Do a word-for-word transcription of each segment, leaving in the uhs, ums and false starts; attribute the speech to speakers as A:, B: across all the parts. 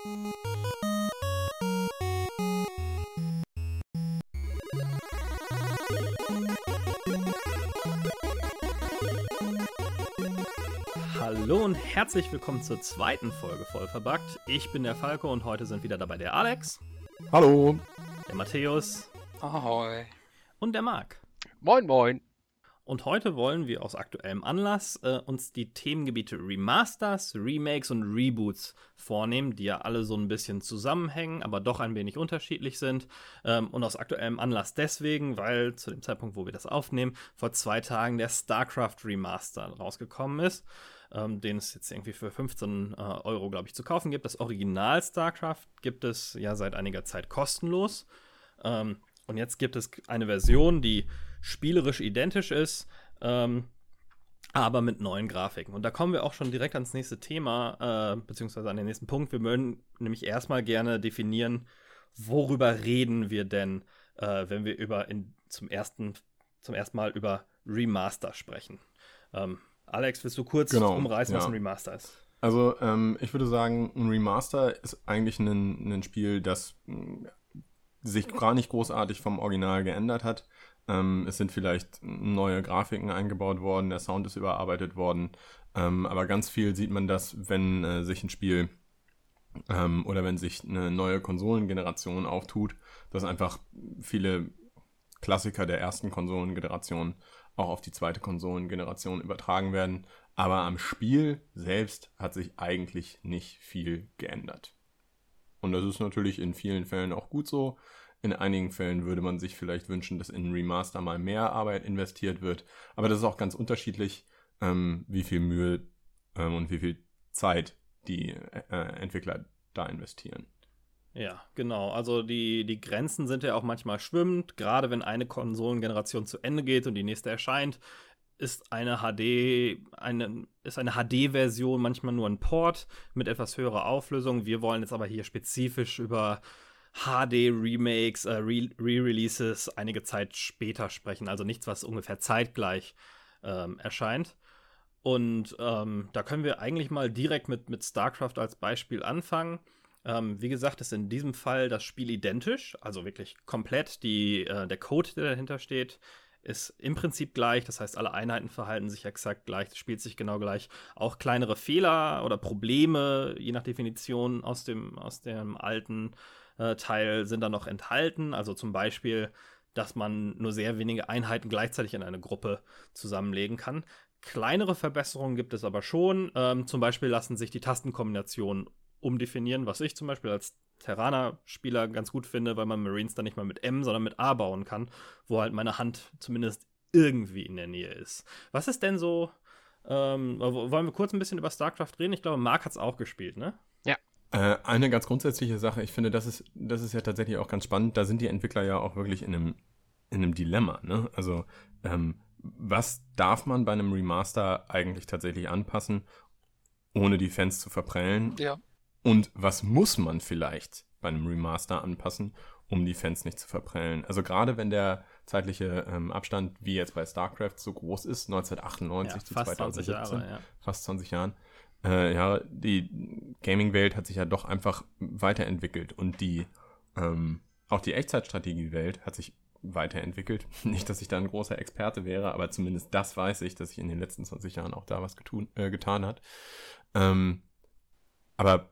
A: Hallo und herzlich willkommen zur zweiten Folge Vollverbuggt. Ich bin der Falco und heute sind wieder dabei der Alex.
B: Hallo.
A: Der Matthäus.
C: Ahoi.
A: Und der Marc.
C: Moin, moin.
A: Und heute wollen wir aus aktuellem Anlass äh, uns die Themengebiete Remasters, Remakes und Reboots vornehmen, die ja alle so ein bisschen zusammenhängen, aber doch ein wenig unterschiedlich sind. Ähm, und aus aktuellem Anlass deswegen, weil zu dem Zeitpunkt, wo wir das aufnehmen, vor zwei Tagen der StarCraft Remaster rausgekommen ist, ähm, den es jetzt irgendwie für fünfzehn äh, Euro, glaube ich, zu kaufen gibt. Das Original StarCraft gibt es ja seit einiger Zeit kostenlos. Ähm, und jetzt gibt es eine Version, die spielerisch identisch ist, ähm, aber mit neuen Grafiken. Und da kommen wir auch schon direkt ans nächste Thema, äh, beziehungsweise an den nächsten Punkt. Wir würden nämlich erstmal gerne definieren, worüber reden wir denn, äh, wenn wir über in, zum, ersten, zum ersten Mal über Remaster sprechen. Ähm, Alex, willst du kurz
B: genau,
A: umreißen,
B: ja.
A: was ein Remaster ist?
B: Also ähm, ich würde sagen, ein Remaster ist eigentlich ein, ein Spiel, das mh, sich gar nicht großartig vom Original geändert hat. Ähm, es sind vielleicht neue Grafiken eingebaut worden, der Sound ist überarbeitet worden, ähm, aber ganz viel sieht man das, wenn äh, sich ein Spiel ähm, oder wenn sich eine neue Konsolengeneration auftut, dass einfach viele Klassiker der ersten Konsolengeneration auch auf die zweite Konsolengeneration übertragen werden, aber am Spiel selbst hat sich eigentlich nicht viel geändert. Und das ist natürlich in vielen Fällen auch gut so. In einigen Fällen würde man sich vielleicht wünschen, dass in ein Remaster mal mehr Arbeit investiert wird. Aber das ist auch ganz unterschiedlich, ähm, wie viel Mühe ähm, und wie viel Zeit die äh, Entwickler da investieren.
A: Ja, genau. Also die, die Grenzen sind ja auch manchmal schwimmend. Gerade wenn eine Konsolengeneration zu Ende geht und die nächste erscheint, ist eine H D, eine, ist eine H D-Version manchmal nur ein Port mit etwas höherer Auflösung. Wir wollen jetzt aber hier spezifisch über H D-Remakes, äh, Re- Re-Releases einige Zeit später sprechen. Also nichts, was ungefähr zeitgleich ähm, erscheint. Und ähm, da können wir eigentlich mal direkt mit, mit StarCraft als Beispiel anfangen. Ähm, wie gesagt, ist in diesem Fall das Spiel identisch, also wirklich komplett. Die, äh, der Code, der dahinter steht, ist im Prinzip gleich. Das heißt, alle Einheiten verhalten sich exakt gleich, das spielt sich genau gleich. Auch kleinere Fehler oder Probleme, je nach Definition aus dem, aus dem alten äh, Teil, sind da noch enthalten. Also zum Beispiel, dass man nur sehr wenige Einheiten gleichzeitig in eine Gruppe zusammenlegen kann. Kleinere Verbesserungen gibt es aber schon. Ähm, zum Beispiel lassen sich die Tastenkombinationen umdefinieren, was ich zum Beispiel als Terraner-Spieler ganz gut finde, weil man Marines dann nicht mal mit M, sondern mit A bauen kann, wo halt meine Hand zumindest irgendwie in der Nähe ist. Was ist denn so, ähm, wollen wir kurz ein bisschen über StarCraft reden? Ich glaube, Marc hat es auch gespielt, ne?
C: Ja.
B: Äh, eine ganz grundsätzliche Sache, ich finde, das ist, das ist ja tatsächlich auch ganz spannend, da sind die Entwickler ja auch wirklich in einem, in einem Dilemma, ne? Also, ähm, was darf man bei einem Remaster eigentlich tatsächlich anpassen, ohne die Fans zu verprellen?
C: Ja.
B: Und was muss man vielleicht bei einem Remaster anpassen, um die Fans nicht zu verprellen? Also gerade wenn der zeitliche ähm, Abstand, wie jetzt bei StarCraft, so groß ist, neunzehnhundertachtundneunzig
A: Ja,
B: zu
A: fast
B: zweitausendsiebzehn,
A: zwanzig Jahre, ja.
B: fast zwanzig Jahren, äh, ja, die Gaming-Welt hat sich ja doch einfach weiterentwickelt und die ähm, auch die Echtzeitstrategie-Welt hat sich weiterentwickelt. Nicht, dass ich da ein großer Experte wäre, aber zumindest das weiß ich, dass sich in den letzten zwanzig Jahren auch da was getun, äh, getan hat. Ähm, aber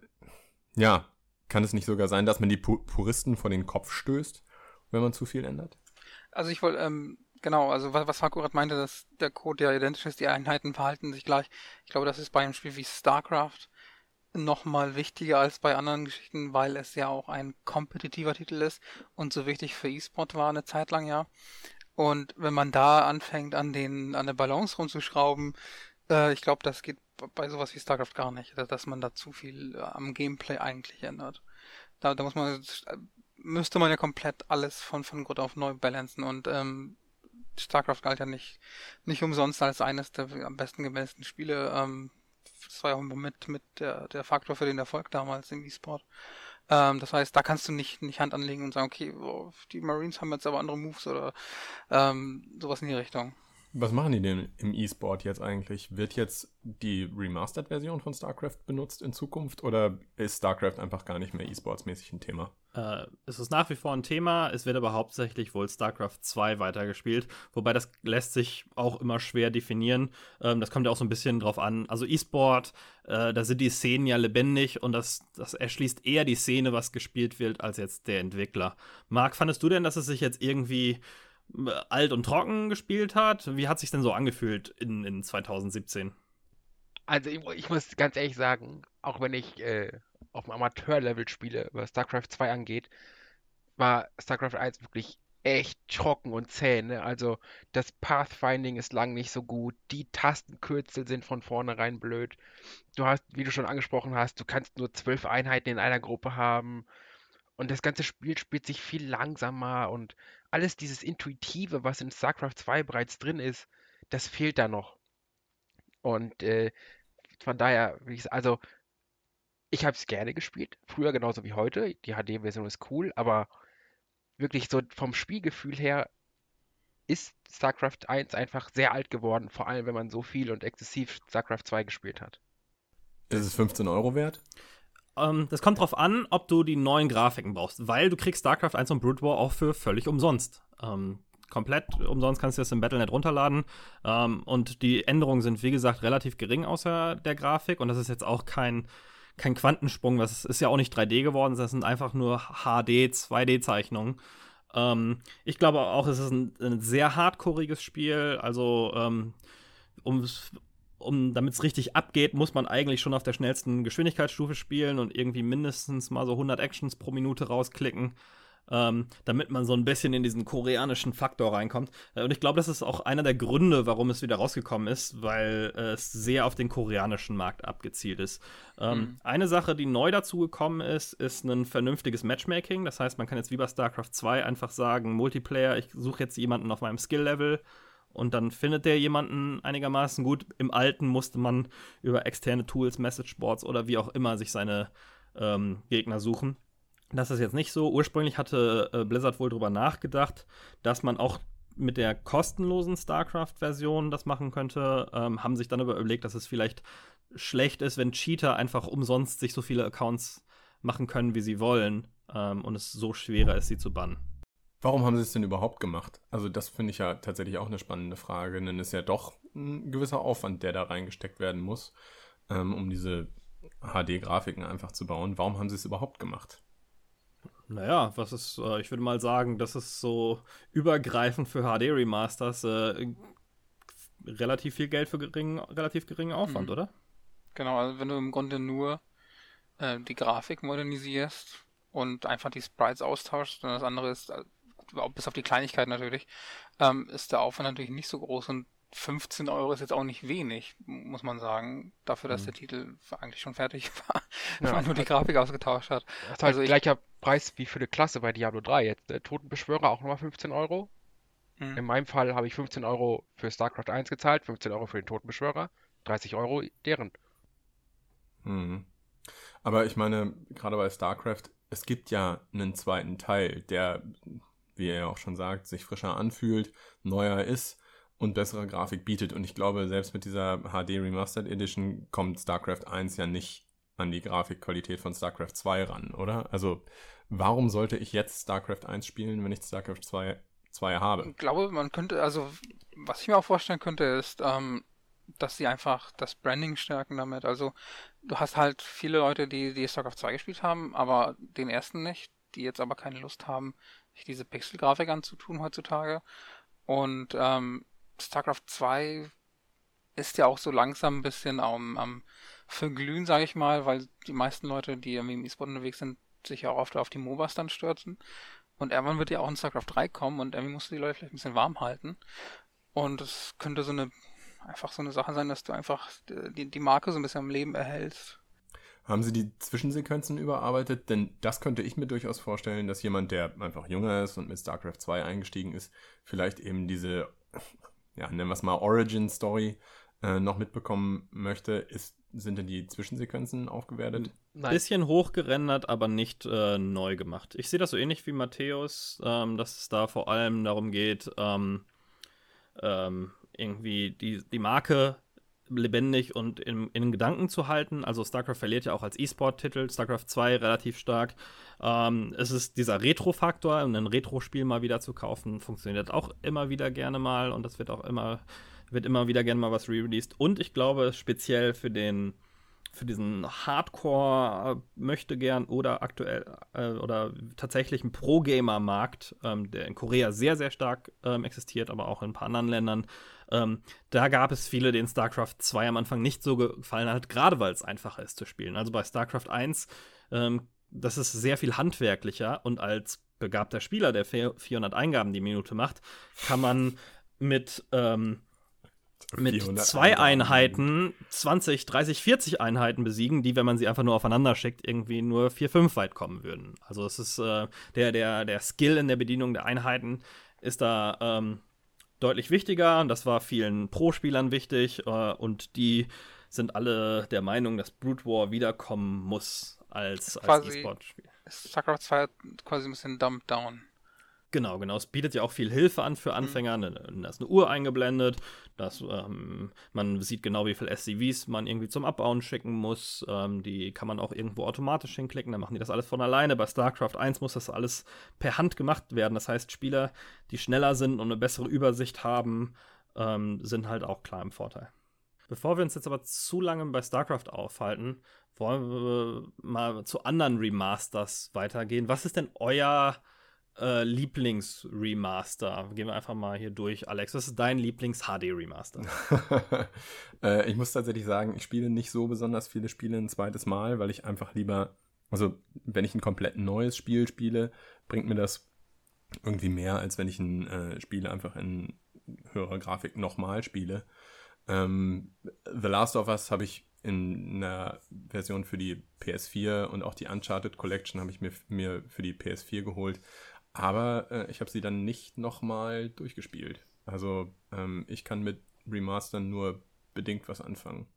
B: ja, kann es nicht sogar sein, dass man die Pu- Puristen vor den Kopf stößt, wenn man zu viel ändert?
C: Also ich wollte, ähm, genau, also was, was Falco gerade meinte, dass der Code ja identisch ist, die Einheiten verhalten sich gleich. Ich glaube, das ist bei einem Spiel wie StarCraft nochmal wichtiger als bei anderen Geschichten, weil es ja auch ein kompetitiver Titel ist und so wichtig für E-Sport war eine Zeit lang, ja. Und wenn man da anfängt, an den, an der Balance rumzuschrauben, äh, ich glaube, das geht bei sowas wie StarCraft gar nicht, dass man da zu viel äh, am Gameplay eigentlich ändert. Da, da muss man, müsste man ja komplett alles von, von Grund auf neu balancen und ähm, StarCraft galt ja nicht, nicht umsonst als eines der am besten gebalanceden Spiele. Ähm, das war ja auch mit, mit der, der Faktor für den Erfolg damals im E-Sport. Ähm, das heißt, da kannst du nicht, nicht Hand anlegen und sagen, okay, oh, die Marines haben jetzt aber andere Moves oder ähm, sowas in die Richtung.
B: Was machen die denn im E-Sport jetzt eigentlich? Wird jetzt die Remastered-Version von StarCraft benutzt in Zukunft oder ist StarCraft einfach gar nicht mehr E-Sports-mäßig ein Thema?
A: Äh, es ist nach wie vor ein Thema, es wird aber hauptsächlich wohl StarCraft zwei weitergespielt, wobei das lässt sich auch immer schwer definieren. Ähm, das kommt ja auch so ein bisschen drauf an. Also E-Sport, äh, da sind die Szenen ja lebendig und das, das erschließt eher die Szene, was gespielt wird, als jetzt der Entwickler. Marc, fandest du denn, dass es sich jetzt irgendwie alt und trocken gespielt hat? Wie hat sich denn so angefühlt in, in zwanzig siebzehn?
D: Also ich, ich muss ganz ehrlich sagen, auch wenn ich äh, auf dem Amateur-Level spiele, was StarCraft zwei angeht, war StarCraft eins wirklich echt trocken und zäh. Ne? Also das Pathfinding ist lang nicht so gut, die Tastenkürzel sind von vornherein blöd. Du hast, wie du schon angesprochen hast, du kannst nur zwölf Einheiten in einer Gruppe haben. Und das ganze Spiel spielt sich viel langsamer und alles dieses Intuitive, was in StarCraft zwei bereits drin ist, das fehlt da noch. Und äh, von daher, wie ich sa- also ich habe es gerne gespielt, früher genauso wie heute. Die H D-Version ist cool, aber wirklich so vom Spielgefühl her ist StarCraft eins einfach sehr alt geworden, vor allem wenn man so viel und exzessiv StarCraft zwei gespielt hat.
B: Ist es fünfzehn Euro wert?
A: Ähm, das kommt drauf an, ob du die neuen Grafiken brauchst, weil du kriegst StarCraft eins und Brood War auch für völlig umsonst. Ähm, komplett umsonst kannst du das im Battle Punkt net runterladen. Ähm, und die Änderungen sind, wie gesagt, relativ gering außer der Grafik. Und das ist jetzt auch kein, kein Quantensprung. Das ist ja auch nicht drei D geworden. Das sind einfach nur H D, zwei D-Zeichnungen. Ähm, ich glaube auch, es ist ein, ein sehr hardcoreiges Spiel. Also, ähm, um um, damit es richtig abgeht, muss man eigentlich schon auf der schnellsten Geschwindigkeitsstufe spielen und irgendwie mindestens mal so hundert Actions pro Minute rausklicken, ähm, damit man so ein bisschen in diesen koreanischen Faktor reinkommt. Und ich glaube, das ist auch einer der Gründe, warum es wieder rausgekommen ist, weil äh, es sehr auf den koreanischen Markt abgezielt ist. Ähm, mhm. Eine Sache, die neu dazu gekommen ist, ist ein vernünftiges Matchmaking. Das heißt, man kann jetzt wie bei StarCraft zwei einfach sagen, Multiplayer, ich suche jetzt jemanden auf meinem Skill-Level, und dann findet der jemanden einigermaßen gut. Im Alten musste man über externe Tools, Messageboards oder wie auch immer sich seine ähm, Gegner suchen. Das ist jetzt nicht so. Ursprünglich hatte äh, Blizzard wohl drüber nachgedacht, dass man auch mit der kostenlosen StarCraft-Version das machen könnte. Ähm, haben sich dann aber überlegt, dass es vielleicht schlecht ist, wenn Cheater einfach umsonst sich so viele Accounts machen können, wie sie wollen. Ähm, und es so schwerer ist, sie zu bannen.
B: Warum haben sie es denn überhaupt gemacht? Also das finde ich ja tatsächlich auch eine spannende Frage, denn es ist ja doch ein gewisser Aufwand, der da reingesteckt werden muss, ähm, um diese H D-Grafiken einfach zu bauen. Warum haben sie es überhaupt gemacht?
A: Naja, was ist, äh, ich würde mal sagen, das ist so übergreifend für H D-Remasters äh, relativ viel Geld für geringen, relativ geringen Aufwand, mhm. oder?
C: Genau, also wenn du im Grunde nur äh, die Grafik modernisierst und einfach die Sprites austauschst und das andere ist bis auf die Kleinigkeit natürlich, ähm, ist der Aufwand natürlich nicht so groß und fünfzehn Euro ist jetzt auch nicht wenig, muss man sagen, dafür, dass mhm. der Titel eigentlich schon fertig war, ja, wenn man nur die Grafik ausgetauscht hat.
D: Das ist halt also gleicher Preis wie für eine Klasse bei Diablo drei jetzt. Der Totenbeschwörer auch nochmal fünfzehn Euro. Mhm. In meinem Fall habe ich fünfzehn Euro für StarCraft eins gezahlt, fünfzehn Euro für den Totenbeschwörer, dreißig Euro deren.
B: Mhm. Aber ich meine, gerade bei StarCraft, es gibt ja einen zweiten Teil, der, wie er ja auch schon sagt, sich frischer anfühlt, neuer ist und bessere Grafik bietet. Und ich glaube, selbst mit dieser H D Remastered Edition kommt StarCraft eins ja nicht an die Grafikqualität von StarCraft zwei ran, oder? Also, warum sollte ich jetzt StarCraft eins spielen, wenn ich StarCraft zwei, zwei habe?
C: Ich glaube, man könnte, also, was ich mir auch vorstellen könnte, ist, ähm, dass sie einfach das Branding stärken damit. Also, du hast halt viele Leute, die, die StarCraft zwei gespielt haben, aber den ersten nicht, die jetzt aber keine Lust haben, sich diese Pixel-Grafik anzutun heutzutage. Und ähm, StarCraft zwei ist ja auch so langsam ein bisschen am, am Verglühen, sage ich mal, weil die meisten Leute, die irgendwie im E-Sport unterwegs sind, sich ja auch oft auf die MOBAs dann stürzen. Und irgendwann wird ja auch in StarCraft drei kommen und irgendwie musst du die Leute vielleicht ein bisschen warm halten. Und es könnte so eine einfach so eine Sache sein, dass du einfach die, die Marke so ein bisschen am Leben erhältst.
B: Haben sie die Zwischensequenzen überarbeitet? Denn das könnte ich mir durchaus vorstellen, dass jemand, der einfach jünger ist und mit StarCraft zwei eingestiegen ist, vielleicht eben diese, ja, nennen wir es mal Origin-Story äh, noch mitbekommen möchte. Ist, sind denn die Zwischensequenzen aufgewertet?
A: Nein. Bisschen hochgerendert, aber nicht äh, neu gemacht. Ich sehe das so ähnlich wie Matthäus, ähm, dass es da vor allem darum geht, ähm, ähm, irgendwie die, die Marke lebendig und in, in Gedanken zu halten. Also StarCraft verliert ja auch als E-Sport-Titel, StarCraft zwei relativ stark. Ähm, es ist dieser Retro-Faktor, um ein Retro-Spiel mal wieder zu kaufen, funktioniert auch immer wieder gerne mal und das wird auch immer, wird immer wieder gerne mal was re-released. Und ich glaube, speziell für den für diesen Hardcore äh, möchte gern oder aktuell äh, oder tatsächlichen Pro-Gamer-Markt, ähm, der in Korea sehr, sehr stark ähm, existiert, aber auch in ein paar anderen Ländern, ähm, da gab es viele, denen StarCraft zwei am Anfang nicht so gefallen hat, gerade weil es einfacher ist zu spielen. Also bei StarCraft eins, ähm, das ist sehr viel handwerklicher und als begabter Spieler, der vierhundert Eingaben die Minute macht, kann man mit ähm, mit zwei Einheiten zwanzig, dreißig, vierzig Einheiten besiegen, die, wenn man sie einfach nur aufeinander schickt, irgendwie nur vier, fünf weit kommen würden. Also es ist äh, der, der, der Skill in der Bedienung der Einheiten ist da ähm, deutlich wichtiger und das war vielen Pro-Spielern wichtig äh, und die sind alle der Meinung, dass Brood War wiederkommen muss als, als E-Sport-Spiel.
C: StarCraft zwei hat quasi ein bisschen dumped down.
A: Genau, genau. Es bietet ja auch viel Hilfe an für Anfänger. Mhm. Da ist eine Uhr eingeblendet. Dass, ähm, man sieht genau, wie viel S C Vs man irgendwie zum Abbauen schicken muss. Ähm, die kann man auch irgendwo automatisch hinklicken. Dann machen die das alles von alleine. Bei StarCraft eins muss das alles per Hand gemacht werden. Das heißt, Spieler, die schneller sind und eine bessere Übersicht haben, ähm, sind halt auch klar im Vorteil. Bevor wir uns jetzt aber zu lange bei StarCraft aufhalten, wollen wir mal zu anderen Remasters weitergehen. Was ist denn euer Äh, Lieblings-Remaster? Gehen wir einfach mal hier durch. Alex, was ist dein Lieblings-H D-Remaster?
B: äh, ich muss tatsächlich sagen, ich spiele nicht so besonders viele Spiele ein zweites Mal, weil ich einfach lieber, also wenn ich ein komplett neues Spiel spiele, bringt mir das irgendwie mehr, als wenn ich ein äh, Spiel einfach in höherer Grafik nochmal spiele. Ähm, The Last of Us habe ich in einer Version für die P S vier und auch die Uncharted Collection habe ich mir, mir für die P S vier geholt. Aber äh, ich habe sie dann nicht nochmal durchgespielt. Also ähm, ich kann mit Remastern nur bedingt was anfangen.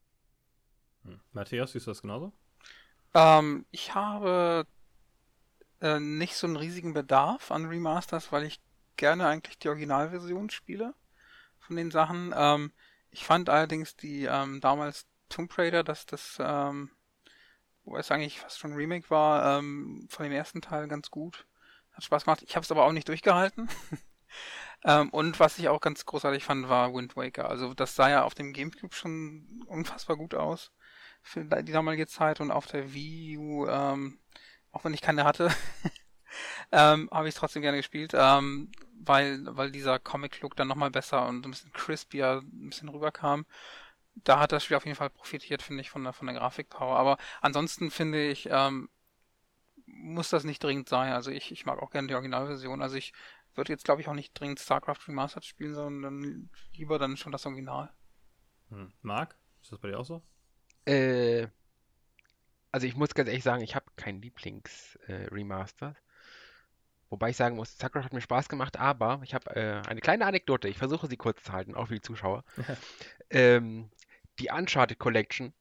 A: Hm. Matthias, siehst du das genauso?
C: Ähm, ich habe äh, nicht so einen riesigen Bedarf an Remasters, weil ich gerne eigentlich die Originalversion spiele von den Sachen. Ähm, ich fand allerdings die ähm, damals Tomb Raider, dass das, ähm, wo es eigentlich fast schon ein Remake war, ähm, von dem ersten Teil ganz gut. Hat Spaß gemacht. Ich habe es aber auch nicht durchgehalten. ähm, und was ich auch ganz großartig fand, war Wind Waker. Also das sah ja auf dem GameCube schon unfassbar gut aus für die damalige Zeit und auf der Wii U, ähm, auch wenn ich keine hatte, ähm, habe ich es trotzdem gerne gespielt, ähm, weil, weil dieser Comic-Look dann nochmal besser und ein bisschen crispier ein bisschen rüberkam. Da hat das Spiel auf jeden Fall profitiert, finde ich, von der, von der Grafikpower. Aber ansonsten finde ich, ähm, muss das nicht dringend sein. Also ich, ich mag auch gerne die Originalversion. Also ich würde jetzt, glaube ich, auch nicht dringend StarCraft Remastered spielen, sondern lieber dann schon das Original.
A: Hm. Marc, ist das bei dir auch so?
D: Äh, also ich muss ganz ehrlich sagen, ich habe keinen Lieblings-Remaster. Wobei ich sagen muss, StarCraft hat mir Spaß gemacht, aber ich habe äh, eine kleine Anekdote. Ich versuche sie kurz zu halten, auch für die Zuschauer. ähm, die Uncharted Collection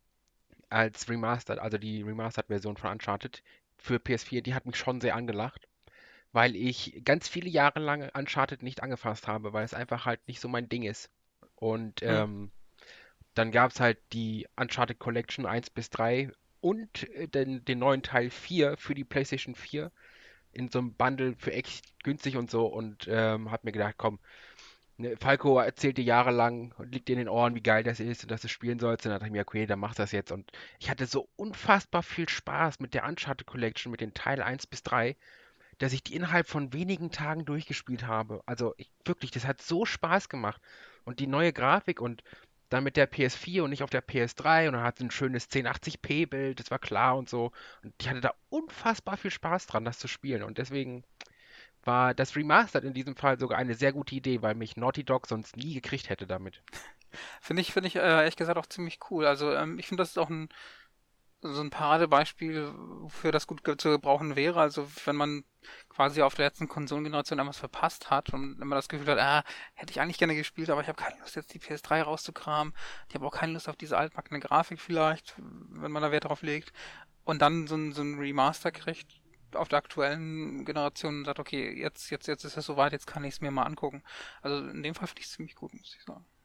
D: als Remastered, also die Remastered-Version von Uncharted für P S vier, die hat mich schon sehr angelacht, weil ich ganz viele Jahre lang Uncharted nicht angefasst habe, weil es einfach halt nicht so mein Ding ist. Und
A: Hm.
D: ähm, dann gab es halt die Uncharted Collection eins bis drei und äh, den, den neuen Teil vier für die PlayStation vier in so einem Bundle für echt günstig und so und ähm, hab mir gedacht, komm, ne, Falco erzählt dir jahrelang und liegt dir in den Ohren, wie geil das ist und dass du spielen sollst. Und dann dachte ich mir, okay, dann mach das jetzt. Und ich hatte so unfassbar viel Spaß mit der Uncharted Collection, mit den Teil eins bis drei, dass ich die innerhalb von wenigen Tagen durchgespielt habe. Also ich, wirklich, das hat so Spaß gemacht. Und die neue Grafik und dann mit der P S vier und nicht auf der P S drei und dann hat sie ein schönes zehn achtzig p Bild, das war klar und so. Und ich hatte da unfassbar viel Spaß dran, das zu spielen. Und deswegen war das Remastered in diesem Fall sogar eine sehr gute Idee, weil mich Naughty Dog sonst nie gekriegt hätte damit.
C: Finde ich, finde ich äh, ehrlich gesagt auch ziemlich cool. Also ähm, ich finde, das ist auch ein so ein Paradebeispiel, wofür das gut ge- zu gebrauchen wäre. Also wenn man quasi auf der letzten Konsolengeneration etwas verpasst hat und wenn man das Gefühl hat, ah, hätte ich eigentlich gerne gespielt, aber ich habe keine Lust, jetzt die P S drei rauszukramen. Ich habe auch keine Lust auf diese altbackene Grafik vielleicht, wenn man da Wert drauf legt. Und dann so ein, so ein Remaster kriegt auf der aktuellen Generation und sagt, okay, jetzt, jetzt, jetzt ist es soweit, jetzt kann ich es mir mal angucken. Also in dem Fall finde ich es ziemlich gut, muss ich sagen.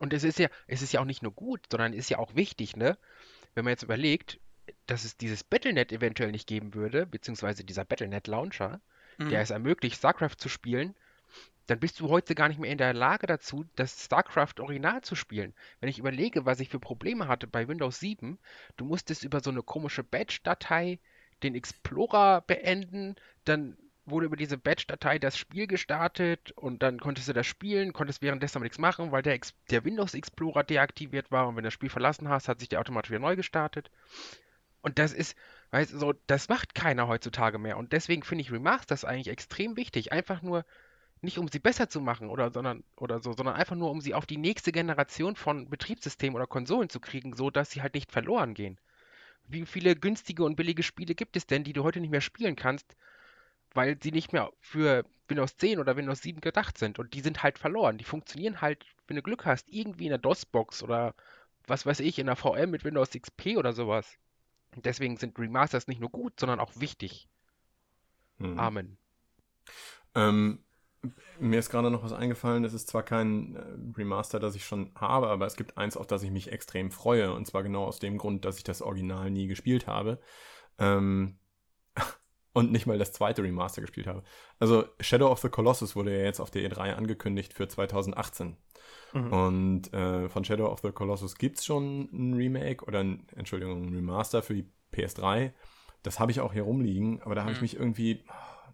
D: Und es ist ja, es ist ja auch nicht nur gut, sondern es ist ja auch wichtig, ne? Wenn man jetzt überlegt, dass es dieses Battle Punkt net eventuell nicht geben würde, beziehungsweise dieser Battle Punkt net Launcher,
C: Mhm.
D: der es ermöglicht, StarCraft zu spielen, dann bist du heute gar nicht mehr in der Lage dazu, das StarCraft Original zu spielen. Wenn ich überlege, was ich für Probleme hatte bei Windows sieben, du musstest über so eine komische Batch-Datei den Explorer beenden, dann wurde über diese Batch-Datei das Spiel gestartet und dann konntest du das spielen, konntest währenddessen aber nichts machen, weil der, Ex der Windows Explorer deaktiviert war und wenn du das Spiel verlassen hast, hat sich der automatisch wieder neu gestartet. Und das ist, weißt du, so, das macht keiner heutzutage mehr. Und deswegen finde ich Remasters eigentlich extrem wichtig. Einfach nur, nicht um sie besser zu machen oder, sondern, oder so, sondern einfach nur, um sie auf die nächste Generation von Betriebssystemen oder Konsolen zu kriegen, so dass sie halt nicht verloren gehen. Wie viele günstige und billige Spiele gibt es denn, die du heute nicht mehr spielen kannst, weil sie nicht mehr für Windows zehn oder Windows sieben gedacht sind und die sind halt verloren. Die funktionieren halt, wenn du Glück hast, irgendwie in der DOS-Box oder was weiß ich, in der V M mit Windows X P oder sowas. Und deswegen sind Remasters nicht nur gut, sondern auch wichtig.
B: Hm.
D: Amen.
B: Ähm, mir ist gerade noch was eingefallen. Das ist zwar kein äh, Remaster, das ich schon habe, aber es gibt eins, auf das ich mich extrem freue. Und zwar genau aus dem Grund, dass ich das Original nie gespielt habe. Ähm, und nicht mal das zweite Remaster gespielt habe. Also Shadow of the Colossus wurde ja jetzt auf der E drei angekündigt für zwanzig achtzehn. Mhm. Und äh, von Shadow of the Colossus gibt es schon ein Remake oder ein, Entschuldigung, ein Remaster für die P S drei. Das habe ich auch hier rumliegen, aber da habe mhm. ich mich irgendwie...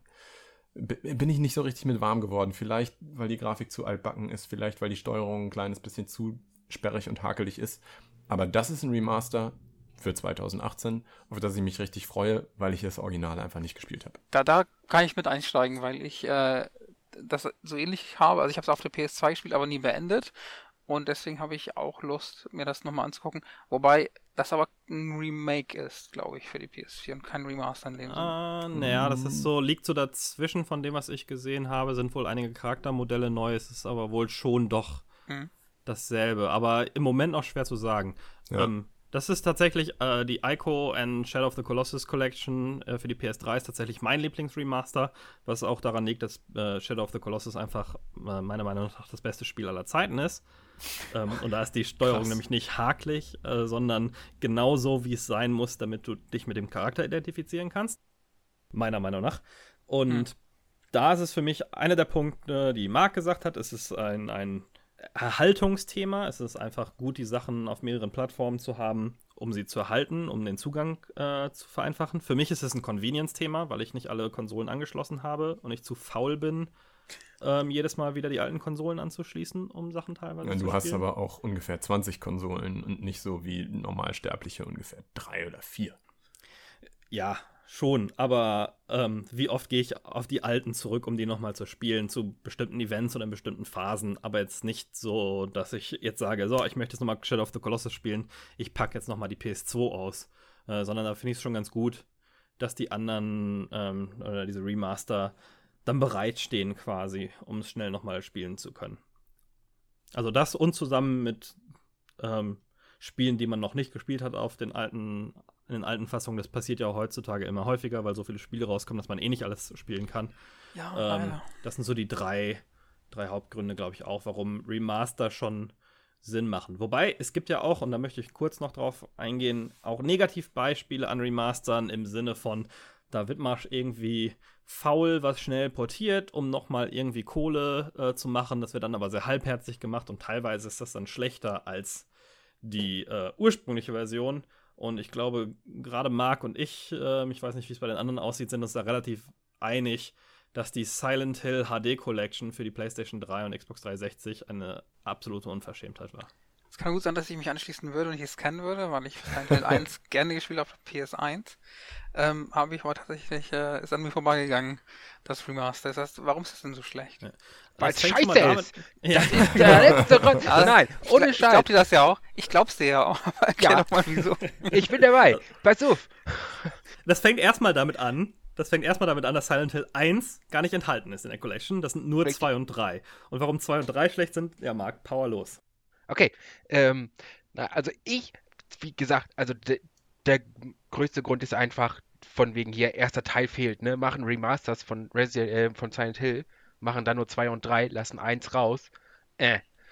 B: bin ich nicht so richtig mit warm geworden. Vielleicht, weil die Grafik zu altbacken ist, vielleicht, weil die Steuerung ein kleines bisschen zu sperrig und hakelig ist. Aber das ist ein Remaster für zwanzig achtzehn, auf das ich mich richtig freue, weil ich das Original einfach nicht gespielt habe.
C: Da, da kann ich mit einsteigen, weil ich äh, das so ähnlich habe. Also ich habe es auf der P S zwei gespielt, aber nie beendet. Und deswegen habe ich auch Lust, mir das nochmal anzugucken. Wobei das aber ein Remake ist, glaube ich, für die P S vier und kein Remaster in dem Sinne.
A: Ah, naja, das ist so, liegt so dazwischen von dem, was ich gesehen habe, sind wohl einige Charaktermodelle neu, es ist aber wohl schon doch hm. dasselbe. Aber im Moment noch schwer zu sagen. Ja. Ähm, das ist tatsächlich äh, die Ico and Shadow of the Colossus Collection äh, für die P S drei ist tatsächlich mein Lieblingsremaster, was auch daran liegt, dass äh, Shadow of the Colossus einfach äh, meiner Meinung nach das beste Spiel aller Zeiten ist. ähm, und da ist die Steuerung Krass. nämlich nicht hakelig, äh, sondern genauso, wie es sein muss, damit du dich mit dem Charakter identifizieren kannst. Meiner Meinung nach. Und hm. da ist es für mich einer der Punkte, die Marc gesagt hat, es ist ein, ein Erhaltungsthema. Es ist einfach gut, die Sachen auf mehreren Plattformen zu haben, um sie zu erhalten, um den Zugang äh, zu vereinfachen. Für mich ist es ein Convenience-Thema, weil ich nicht alle Konsolen angeschlossen habe und ich zu faul bin, ähm, jedes Mal wieder die alten Konsolen anzuschließen, um Sachen teilweise
B: ja,
A: zu spielen.
B: Du hast aber auch ungefähr zwanzig Konsolen und nicht so wie Normalsterbliche ungefähr drei oder vier.
A: Ja, schon, aber ähm, wie oft gehe ich auf die alten zurück, um die nochmal zu spielen, zu bestimmten Events oder in bestimmten Phasen, aber jetzt nicht so, dass ich jetzt sage, so, ich möchte jetzt nochmal Shadow of the Colossus spielen, ich packe jetzt nochmal die P S zwei aus, äh, sondern da finde ich es schon ganz gut, dass die anderen, ähm, oder diese Remaster dann bereitstehen quasi, um es schnell nochmal spielen zu können. Also das und zusammen mit ähm, Spielen, die man noch nicht gespielt hat auf den alten in den alten Fassungen, das passiert ja auch heutzutage immer häufiger, weil so viele Spiele rauskommen, dass man eh nicht alles spielen kann.
C: Ja,
A: ähm,
C: leider.
A: Das sind so die drei, drei Hauptgründe, glaube ich, auch, warum Remaster schon Sinn machen. Wobei, es gibt ja auch, und da möchte ich kurz noch drauf eingehen, auch Negativbeispiele an Remastern im Sinne von, da wird mal irgendwie faul was schnell portiert, um nochmal irgendwie Kohle äh, zu machen. Das wird dann aber sehr halbherzig gemacht und teilweise ist das dann schlechter als die äh, ursprüngliche Version. Und ich glaube, gerade Marc und ich, äh, ich weiß nicht, wie es bei den anderen aussieht, sind uns da relativ einig, dass die Silent Hill H D Collection für die PlayStation drei und Xbox dreihundertsechzig eine absolute Unverschämtheit war.
C: Es kann gut sein, dass ich mich anschließen würde und ich es kennen würde, weil ich Silent Hill eins gerne gespielt habe auf der P S eins. Ähm, habe ich aber tatsächlich, äh, ist an mir vorbeigegangen, das Remaster. Das heißt, warum ist das denn so schlecht?
D: Ja. Weil es scheiße
A: damit,
D: ist.
A: Ja.
D: Das ist der letzte Rotz.
C: Also,
D: Nein, ohne
C: ich,
D: Scheiß.
C: Ich glaub dir das ja auch. Ich glaub's dir ja auch. Aber erklär
D: Ja.
C: doch mal, wieso.
D: Ich bin dabei. Pass auf.
A: Das fängt erstmal damit an, das fängt erstmal damit an, dass Silent Hill eins gar nicht enthalten ist in der Collection. Das sind nur
D: Richtig.
A: zwei und drei. Und warum zwei und drei schlecht sind, ja, Marc, power los.
D: Okay, ähm, na, also ich, wie gesagt, also de, der größte Grund ist einfach, von wegen hier, erster Teil fehlt, ne? Machen Remasters von Resident, äh, von Silent Hill, machen dann nur zwei und drei, lassen eins raus. Äh.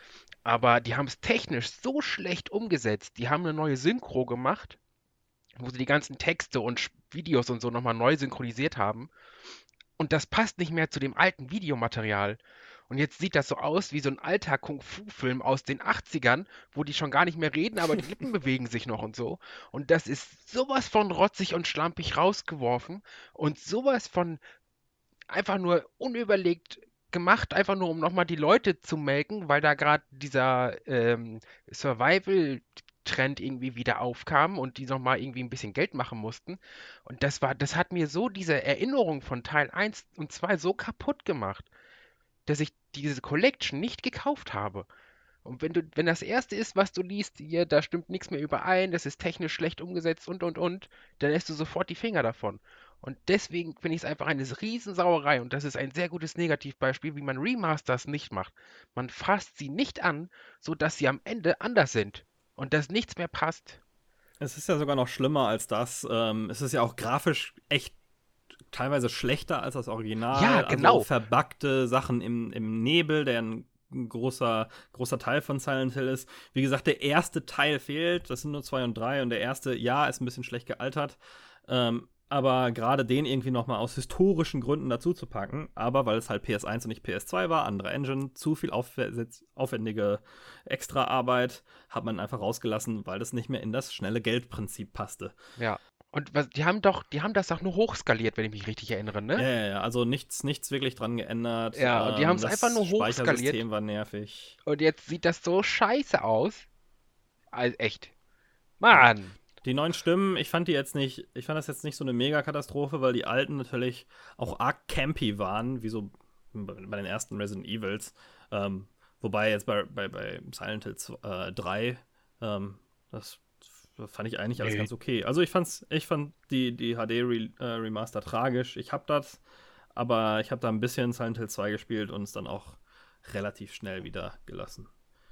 D: Aber die haben es technisch so schlecht umgesetzt. Die haben eine neue Synchro gemacht, wo sie die ganzen Texte und Sch- Videos und so nochmal neu synchronisiert haben. Und das passt nicht mehr zu dem alten Videomaterial. Und jetzt sieht das so aus wie so ein alter Kung-Fu-Film aus den achtzigern, wo die schon gar nicht mehr reden, aber die Lippen bewegen sich noch und so. Und das ist sowas von rotzig und schlampig rausgeworfen und sowas von einfach nur unüberlegt gemacht, einfach nur um nochmal die Leute zu melken, weil da gerade dieser ähm, Survival-Trend irgendwie wieder aufkam und die nochmal irgendwie ein bisschen Geld machen mussten. Und das war, das hat mir so diese Erinnerung von Teil eins und zwei so kaputt gemacht, dass ich diese Collection nicht gekauft habe. Und wenn du, wenn das erste ist, was du liest, hier, da stimmt nichts mehr überein, das ist technisch schlecht umgesetzt und und und, dann lässt du sofort die Finger davon. Und deswegen finde ich es einfach eine Riesensauerei und das ist ein sehr gutes Negativbeispiel, wie man Remasters nicht macht. Man fasst sie nicht an, sodass sie am Ende anders sind und dass nichts mehr passt.
A: Es ist ja sogar noch schlimmer als das. Ähm, es ist ja auch grafisch echt teilweise schlechter als das Original.
D: Ja, genau.
A: Also verbuggte Sachen im, im Nebel, der ein großer, großer Teil von Silent Hill ist. Wie gesagt, der erste Teil fehlt. Das sind nur zwei und drei. Und der erste, ja, ist ein bisschen schlecht gealtert. Ähm, aber gerade den irgendwie noch mal aus historischen Gründen dazu zu packen, aber weil es halt P S eins und nicht P S zwei war, andere Engine, zu viel aufw- aufwendige Extraarbeit, hat man einfach rausgelassen, weil das nicht mehr in das schnelle Geldprinzip passte.
D: Ja. Und was, die haben doch, die haben das doch nur hochskaliert, wenn ich mich richtig erinnere, ne?
A: Ja, ja, ja, also nichts, nichts wirklich dran geändert.
D: Ja, und die
A: Ähm,
D: haben's
A: das
D: einfach nur hochskaliert.
A: Speichersystem war nervig.
D: Und jetzt sieht das so scheiße aus. Also echt. Mann.
A: Die neuen Stimmen, ich fand die jetzt nicht, ich fand das jetzt nicht so eine Megakatastrophe, weil die alten natürlich auch arg campy waren, wie so bei den ersten Resident Evils. Ähm, wobei jetzt bei, bei, bei Silent Hill drei, ähm, das fand ich eigentlich alles
D: Nee.
A: ganz okay. Also ich fand's, ich fand die, die H D-Remaster tragisch. Ich hab das, aber ich habe da ein bisschen Silent Hill zwei gespielt und es dann auch relativ schnell wieder gelassen.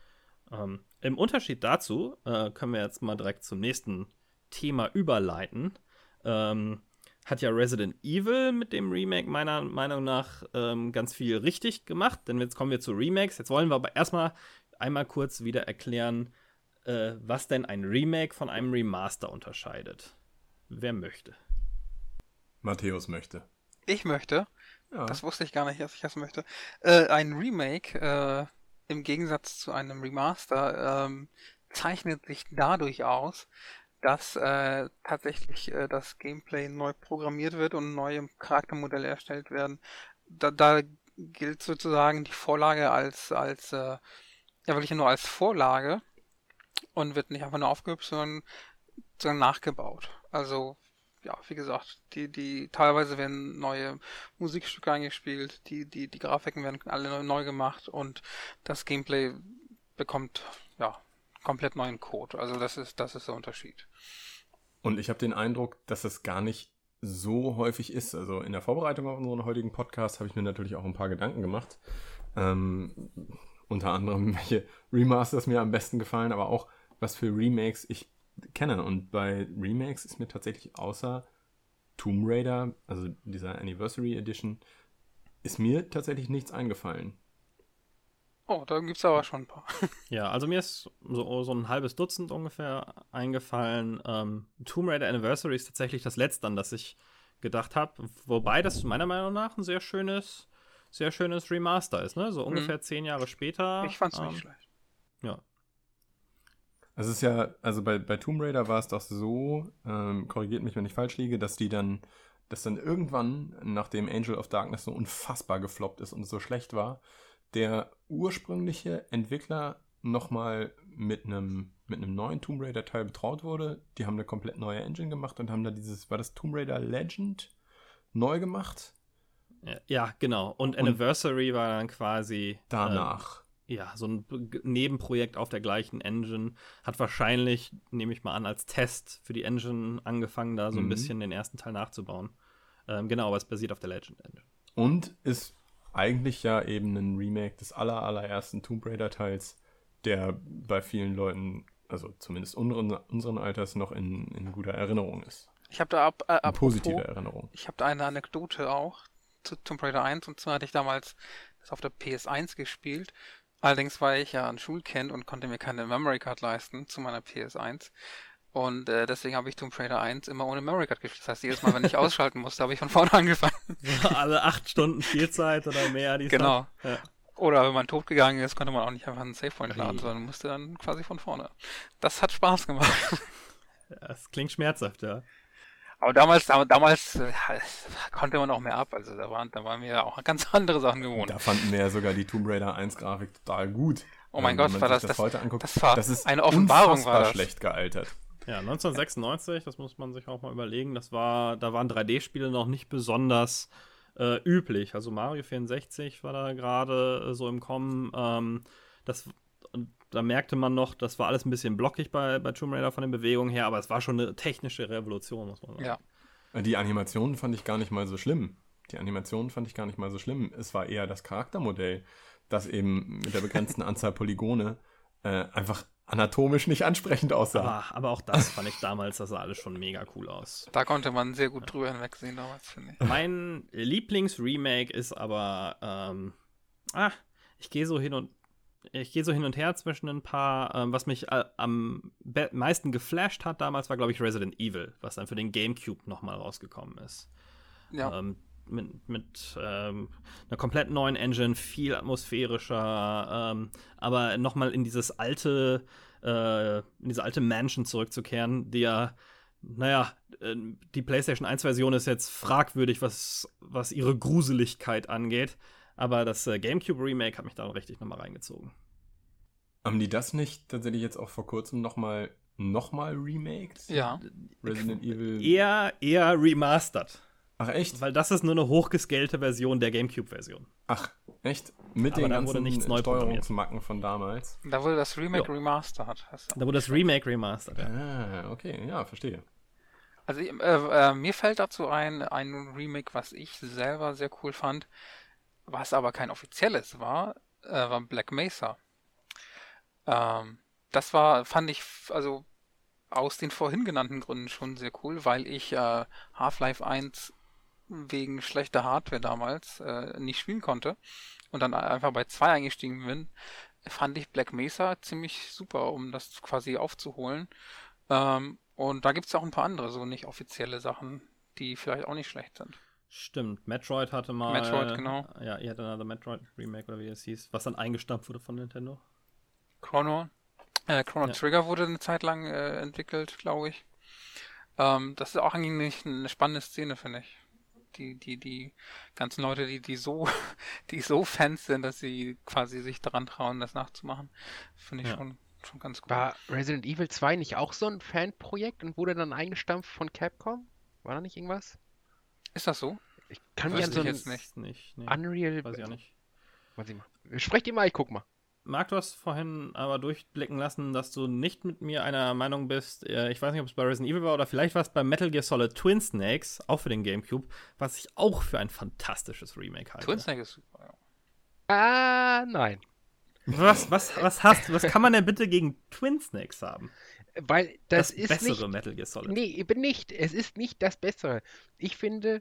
A: Ähm, Im Unterschied dazu äh, können wir jetzt mal direkt zum nächsten Thema überleiten. Ähm, hat ja Resident Evil mit dem Remake meiner Meinung nach ähm, ganz viel richtig gemacht, denn jetzt kommen wir zu Remakes. Jetzt wollen wir aber erstmal einmal kurz wieder erklären, äh, was denn ein Remake von einem Remaster unterscheidet. Wer möchte?
B: Matthäus möchte.
C: Ich möchte,
B: Ja.
C: das wusste ich gar nicht, dass ich das möchte, äh, ein Remake äh, im Gegensatz zu einem Remaster ähm, zeichnet sich dadurch aus, dass äh, tatsächlich äh, das Gameplay neu programmiert wird und neue Charaktermodelle erstellt werden. Da, da gilt sozusagen die Vorlage als, als äh, ja wirklich nur als Vorlage und wird nicht einfach nur aufgehübscht, sondern, sondern nachgebaut. Also ja, wie gesagt, die, die teilweise werden neue Musikstücke eingespielt, die, die, die Grafiken werden alle neu, neu gemacht und das Gameplay bekommt ja komplett neuen Code. Also das ist, das ist der Unterschied.
B: Und ich habe den Eindruck, dass es gar nicht so häufig ist. Also in der Vorbereitung auf unseren heutigen Podcast habe ich mir natürlich auch ein paar Gedanken gemacht. Ähm, unter anderem, welche Remasters mir am besten gefallen, aber auch, was für Remakes ich kenne. Und bei Remakes ist mir tatsächlich außer Tomb Raider, also dieser Anniversary Edition, ist mir tatsächlich nichts eingefallen.
C: Oh, da gibt's aber schon ein paar.
A: Ja, also mir ist so, so ein halbes Dutzend ungefähr eingefallen. Ähm, Tomb Raider Anniversary ist tatsächlich das letzte, an das ich gedacht habe. Wobei das meiner Meinung nach ein sehr schönes, sehr schönes Remaster ist, ne? So ungefähr
C: Mhm.
A: zehn Jahre später.
C: Ich fand's
A: ähm,
C: nicht schlecht.
A: Ja.
B: Also es ist ja, also bei, bei Tomb Raider war es doch so, ähm, korrigiert mich, wenn ich falsch liege, dass die dann, dass dann irgendwann, nachdem Angel of Darkness so unfassbar gefloppt ist und so schlecht war, der ursprüngliche Entwickler nochmal mit einem mit einem neuen Tomb Raider Teil betraut wurde. Die haben eine komplett neue Engine gemacht und haben da dieses, war das Tomb Raider Legend neu gemacht?
A: Ja, ja, genau. Und
B: Und-
A: Anniversary war dann quasi
B: Danach.
A: Ähm, ja, so ein Be- Nebenprojekt auf der gleichen Engine. Hat wahrscheinlich, nehme ich mal an, als Test für die Engine angefangen, da so ein
B: Mhm.
A: bisschen den ersten Teil nachzubauen. Ähm, genau, aber es basiert auf der Legend Engine.
B: Und ist eigentlich ja eben ein Remake des aller, allerersten Tomb Raider Teils, der bei vielen Leuten, also zumindest unseren, unseren Alters, noch in, in guter Erinnerung ist.
C: Ich habe da ab, äh,
B: In
C: apropos,
B: positive Erinnerung.
C: ich habe da eine Anekdote auch zu Tomb Raider eins und zwar hatte ich damals das auf der P S eins gespielt Allerdings war ich ja ein Schulkind und konnte mir keine Memory Card leisten zu meiner P S eins. Und äh, deswegen habe ich Tomb Raider eins immer ohne Memory Card gespielt. Das heißt, jedes Mal, wenn ich ausschalten musste, habe ich von vorne angefangen.
A: So alle acht Stunden Spielzeit oder mehr. Die
C: Genau.
A: Ja.
C: Oder wenn man tot gegangen ist, konnte man auch nicht einfach einen Savepoint laden,
A: Wie?
C: sondern musste dann quasi von vorne. Das hat Spaß gemacht.
A: Das klingt schmerzhaft, ja.
C: Aber damals, dam- damals äh, konnte man auch mehr ab. Also da waren, da waren wir ja auch ganz andere Sachen gewohnt.
B: Da fanden wir ja sogar die Tomb Raider eins Grafik total gut.
C: Oh mein
B: Ähm,
C: Gott,
B: wenn man
C: war
B: sich
C: das-
B: das
C: das-
B: heute anguckt,
C: das war
B: das ist
C: eine Offenbarung,
B: unfassbar
C: war das.
B: schlecht gealtert.
A: Ja, neunzehnhundertsechsundneunzig, das muss man sich auch mal überlegen. Das war, da waren drei D-Spiele noch nicht besonders äh, üblich. Also Mario vierundsechzig war da gerade äh, so im Kommen. Ähm, das, und da merkte man noch, das war alles ein bisschen blockig bei, bei Tomb Raider von den Bewegungen her, aber es war schon eine technische Revolution, muss man sagen.
C: Ja.
B: Die Animationen fand ich gar nicht mal so schlimm. Die Animationen fand ich gar nicht mal so schlimm. Es war eher das Charaktermodell, das eben mit der begrenzten Anzahl Polygone äh, einfach anatomisch nicht ansprechend aussah.
A: Aber, aber auch das fand ich damals, das sah alles schon mega cool aus.
C: Da konnte man sehr gut drüber hinwegsehen damals, finde ich.
A: Mein Lieblingsremake ist aber, ähm, ah, ich gehe so hin und ich gehe so hin und her zwischen ein paar. Ähm, was mich äh, am be- meisten geflasht hat damals, war, glaube ich, Resident Evil, was dann für den GameCube nochmal rausgekommen ist.
C: Ja.
A: Ähm, mit mit ähm, einer komplett neuen Engine, viel atmosphärischer, ähm, aber nochmal in dieses alte, äh, in diese alte Mansion zurückzukehren, die ja, naja, äh, die PlayStation eins Version ist jetzt fragwürdig, was, was ihre Gruseligkeit angeht, aber das äh, GameCube Remake hat mich da richtig nochmal reingezogen.
B: Haben die das nicht tatsächlich jetzt auch vor kurzem nochmal noch mal remaked?
C: Ja.
B: Resident Evil.
A: Eher, eher remastered,
B: Ach, echt?
A: weil das ist nur eine hochgescalte Version der GameCube-Version.
B: Ach, echt? Mit
A: Aber
B: den
A: da
B: ganzen
A: wurde nichts neu programmiert.
B: Steuerungsmacken von damals.
C: Da wurde das Remake
A: Ja.
C: remastered. Das ist
A: Da wurde das Remake remastered, ja.
B: Ah, okay, ja, verstehe.
C: Also äh, äh, mir fällt dazu ein, ein Remake, was ich selber sehr cool fand, was aber kein offizielles war, äh, war Black Mesa. Ähm, das war, fand ich, f- also aus den vorhin genannten Gründen schon sehr cool, weil ich äh, Half-Life eins wegen schlechter Hardware damals äh, nicht spielen konnte und dann einfach bei zwei eingestiegen bin, fand ich Black Mesa ziemlich super, um das quasi aufzuholen. Ähm, und da gibt es auch ein paar andere, so nicht offizielle Sachen, die vielleicht auch nicht schlecht sind.
A: Stimmt, Metroid hatte mal.
C: Metroid, genau.
A: Ja, ihr hattet another Metroid Remake oder wie es hieß, was dann eingestampft wurde von Nintendo.
C: Chrono, äh, Chrono
A: Ja.
C: Trigger wurde eine Zeit lang äh, entwickelt, glaube ich. Ähm, das ist auch eigentlich eine spannende Szene, finde ich. Die, die, die ganzen Leute, die, die so, die so Fans sind, dass sie quasi sich daran trauen, das nachzumachen, finde ich
A: Ja.
C: schon, schon ganz gut.
D: War Resident Evil zwei nicht auch so ein Fanprojekt und wurde dann eingestampft von Capcom? War da nicht irgendwas?
C: Ist das so?
D: Ich kann mich
C: Weiß
D: an
C: ich
D: so ein
C: jetzt nicht.
A: nicht nee,
D: Unreal...
A: weiß ich auch nicht.
D: Warte mal. Sprecht ihr mal, ich guck mal.
A: Marc, du hast vorhin aber durchblicken lassen, dass du nicht mit mir einer Meinung bist. Äh, Ich weiß nicht, ob es bei Resident Evil war oder vielleicht war es bei Metal Gear Solid Twin Snakes, auch für den GameCube, was ich auch für ein fantastisches Remake halte.
C: Twin Snake ist super, ja.
D: Ah, nein.
A: Was, was, was hast was kann man denn bitte gegen Twin Snakes haben?
D: Weil das,
A: Das,
D: ist
A: bessere
D: nicht...
A: Metal Gear Solid.
D: Nee, eben nicht. Es ist nicht das Bessere. Ich finde,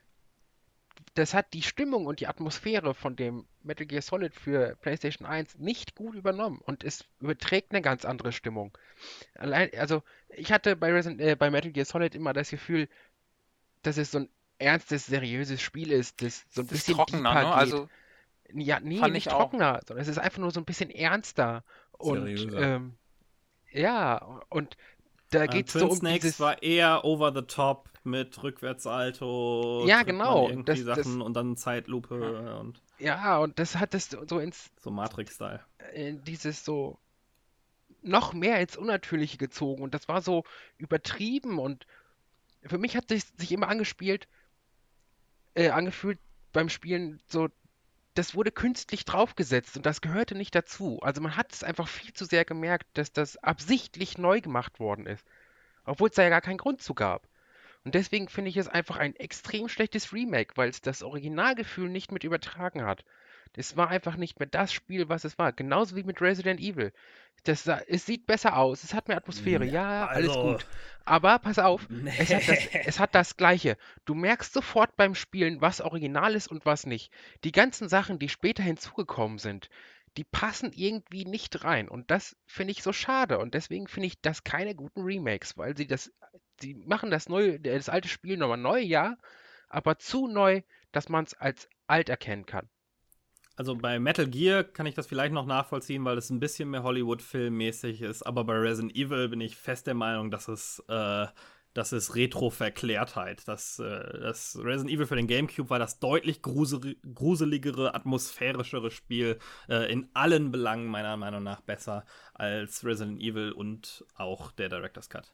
D: das hat die Stimmung und die Atmosphäre von dem Metal Gear Solid für PlayStation eins nicht gut übernommen und es überträgt eine ganz andere Stimmung. Allein, also ich hatte bei, Resident, äh, bei Metal Gear Solid immer das Gefühl, dass es so ein ernstes, seriöses Spiel ist, das so ein
C: Das ist
D: bisschen
C: trockener,
D: deeper
C: ne?
D: geht.
C: Also,
D: Ja, nee,
C: fand
D: nicht
C: ich auch.
D: trockener, sondern es ist einfach nur so ein bisschen ernster. Und
B: Seriöser.
D: ähm, ja, und da
A: Äh,
D: geht es
A: Twin
D: so um
A: Snakes
D: dieses.
A: war eher over the top mit Rückwärtsalto,
D: Ja,
A: drückt man
D: genau,
A: irgendwie
D: das- das-
A: Sachen und dann Zeitlupe und
D: Ja, und das hat es so ins
A: so Matrix-Style.
D: in dieses so noch mehr ins Unnatürliche gezogen und das war so übertrieben und für mich hat sich sich immer angespielt, äh, angefühlt beim Spielen so, das wurde künstlich draufgesetzt und das gehörte nicht dazu. Also man hat es einfach viel zu sehr gemerkt, dass das absichtlich neu gemacht worden ist, obwohl es da ja gar keinen Grund zu gab. Und deswegen finde ich es einfach ein extrem schlechtes Remake, weil es das Originalgefühl nicht mit übertragen hat. Es war einfach nicht mehr das Spiel, was es war. Genauso wie mit Resident Evil. Das, sah- es sieht besser aus, es hat mehr Atmosphäre, ja, alles
A: also-
D: gut. Aber pass auf,
A: Nee.
D: es hat, das, es hat das Gleiche. Du merkst sofort beim Spielen, was original ist und was nicht. Die ganzen Sachen, die später hinzugekommen sind, die passen irgendwie nicht rein. Und das finde ich so schade. Und deswegen finde ich das keine guten Remakes, weil sie das, sie machen das neue, das alte Spiel nochmal neu, ja, aber zu neu, dass man es als alt erkennen kann.
A: Also bei Metal Gear kann ich das vielleicht noch nachvollziehen, weil es ein bisschen mehr Hollywood-Film-mäßig ist, aber bei Resident Evil bin ich fest der Meinung, dass es, äh, das ist Retro-Verklärtheit. Das, äh, das Resident Evil für den GameCube war das deutlich grusel- gruseligere, atmosphärischere Spiel, äh, in allen Belangen meiner Meinung nach besser als Resident Evil und auch der Director's Cut.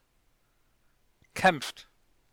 C: Kämpft.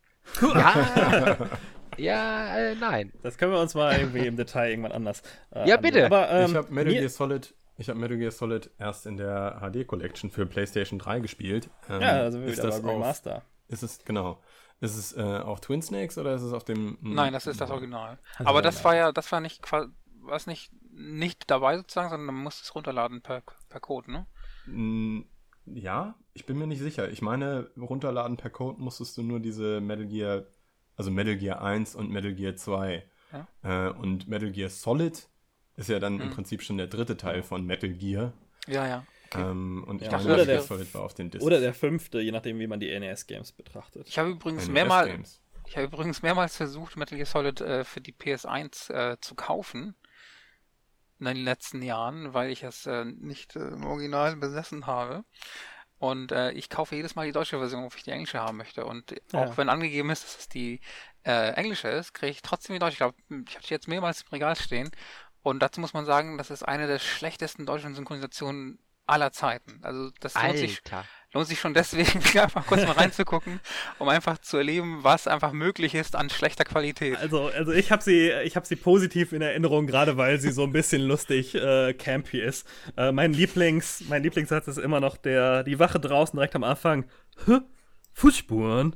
D: Ja, ja, äh, nein.
A: Das können wir uns mal irgendwie im Detail irgendwann anders äh,
D: Ja,
A: ansehen.
D: bitte.
A: Aber, ähm,
B: ich habe Metal
A: mir-
B: Gear Solid, ich habe Metal Gear Solid erst in der H D Collection für PlayStation drei gespielt. Ähm,
A: Ja, also
B: ist
A: wieder
B: das
A: bei
B: auf,
A: Remaster.
B: ist es genau? Ist es äh, auf Twin Snakes oder ist es auf dem?
C: Nein, das ist das Original.
A: Also
C: Aber das
A: Original.
C: war ja, das war nicht qua- was nicht, nicht dabei sozusagen, sondern man musste es runterladen per, per Code, ne?
B: Mm, Ja, ich bin mir nicht sicher. Ich meine, runterladen per Code musstest du nur diese Metal Gear, also Metal Gear eins und Metal Gear zwei.
C: Ja.
B: Äh, und Metal Gear Solid ist ja dann im
C: Hm.
B: Prinzip schon der dritte Teil von Metal Gear.
C: Ja, ja.
B: Ähm, und ich
A: Ja,
B: meine,
C: oder
B: Metal
A: der-
B: Gear Solid war auf den Discs.
A: Oder der fünfte, je nachdem, wie man die N E S-Games betrachtet.
C: Ich habe übrigens
B: N E S
C: mehrmals,
B: Games.
C: ich habe übrigens mehrmals versucht, Metal Gear Solid äh, für die P S eins äh, zu kaufen in den letzten Jahren, weil ich es äh, nicht äh, im Original besessen habe. Und äh, ich kaufe jedes Mal die deutsche Version, ob ich die englische haben möchte. Und
A: Ja.
C: auch wenn angegeben ist, dass es die äh, englische ist, kriege ich trotzdem die deutsche. Ich glaube, ich habe die jetzt mehrmals im Regal stehen. Und dazu muss man sagen, das ist eine der schlechtesten deutschen Synchronisationen aller Zeiten. Also das lohnt sich,
D: Alter.
C: lohnt sich schon deswegen, einfach kurz mal reinzugucken, um einfach zu erleben, was einfach möglich ist an schlechter Qualität.
A: Also, also ich habe sie, ich habe sie positiv in Erinnerung, gerade weil sie so ein bisschen lustig äh, campy ist. Äh, mein Lieblings, mein Lieblingssatz ist immer noch der, die Wache draußen direkt am Anfang. Hä? Fußspuren?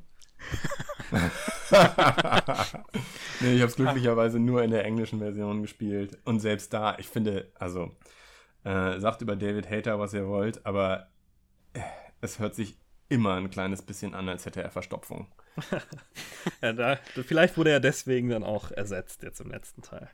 B: Nee, ich habe es glücklicherweise nur in der englischen Version gespielt. Und selbst da, ich finde, also, äh, sagt über David Hayter, was ihr wollt, aber äh, es hört sich immer ein kleines bisschen an, als hätte er Verstopfung.
A: Ja, da, vielleicht wurde er deswegen dann auch ersetzt jetzt im letzten Teil.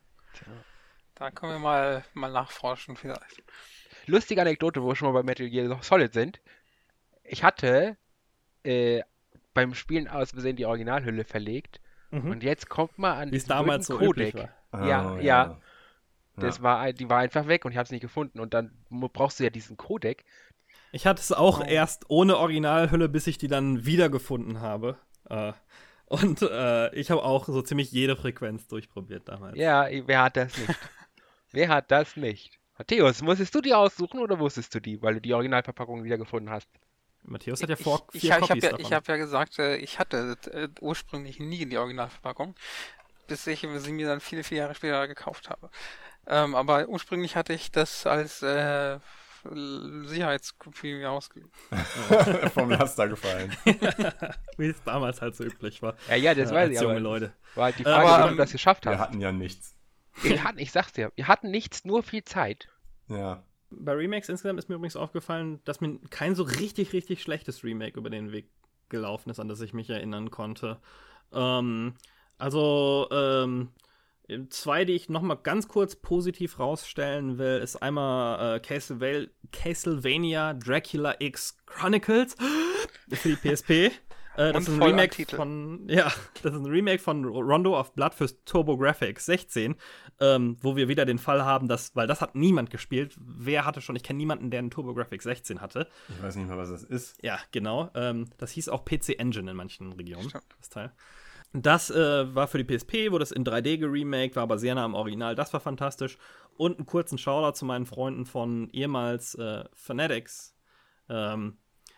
C: Da können wir mal, mal nachforschen vielleicht.
D: Lustige Anekdote, wo wir schon mal bei Metal Gear Solid sind. Ich hatte äh, beim Spielen aus Versehen die Originalhülle verlegt.
A: Mhm.
D: Und jetzt kommt man an
A: Wie es
D: diesen
A: damals so
D: blöden
A: üblich
D: Codec.
A: war.
D: Ja,
B: Oh,
D: ja. Das
B: Ja.
D: war, ein- die war einfach weg und ich habe es nicht gefunden. Und dann mu- brauchst du ja diesen Codec.
A: Ich hatte es auch
C: Oh.
A: erst ohne Originalhülle, bis ich die dann wiedergefunden habe. Äh, und äh, ich habe auch so ziemlich jede Frequenz durchprobiert damals.
D: Ja, wer hat das nicht? Wer hat das nicht? Matthäus, musstest du die aussuchen oder wusstest du die, weil du die Originalverpackung wiedergefunden hast?
A: Matthäus hat ja
C: Ich,
A: vor
C: ich,
A: vier
C: ich habe
A: Copies
C: ja,
A: davon.
C: ich hab ja gesagt, äh, ich hatte äh, ursprünglich nie die Originalverpackung, bis ich sie mir dann viele, viele Jahre später gekauft habe. Ähm, aber ursprünglich hatte ich das als äh, Sicherheitskopie mir ausgeliehen.
B: Vom Laster gefallen.
A: Wie es damals halt so üblich war.
D: Ja, ja, das
A: äh,
D: weiß
A: als
D: ich,
A: junge
D: aber
A: Leute.
D: war halt die
A: Äh,
D: Frage,
C: aber,
D: wie du
C: ähm,
D: das geschafft
B: Wir
D: hast.
B: hatten ja nichts.
D: Wir hatten, ich sag's dir, wir hatten nichts, nur viel Zeit.
B: Ja.
A: Bei Remakes insgesamt ist mir übrigens aufgefallen, dass mir kein so richtig, richtig schlechtes Remake über den Weg gelaufen ist, an das ich mich erinnern konnte. Ähm, also, ähm, zwei, die ich noch mal ganz kurz positiv rausstellen will, ist einmal äh, Castleva- Castlevania Dracula X Chronicles für die P S P. Äh, das
C: Und
A: ist ein
C: voll am
A: Remake
C: Titel.
A: von, ja, das ist ein Remake von Rondo of Blood fürs TurboGrafx sechzehn, ähm, wo wir wieder den Fall haben, dass, weil das hat niemand gespielt. Wer hatte schon? Ich kenne niemanden, der einen TurboGrafx sechzehn hatte.
B: Ich weiß nicht mal, was das ist.
A: Ja, genau. Ähm, das hieß auch P C Engine in manchen Regionen,
C: Stimmt.
A: das Teil. Das äh, war für die P S P, wurde es in drei D geremaked, war aber sehr nah am Original. Das war fantastisch. Und einen kurzen Shoutout zu meinen Freunden von ehemals äh, Fanatics, ähm,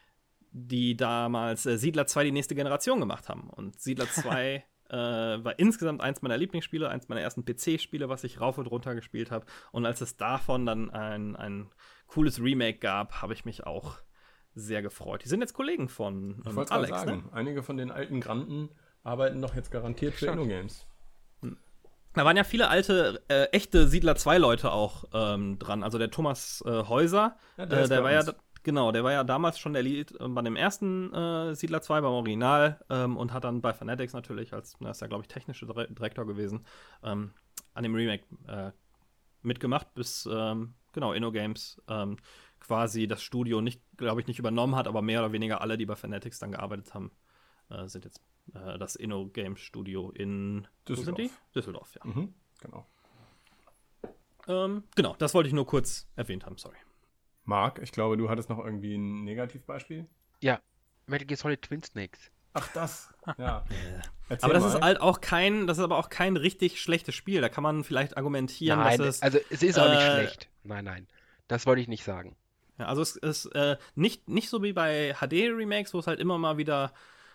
A: die damals äh, Siedler zwei die nächste Generation gemacht haben. Und Siedler zwei äh, war insgesamt eins meiner Lieblingsspiele, eins meiner ersten P C-Spiele, was ich rauf und runter gespielt habe. Und als es davon dann ein, ein cooles Remake gab, habe ich mich auch sehr gefreut. Die sind jetzt Kollegen von
B: Ich
A: ähm,
B: wollte
A: Alex,
B: gerade sagen,
A: ne?
B: einige von den alten Granden arbeiten doch jetzt garantiert für
C: Stimmt.
B: InnoGames.
A: Da waren ja viele alte, äh, echte Siedler zwei Leute auch ähm, dran. Also der Thomas äh, Häuser,
B: Ja,
A: äh,
B: der ist
A: der
B: bei
A: war ja,
B: uns.
A: da- genau, der war ja damals schon der Lead äh, bei dem ersten äh, Siedler zwei, beim Original, ähm, und hat dann bei Fanatics natürlich, als, na, ist ja, glaube ich, technischer Dire- Direktor gewesen, ähm, an dem Remake äh, mitgemacht, bis, ähm, genau, InnoGames ähm, quasi das Studio nicht, glaube ich, nicht übernommen hat, aber mehr oder weniger alle, die bei Fanatics dann gearbeitet haben, äh, sind jetzt äh, das InnoGames-Studio in
B: Düsseldorf.
A: Wo sind die? Düsseldorf, ja.
B: Mhm, genau.
A: Ähm, genau, das wollte ich nur kurz erwähnt haben, sorry.
B: Marc, ich glaube, du hattest noch irgendwie ein Negativbeispiel?
D: Ja, Metal Gear Solid Twin Snakes.
B: Ach, das. Ja. Erzähl
A: Aber das
B: mal.
A: ist halt auch kein, das ist aber auch kein richtig schlechtes Spiel. Da kann man vielleicht argumentieren,
D: Nein,
A: dass es.
D: also es ist auch nicht
A: äh,
D: schlecht. Nein, nein. Das wollte ich nicht sagen.
A: Ja, also es ist äh, nicht, nicht so wie bei H D-Remakes, wo es halt immer mal wieder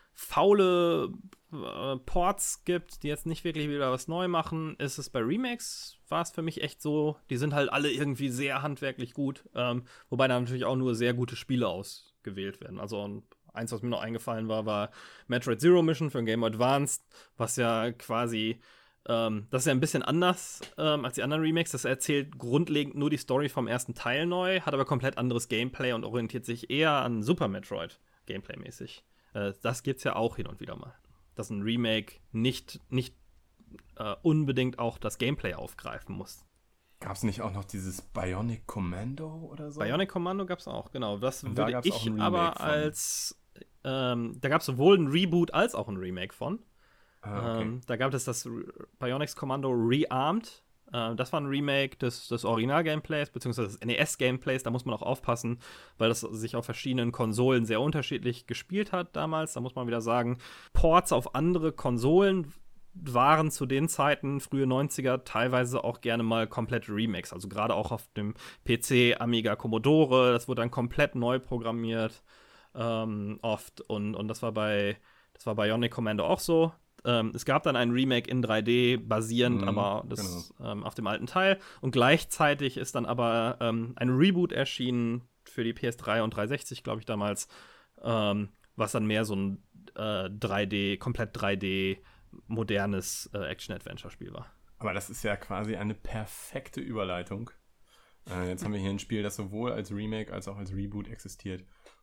A: faule äh, Ports gibt, die jetzt nicht wirklich wieder was neu machen. Ist es bei Remakes, war es für mich echt so, die sind halt alle irgendwie sehr handwerklich gut, ähm, wobei da natürlich auch nur sehr gute Spiele ausgewählt werden. Also eins, was mir noch eingefallen war, war Metroid Zero Mission für den Game Boy Advance, was ja quasi Ähm, das ist ja ein bisschen anders ähm, als die anderen Remakes. Das erzählt grundlegend nur die Story vom ersten Teil neu, hat aber komplett anderes Gameplay und orientiert sich eher an Super Metroid Gameplay-mäßig. Äh, das gibt's ja auch hin und wieder mal. Dass ein Remake nicht, nicht äh, unbedingt auch das Gameplay aufgreifen muss.
B: Gab es nicht auch noch dieses Bionic Commando oder so?
A: Bionic Commando gab's auch, genau. Das
B: Und da
A: würde
B: gab's auch
A: ich
B: ein Remake
A: aber
B: von.
A: als ähm, da gab's sowohl ein Reboot als auch ein Remake von.
B: Ah, okay.
A: Ähm, da gab es das Re- Bionics Commando Rearmed. Äh, das war ein Remake des, des Original-Gameplays, beziehungsweise des N E S-Gameplays. Da muss man auch aufpassen, weil das sich auf verschiedenen Konsolen sehr unterschiedlich gespielt hat damals. Da muss man wieder sagen, Ports auf andere Konsolen waren zu den Zeiten, frühe neunziger, teilweise auch gerne mal komplett Remakes. Also gerade auch auf dem P C, Amiga, Commodore. Das wurde dann komplett neu programmiert. Ähm, oft. Und, und das war bei das war Bionic Commando auch so. Ähm, es gab dann ein Remake in drei D basierend,
B: Mhm,
A: aber das ähm, auf dem alten Teil. Und gleichzeitig ist dann aber ähm, ein Reboot erschienen für die P S drei und dreihundertsechzig, glaube ich, damals, ähm, was dann mehr so ein äh, drei D, komplett drei D modernes äh, Action-Adventure-Spiel war.
B: Aber das ist ja quasi eine perfekte Überleitung. Äh, jetzt haben wir hier ein Spiel, das sowohl als Remake als auch als Reboot existiert,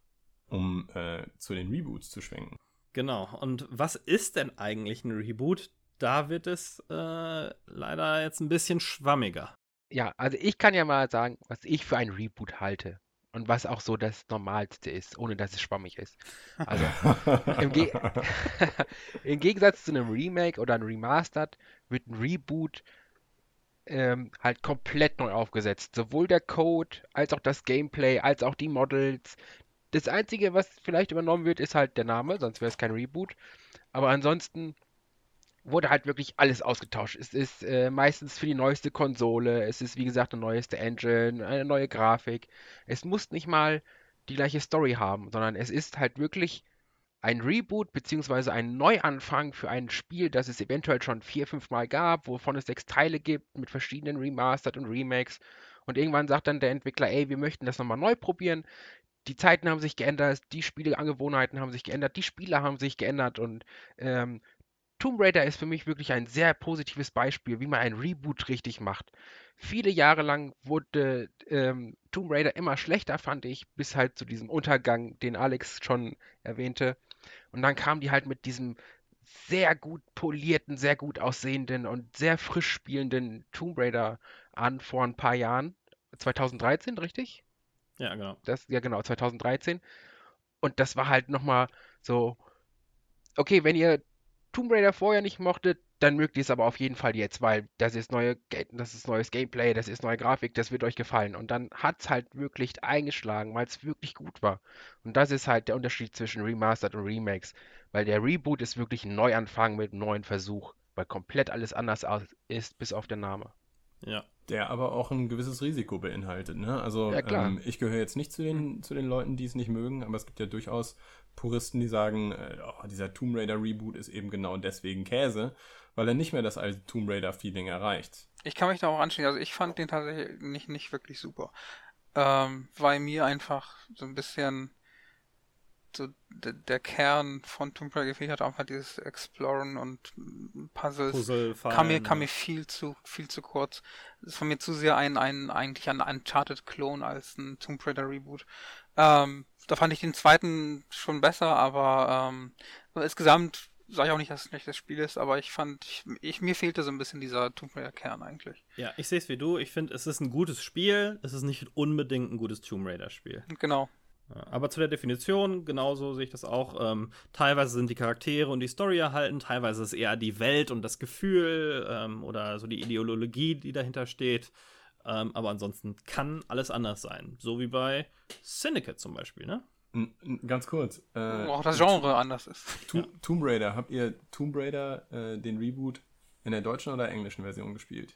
B: um äh, zu den Reboots zu schwenken.
A: Genau. Und was ist denn eigentlich ein Reboot? Da wird es äh, leider jetzt ein bisschen schwammiger.
D: Ja, also ich kann ja mal sagen, was ich für ein Reboot halte. Und was auch so das Normalste ist, ohne dass es schwammig ist. Also im, Ge im Gegensatz zu einem Remake oder einem Remastered wird ein Reboot ähm, halt komplett neu aufgesetzt. Sowohl der Code, als auch das Gameplay, als auch die Models. Das Einzige, was vielleicht übernommen wird, ist halt der Name, sonst wäre es kein Reboot. Aber ansonsten wurde halt wirklich alles ausgetauscht. Es ist äh, meistens für die neueste Konsole, es ist wie gesagt eine neueste Engine, eine neue Grafik. Es muss nicht mal die gleiche Story haben, sondern es ist halt wirklich ein Reboot beziehungsweise ein Neuanfang für ein Spiel, das es eventuell schon vier, fünf Mal gab, wovon es sechs Teile gibt mit verschiedenen Remastered und Remakes. Und irgendwann sagt dann der Entwickler, ey, wir möchten das nochmal neu probieren. Die Zeiten haben sich geändert, die Spieleangewohnheiten haben sich geändert, die Spieler haben sich geändert und ähm, Tomb Raider ist für mich wirklich ein sehr positives Beispiel, wie man ein Reboot richtig macht. Viele Jahre lang wurde ähm, Tomb Raider immer schlechter, fand ich, bis halt zu diesem Untergang, den Alex schon erwähnte. Und dann kam die halt mit diesem sehr gut polierten, sehr gut aussehenden und sehr frisch spielenden Tomb Raider an vor ein paar Jahren. zweitausenddreizehn, richtig?
A: Ja, genau.
D: Das, ja genau, zweitausenddreizehn. Und das war halt nochmal so, okay, wenn ihr Tomb Raider vorher nicht mochtet, dann mögt ihr es aber auf jeden Fall jetzt, weil das ist neue, Ga- das ist neues Gameplay, das ist neue Grafik, das wird euch gefallen. Und dann hat es halt wirklich eingeschlagen, weil es wirklich gut war. Und das ist halt der Unterschied zwischen Remastered und Remakes, weil der Reboot ist wirklich ein Neuanfang mit einem neuen Versuch, weil komplett alles anders aus ist, bis auf der Name.
A: Ja.
B: Der aber auch ein gewisses Risiko beinhaltet, ne? Also
D: Ja, klar.
B: ähm, ich gehöre jetzt nicht zu den, zu den Leuten, die es nicht mögen, aber es gibt ja durchaus Puristen, die sagen, äh, oh, dieser Tomb Raider Reboot ist eben genau deswegen Käse, weil er nicht mehr das alte Tomb Raider Feeling erreicht.
C: Ich kann mich da auch anschließen. Also ich fand den tatsächlich nicht, nicht wirklich super. Ähm, weil mir einfach so ein bisschen so d- der Kern von Tomb Raider gefehlt hat, einfach dieses Exploren und mm, Puzzles.
A: Puzzle
C: Kam mir, kam
A: ja.
C: mir viel zu, viel zu kurz. Das ist von mir zu sehr ein, ein, eigentlich ein Uncharted-Klon als ein Tomb Raider Reboot. Ähm, da fand ich den zweiten schon besser, aber ähm, insgesamt sage ich auch nicht, dass es ein schlechtes Spiel ist, aber ich fand, ich, ich, mir fehlte so ein bisschen dieser Tomb Raider-Kern eigentlich.
A: Ja, ich sehe es wie du. Ich finde, es ist ein gutes Spiel, es ist nicht unbedingt ein gutes Tomb Raider-Spiel.
C: Genau.
A: Ja, aber zu der Definition, genauso sehe ich das auch. Ähm, teilweise sind die Charaktere und die Story erhalten, teilweise ist eher die Welt und das Gefühl ähm, oder so die Ideologie, die dahinter steht. Ähm, aber ansonsten kann alles anders sein. So wie bei Syndicate zum Beispiel, ne?
B: N- n- Ganz kurz. Äh,
C: Wo auch das Genre anders ist.
B: To-
A: Ja.
B: Tomb Raider, habt ihr Tomb Raider, äh, den Reboot, in der deutschen oder englischen Version gespielt?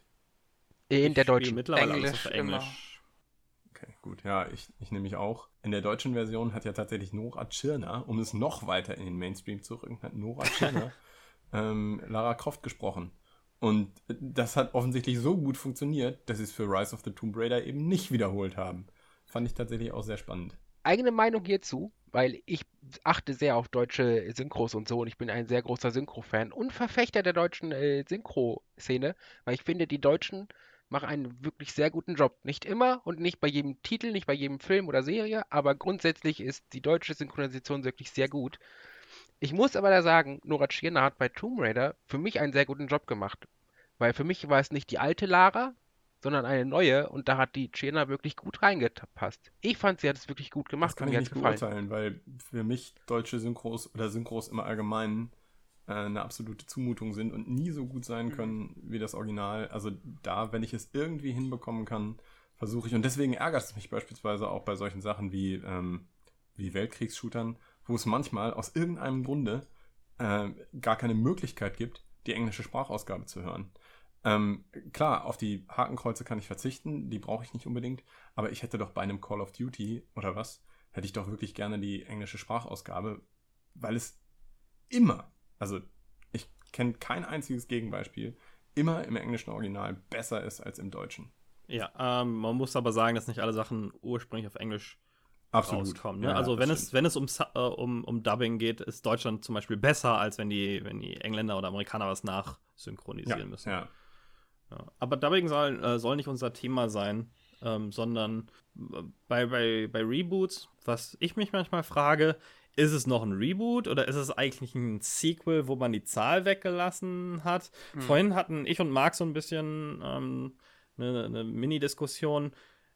D: In der
A: Ich spiele
D: deutschen.
A: Mittlerweile
C: Englisch,
A: alles auf Englisch.
C: immer.
B: Okay, gut. Ja, ich, ich nehme mich auch. In der deutschen Version hat ja tatsächlich Nora Tschirner, um es noch weiter in den Mainstream zu rücken, hat Nora Tschirner ähm, Lara Croft gesprochen. Und das hat offensichtlich so gut funktioniert, dass sie es für Rise of the Tomb Raider eben nicht wiederholt haben. Fand ich tatsächlich auch sehr spannend.
D: Eigene Meinung hierzu, weil ich achte sehr auf deutsche Synchros und so und ich bin ein sehr großer Synchro-Fan und Verfechter der deutschen äh, Synchro-Szene, weil ich finde, die Deutschen machen einen wirklich sehr guten Job. Nicht immer und nicht bei jedem Titel, nicht bei jedem Film oder Serie, aber grundsätzlich ist die deutsche Synchronisation wirklich sehr gut. Ich muss aber da sagen, Nora Tschirner hat bei Tomb Raider für mich einen sehr guten Job gemacht, weil für mich war es nicht die alte Lara, sondern eine neue und da hat die Tschirner wirklich gut reingepasst. Ich fand, sie hat es wirklich gut gemacht
B: Das kann
D: und
B: ich
D: mir hat
B: nicht
D: es gefallen.
B: beurteilen, weil für mich deutsche Synchros oder Synchros im Allgemeinen äh, eine absolute Zumutung sind und nie so gut sein können wie das Original. Also da, wenn ich es irgendwie hinbekommen kann, versuche ich. Und deswegen ärgert es mich beispielsweise auch bei solchen Sachen wie, ähm, wie Weltkriegsshootern, wo es manchmal aus irgendeinem Grunde äh, gar keine Möglichkeit gibt, die englische Sprachausgabe zu hören. Ähm, klar, auf die Hakenkreuze kann ich verzichten, die brauche ich nicht unbedingt, aber ich hätte doch bei einem Call of Duty oder was, hätte ich doch wirklich gerne die englische Sprachausgabe, weil es immer, also ich kenne kein einziges Gegenbeispiel, immer im englischen Original besser ist als im deutschen.
A: Ja, ähm, man muss aber sagen, dass nicht alle Sachen ursprünglich auf Englisch
B: Absolut.
A: rauskommen. Ne?
B: Ja,
A: also
B: das
A: wenn es,
B: stimmt.
A: wenn es um, Su- äh, um, um Dubbing geht, ist Deutschland zum Beispiel besser, als wenn die, wenn die Engländer oder Amerikaner was nachsynchronisieren
B: ja,
A: müssen.
B: ja.
A: Ja. Aber Dubbing soll, äh, soll nicht unser Thema sein, ähm, sondern äh, bei, bei, bei Reboots, was ich mich manchmal frage, ist es noch ein Reboot oder ist es eigentlich ein Sequel, wo man die Zahl weggelassen hat?
C: Hm.
A: Vorhin hatten ich und Marc so ein bisschen ähm, eine, eine Mini-Diskussion.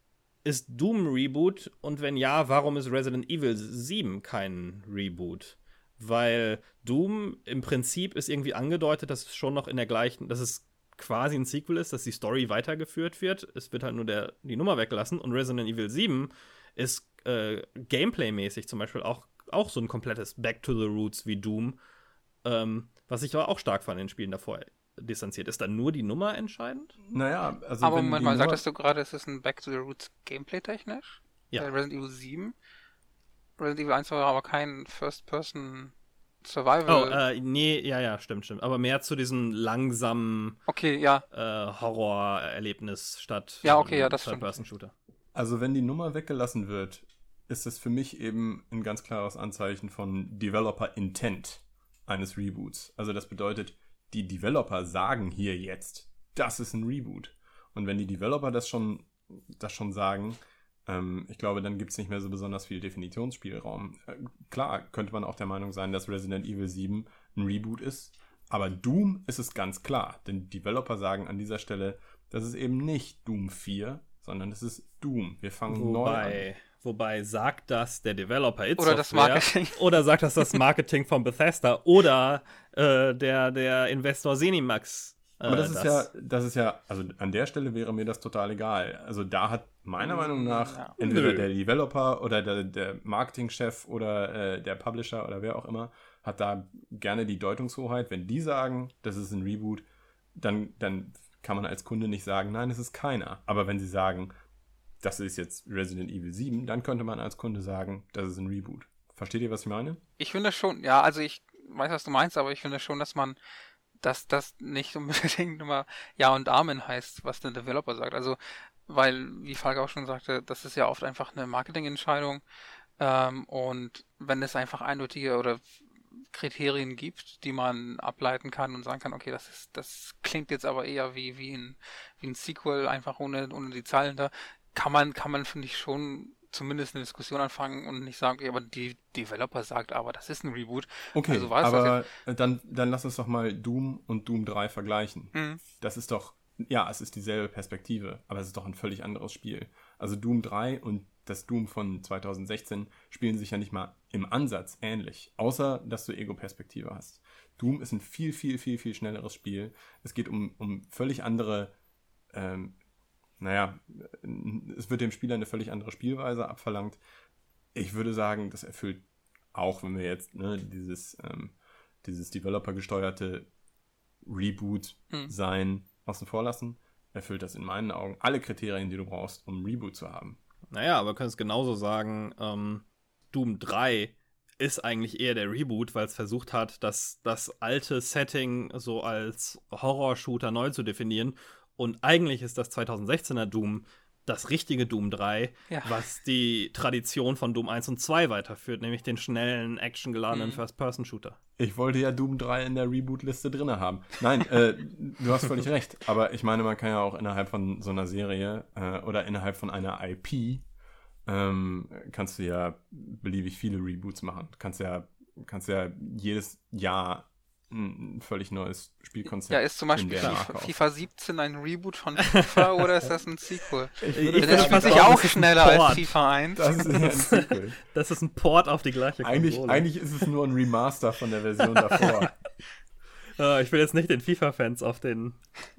A: Ist Doom ein Reboot? Und wenn ja, warum ist Resident Evil sieben kein Reboot? Weil Doom im Prinzip ist irgendwie angedeutet, dass es schon noch in der gleichen, dass es quasi ein Sequel ist, dass die Story weitergeführt wird. Es wird halt nur der, die Nummer weggelassen. Und Resident Evil sieben ist äh, Gameplay-mäßig zum Beispiel auch, auch so ein komplettes Back to the Roots wie Doom, ähm, was ich aber auch stark von den Spielen davor distanziert. Ist dann nur die Nummer entscheidend?
B: Naja, also
C: Aber
B: wenn
C: Moment
B: die
C: mal,
B: Nummer-
C: sagtest du gerade, es ist ein Back to the Roots Gameplay-technisch?
A: Ja.
C: Bei Resident Evil sieben? Resident Evil eins war aber kein First-Person
A: Oh,
C: Survival.
A: äh, nee, ja, ja, stimmt, stimmt. Aber mehr zu diesem langsamen
C: Okay, ja.
A: äh, Horror-Erlebnis statt
C: Ja, okay, ja,
A: ähm,
C: das stimmt.
A: Third-Person-Shooter.
B: Also wenn die Nummer weggelassen wird, ist es für mich eben ein ganz klares Anzeichen von Developer Intent eines Reboots. Also das bedeutet, die Developer sagen hier jetzt, das ist ein Reboot. Und wenn die Developer das schon, das schon sagen, ähm, ich glaube, dann gibt es nicht mehr so besonders viel Definitionsspielraum. Äh, klar, könnte man auch der Meinung sein, dass Resident Evil sieben ein Reboot ist. Aber Doom ist es ganz klar. Denn Developer sagen an dieser Stelle, das ist eben nicht Doom vier, sondern es ist Doom. Wir fangen neu an.
A: Wobei, wobei sagt das der Developer It
C: Oder das
A: Software,
C: Marketing.
A: oder sagt das das Marketing von Bethesda oder äh, der, der Investor Zenimax. Äh,
B: Aber das ist ja, das ist ja, also an der Stelle wäre mir das total egal. Also da hat meiner Meinung nach
C: Ja.
B: entweder
A: Nö.
B: der Developer oder der, der Marketingchef oder äh, der Publisher oder wer auch immer, hat da gerne die Deutungshoheit. Wenn die sagen, das ist ein Reboot, dann, dann kann man als Kunde nicht sagen, nein, es ist keiner. Aber wenn sie sagen, das ist jetzt Resident Evil sieben, dann könnte man als Kunde sagen, das ist ein Reboot. Versteht ihr, was ich meine?
C: Ich finde schon, ja, also ich weiß, was du meinst, aber ich finde schon, dass man, dass das nicht unbedingt immer Ja und Amen heißt, was der Developer sagt. Also, weil, wie Falk auch schon sagte, das ist ja oft einfach eine Marketingentscheidung. Ähm, und wenn es einfach eindeutige oder Kriterien gibt, die man ableiten kann und sagen kann, okay, das ist, das klingt jetzt aber eher wie, wie ein, wie ein Sequel, einfach ohne, ohne die Zahlen da, kann man, kann man, finde ich, schon zumindest eine Diskussion anfangen und nicht sagen, okay, aber die Developer sagt, aber das ist ein Reboot.
B: Okay,
C: Also weiß
B: aber dann, dann lass uns doch mal Doom und Doom drei vergleichen.
C: Mhm.
B: Das ist doch, ja, es ist dieselbe Perspektive, aber es ist doch ein völlig anderes Spiel. Also Doom drei und das Doom von zwanzig sechzehn spielen sich ja nicht mal im Ansatz ähnlich, außer dass du Ego-Perspektive hast. Doom ist ein viel, viel, viel, viel schnelleres Spiel. Es geht um, um völlig andere, ähm, naja, es wird dem Spieler eine völlig andere Spielweise abverlangt. Ich würde sagen, das erfüllt auch, wenn wir jetzt ne, dieses, ähm, dieses Developer-gesteuerte Reboot-Sein hm. außen vor lassen, erfüllt das in meinen Augen alle Kriterien, die du brauchst, um ein Reboot zu haben.
A: Naja, aber wir können es genauso sagen, ähm, Doom drei ist eigentlich eher der Reboot, weil es versucht hat, das, das alte Setting so als Horror-Shooter neu zu definieren. Und eigentlich ist das zwanzig sechzehner Doom das richtige Doom drei, ja. was die Tradition von Doom eins und zwei weiterführt, nämlich den schnellen, actiongeladenen mhm. First-Person-Shooter.
B: Ich wollte ja Doom drei in der Reboot-Liste drin haben. Nein, äh, du hast völlig recht. Aber ich meine, man kann ja auch innerhalb von so einer Serie äh, oder innerhalb von einer I P ähm, kannst du ja beliebig viele Reboots machen. Du kannst ja, kannst ja jedes Jahr ein völlig neues Spielkonzept.
C: Ja, ist zum Beispiel FIFA, FIFA siebzehn ein Reboot von FIFA oder ist das ein Sequel? Ich würde das spielt sich auch schneller als FIFA eins.
B: Das ist ein Sequel.
A: Das ist ein Port auf die gleiche
B: eigentlich,
A: Konsole.
B: Eigentlich ist es nur ein Remaster von der Version davor.
A: uh, ich will jetzt nicht den FIFA-Fans auf den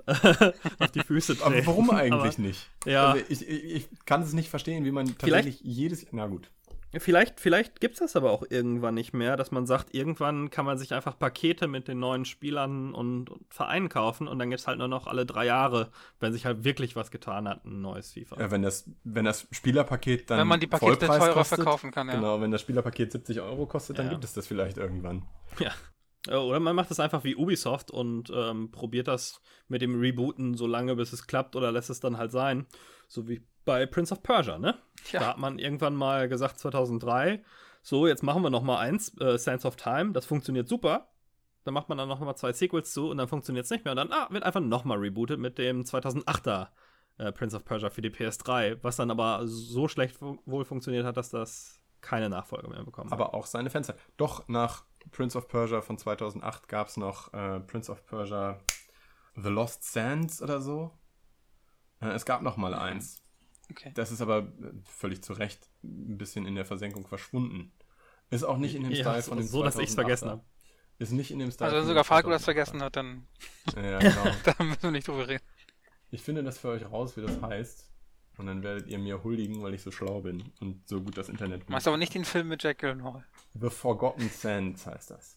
A: auf die Füße treten.
B: Aber warum eigentlich
A: aber,
B: nicht?
A: Ja.
B: Also ich, ich, ich kann es nicht verstehen, wie man tatsächlich vielleicht, jedes... Na gut.
A: Vielleicht, vielleicht gibt es das aber auch irgendwann nicht mehr, dass man sagt, irgendwann kann man sich einfach Pakete mit den neuen Spielern und, und Vereinen kaufen und dann gibt es halt nur noch alle drei Jahre, wenn sich halt wirklich was getan hat, ein neues FIFA.
B: Ja, wenn das, wenn das Spielerpaket dann
C: wenn man die Pakete
B: Vollpreis
C: teurer
B: kostet,
C: verkaufen kann, ja.
B: Genau, wenn das Spielerpaket siebzig Euro kostet, dann
A: ja.
B: gibt es das vielleicht irgendwann.
A: Ja. Oder man macht es einfach wie Ubisoft und ähm, probiert das mit dem Rebooten so lange, bis es klappt oder lässt es dann halt sein. So wie bei Prince of Persia, ne? Ja. Da hat man irgendwann mal gesagt, zweitausenddrei, so, jetzt machen wir noch mal eins, äh, Sands of Time, das funktioniert super. Dann macht man dann noch mal zwei Sequels zu und dann funktioniert es nicht mehr. Und dann ah, wird einfach noch mal rebootet mit dem zweitausendachter äh, Prince of Persia für die P S drei, was dann aber so schlecht fu- wohl funktioniert hat, dass das keine Nachfolge mehr bekommen hat.
B: Aber auch seine Fenster. Doch, nach Prince of Persia von zweitausendacht gab es noch äh, Prince of Persia The Lost Sands oder so. Äh, es gab noch mal eins.
C: Okay.
B: Das ist aber völlig zu Recht ein bisschen in der Versenkung verschwunden. Ist auch nicht in dem
A: ja,
B: Style von dem
A: so, dass ich es vergessen habe.
B: Ist nicht in dem Style.
C: Also wenn sogar Falco das vergessen hat, dann
B: ja, genau.
C: da müssen wir nicht drüber reden.
B: Ich finde das für euch raus, wie das heißt. Und dann werdet ihr mir huldigen, weil ich so schlau bin und so gut das Internet
C: Du machst aber nicht den Film mit Jack Gyllenhaal.
B: The Forgotten Sands heißt das.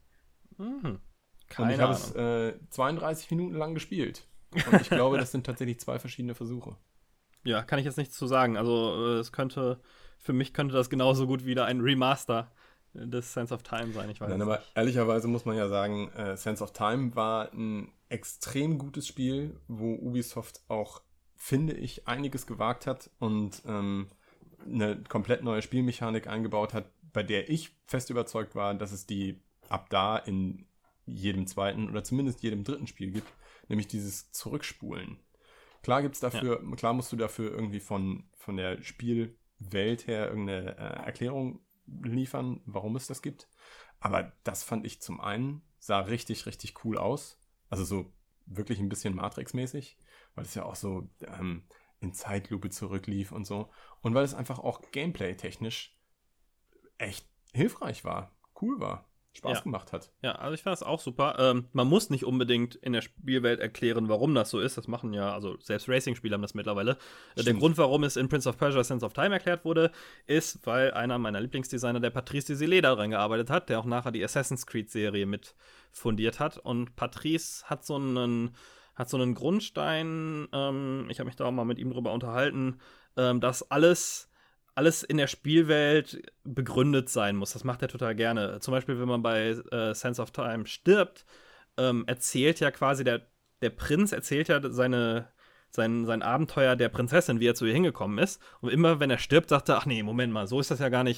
A: Mhm.
B: Und ich habe es äh, zweiunddreißig Minuten lang gespielt. Und ich glaube, das sind tatsächlich zwei verschiedene Versuche.
A: Ja, kann ich jetzt nichts zu sagen. Also es könnte, für mich könnte das genauso gut wieder ein Remaster des Sands of Time sein. Ich weiß
B: Nein,
A: nicht.
B: aber ehrlicherweise muss man ja sagen, äh, Sands of Time war ein extrem gutes Spiel, wo Ubisoft auch, finde ich, einiges gewagt hat und ähm, eine komplett neue Spielmechanik eingebaut hat, bei der ich fest überzeugt war, dass es die ab da in jedem zweiten oder zumindest jedem dritten Spiel gibt, nämlich dieses Zurückspulen. Klar gibt's dafür, ja. klar musst du dafür irgendwie von, von der Spielwelt her irgendeine äh, Erklärung liefern, warum es das gibt. Aber das fand ich zum einen, sah richtig, richtig cool aus. Also so wirklich ein bisschen Matrix-mäßig, weil es ja auch so ähm, in Zeitlupe zurücklief und so. Und weil es einfach auch gameplay-technisch echt hilfreich war, cool war. Spaß
A: ja.
B: gemacht hat.
A: Ja, also ich fand das auch super. Ähm, man muss nicht unbedingt in der Spielwelt erklären, warum das so ist. Das machen ja, also selbst Racing-Spiele haben das mittlerweile. Stimmt. Der Grund, warum es in Prince of Persia Sands of Time erklärt wurde, ist, weil einer meiner Lieblingsdesigner, der Patrice Désilets, daran gearbeitet hat, der auch nachher die Assassin's Creed-Serie mit fundiert hat. Und Patrice hat so einen, hat so einen Grundstein, ähm, ich habe mich da auch mal mit ihm drüber unterhalten, ähm, dass alles alles in der Spielwelt begründet sein muss. Das macht er total gerne. Zum Beispiel, wenn man bei äh, Sands of Time stirbt, ähm, erzählt ja quasi der, der Prinz erzählt ja seine, sein, sein Abenteuer der Prinzessin, wie er zu ihr hingekommen ist. Und immer, wenn er stirbt, sagt er, ach nee, Moment mal, so ist das ja gar nicht,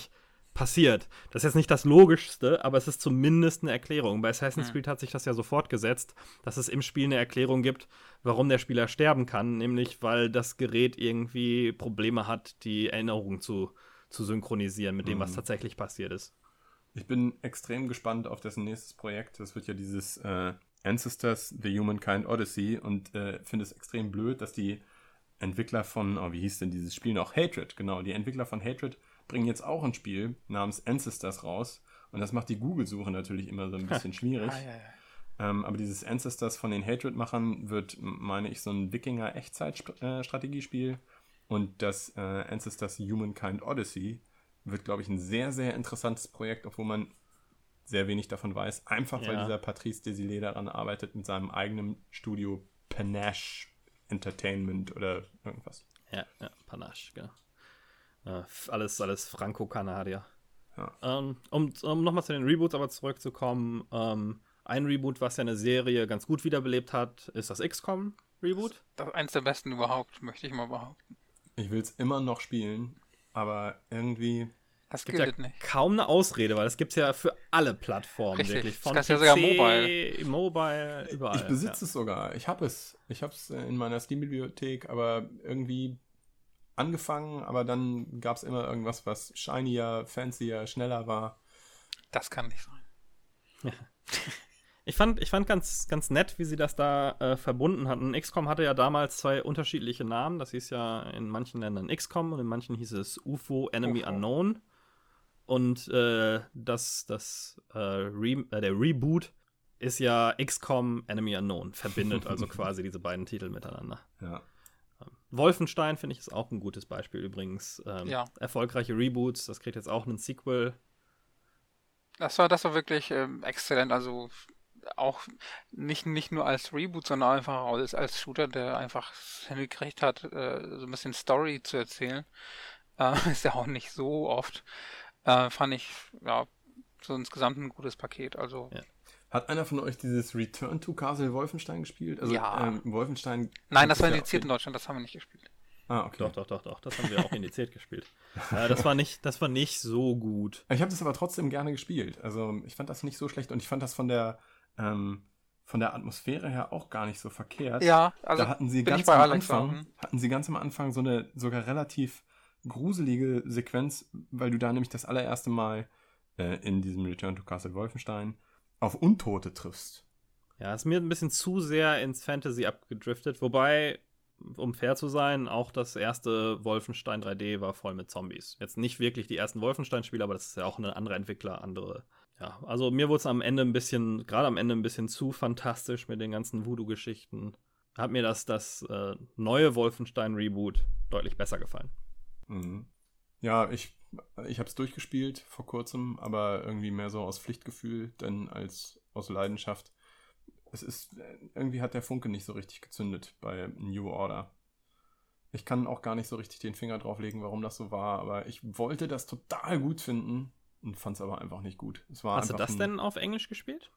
A: passiert. Das ist jetzt nicht das Logischste, aber es ist zumindest eine Erklärung. Bei Assassin's
C: Mhm.
A: Creed hat sich das ja so fortgesetzt, dass es im Spiel eine Erklärung gibt, warum der Spieler sterben kann, nämlich weil das Gerät irgendwie Probleme hat, die Erinnerung zu, zu synchronisieren mit dem, was
B: Mhm.
A: tatsächlich passiert ist.
B: Ich bin extrem gespannt auf dessen nächstes Projekt. Das wird ja dieses äh, Ancestors, The Humankind Odyssey und äh, finde es extrem blöd, dass die Entwickler von, oh, wie hieß denn dieses Spiel noch? Hatred, genau. Die Entwickler von Hatred bringen jetzt auch ein Spiel namens Ancestors raus und das macht die Google-Suche natürlich immer so ein bisschen schwierig.
C: Ah, ja, ja.
B: Ähm, aber dieses Ancestors von den Hatred-Machern wird, meine ich, so ein Wikinger-Echtzeit-Strategiespiel und das äh, Ancestors Humankind Odyssey wird, glaube ich, ein sehr, sehr interessantes Projekt, obwohl man sehr wenig davon weiß. Einfach, weil
A: Ja.
B: dieser Patrice Desilets daran arbeitet mit seinem eigenen Studio Panache Entertainment oder irgendwas.
A: Ja, ja, Panache, genau. Äh, alles, alles Franco-Kanadier.
B: Ja.
A: Ähm, um um nochmal zu den Reboots aber zurückzukommen, ähm, ein Reboot, was ja eine Serie ganz gut wiederbelebt hat, ist das X COM-Reboot.
C: Das ist eins der besten überhaupt, möchte ich mal behaupten.
B: Ich will es immer noch spielen, aber irgendwie...
C: Das
A: Es gibt ja
C: gilt nicht.
A: kaum eine Ausrede, weil das gibt es ja für alle Plattformen.
C: Richtig,
A: Wirklich.
C: das
A: Von
C: kannst du ja
A: P C,
C: sogar mobile.
A: Mobile, überall.
B: Ich besitze es sogar. Ich habe es. Ich habe es in meiner Steam-Bibliothek, aber irgendwie angefangen, aber dann gab es immer irgendwas, was shinier, fancier, schneller war.
C: Das kann nicht sein.
A: Ich fand, ich fand ganz, ganz nett, wie sie das da äh, verbunden hatten. X COM hatte ja damals zwei unterschiedliche Namen. Das hieß ja in manchen Ländern X COM und in manchen hieß es U F O Enemy
C: U F O.
A: Unknown. Und äh, das, das, äh, Re äh, der Reboot ist ja X COM Enemy Unknown. Verbindet also quasi diese beiden Titel miteinander.
B: Ja.
A: Wolfenstein, finde ich, ist auch ein gutes Beispiel übrigens. Ähm,
C: Ja.
A: Erfolgreiche Reboots, das kriegt jetzt auch einen Sequel.
C: Das war, das war wirklich ähm, exzellent. Also auch nicht, nicht nur als Reboot, sondern einfach als, als Shooter, der einfach es hingekriegt hat, äh, so ein bisschen Story zu erzählen. Äh, ist ja auch nicht so oft. Äh, fand ich, ja, so insgesamt ein gutes Paket. Also,
A: Ja.
B: Hat einer von euch dieses Return to Castle Wolfenstein gespielt? Also,
C: Ja.
B: ähm, Wolfenstein...
C: nein, das war
B: ist ja
C: indiziert
B: auf
C: in Deutschland, das haben wir nicht gespielt.
B: jeden- Ah, okay.
A: Doch, doch, doch, doch. Das haben wir auch indiziert gespielt. Äh, das, war nicht, das war nicht so gut.
B: Ich habe das aber trotzdem gerne gespielt. Also ich fand das nicht so schlecht und ich fand das von der ähm, von der Atmosphäre her auch gar nicht so verkehrt.
C: Ja, also
B: da hatten sie
C: bin ich
B: ganz
C: bei
B: am
C: Alex auch,
B: Anfang
C: hm.
B: hatten sie ganz am Anfang so eine sogar relativ gruselige Sequenz, weil du da nämlich das allererste Mal äh, in diesem Return to Castle Wolfenstein auf Untote triffst.
A: Ja, ist mir ein bisschen zu sehr ins Fantasy abgedriftet. Wobei, um fair zu sein, auch das erste Wolfenstein drei D war voll mit Zombies. Jetzt nicht wirklich die ersten Wolfenstein-Spiele, aber das ist ja auch ein anderer Entwickler, andere. Ja, also mir wurde es am Ende ein bisschen, gerade am Ende ein bisschen zu fantastisch mit den ganzen Voodoo-Geschichten. Hat mir das, das äh, neue Wolfenstein-Reboot deutlich besser gefallen.
B: Mhm. Ja, ich, ich habe es durchgespielt vor kurzem, aber irgendwie mehr so aus Pflichtgefühl, denn als aus Leidenschaft. Es ist, irgendwie hat der Funke nicht so richtig gezündet bei New Order. Ich kann auch gar nicht so richtig den Finger drauflegen, warum das so war, aber ich wollte das total gut finden und fand es aber einfach nicht gut. Es war
A: Hast du
B: einfach
A: das
B: ein,
A: denn auf Englisch gespielt?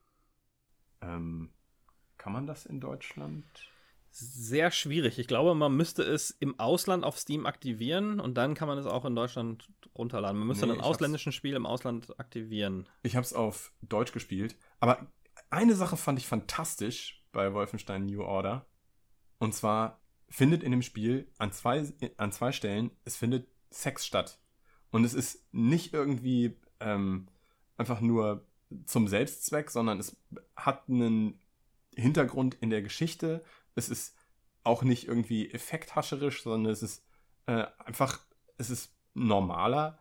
B: Ähm, kann man das in Deutschland?
A: Sehr schwierig. Ich glaube, man müsste es im Ausland auf Steam aktivieren und dann kann man es auch in Deutschland runterladen. Man müsste
B: Nee,
A: ein
B: ich hab's-
A: ausländisches Spiel im Ausland aktivieren.
B: Ich habe es auf Deutsch gespielt, aber eine Sache fand ich fantastisch bei Wolfenstein New Order. Und zwar findet in dem Spiel an zwei, an zwei Stellen, es findet Sex statt. Und es ist nicht irgendwie ähm, einfach nur zum Selbstzweck, sondern es hat einen Hintergrund in der Geschichte. Es ist auch nicht irgendwie effekthascherisch, sondern es ist äh, einfach, es ist normaler,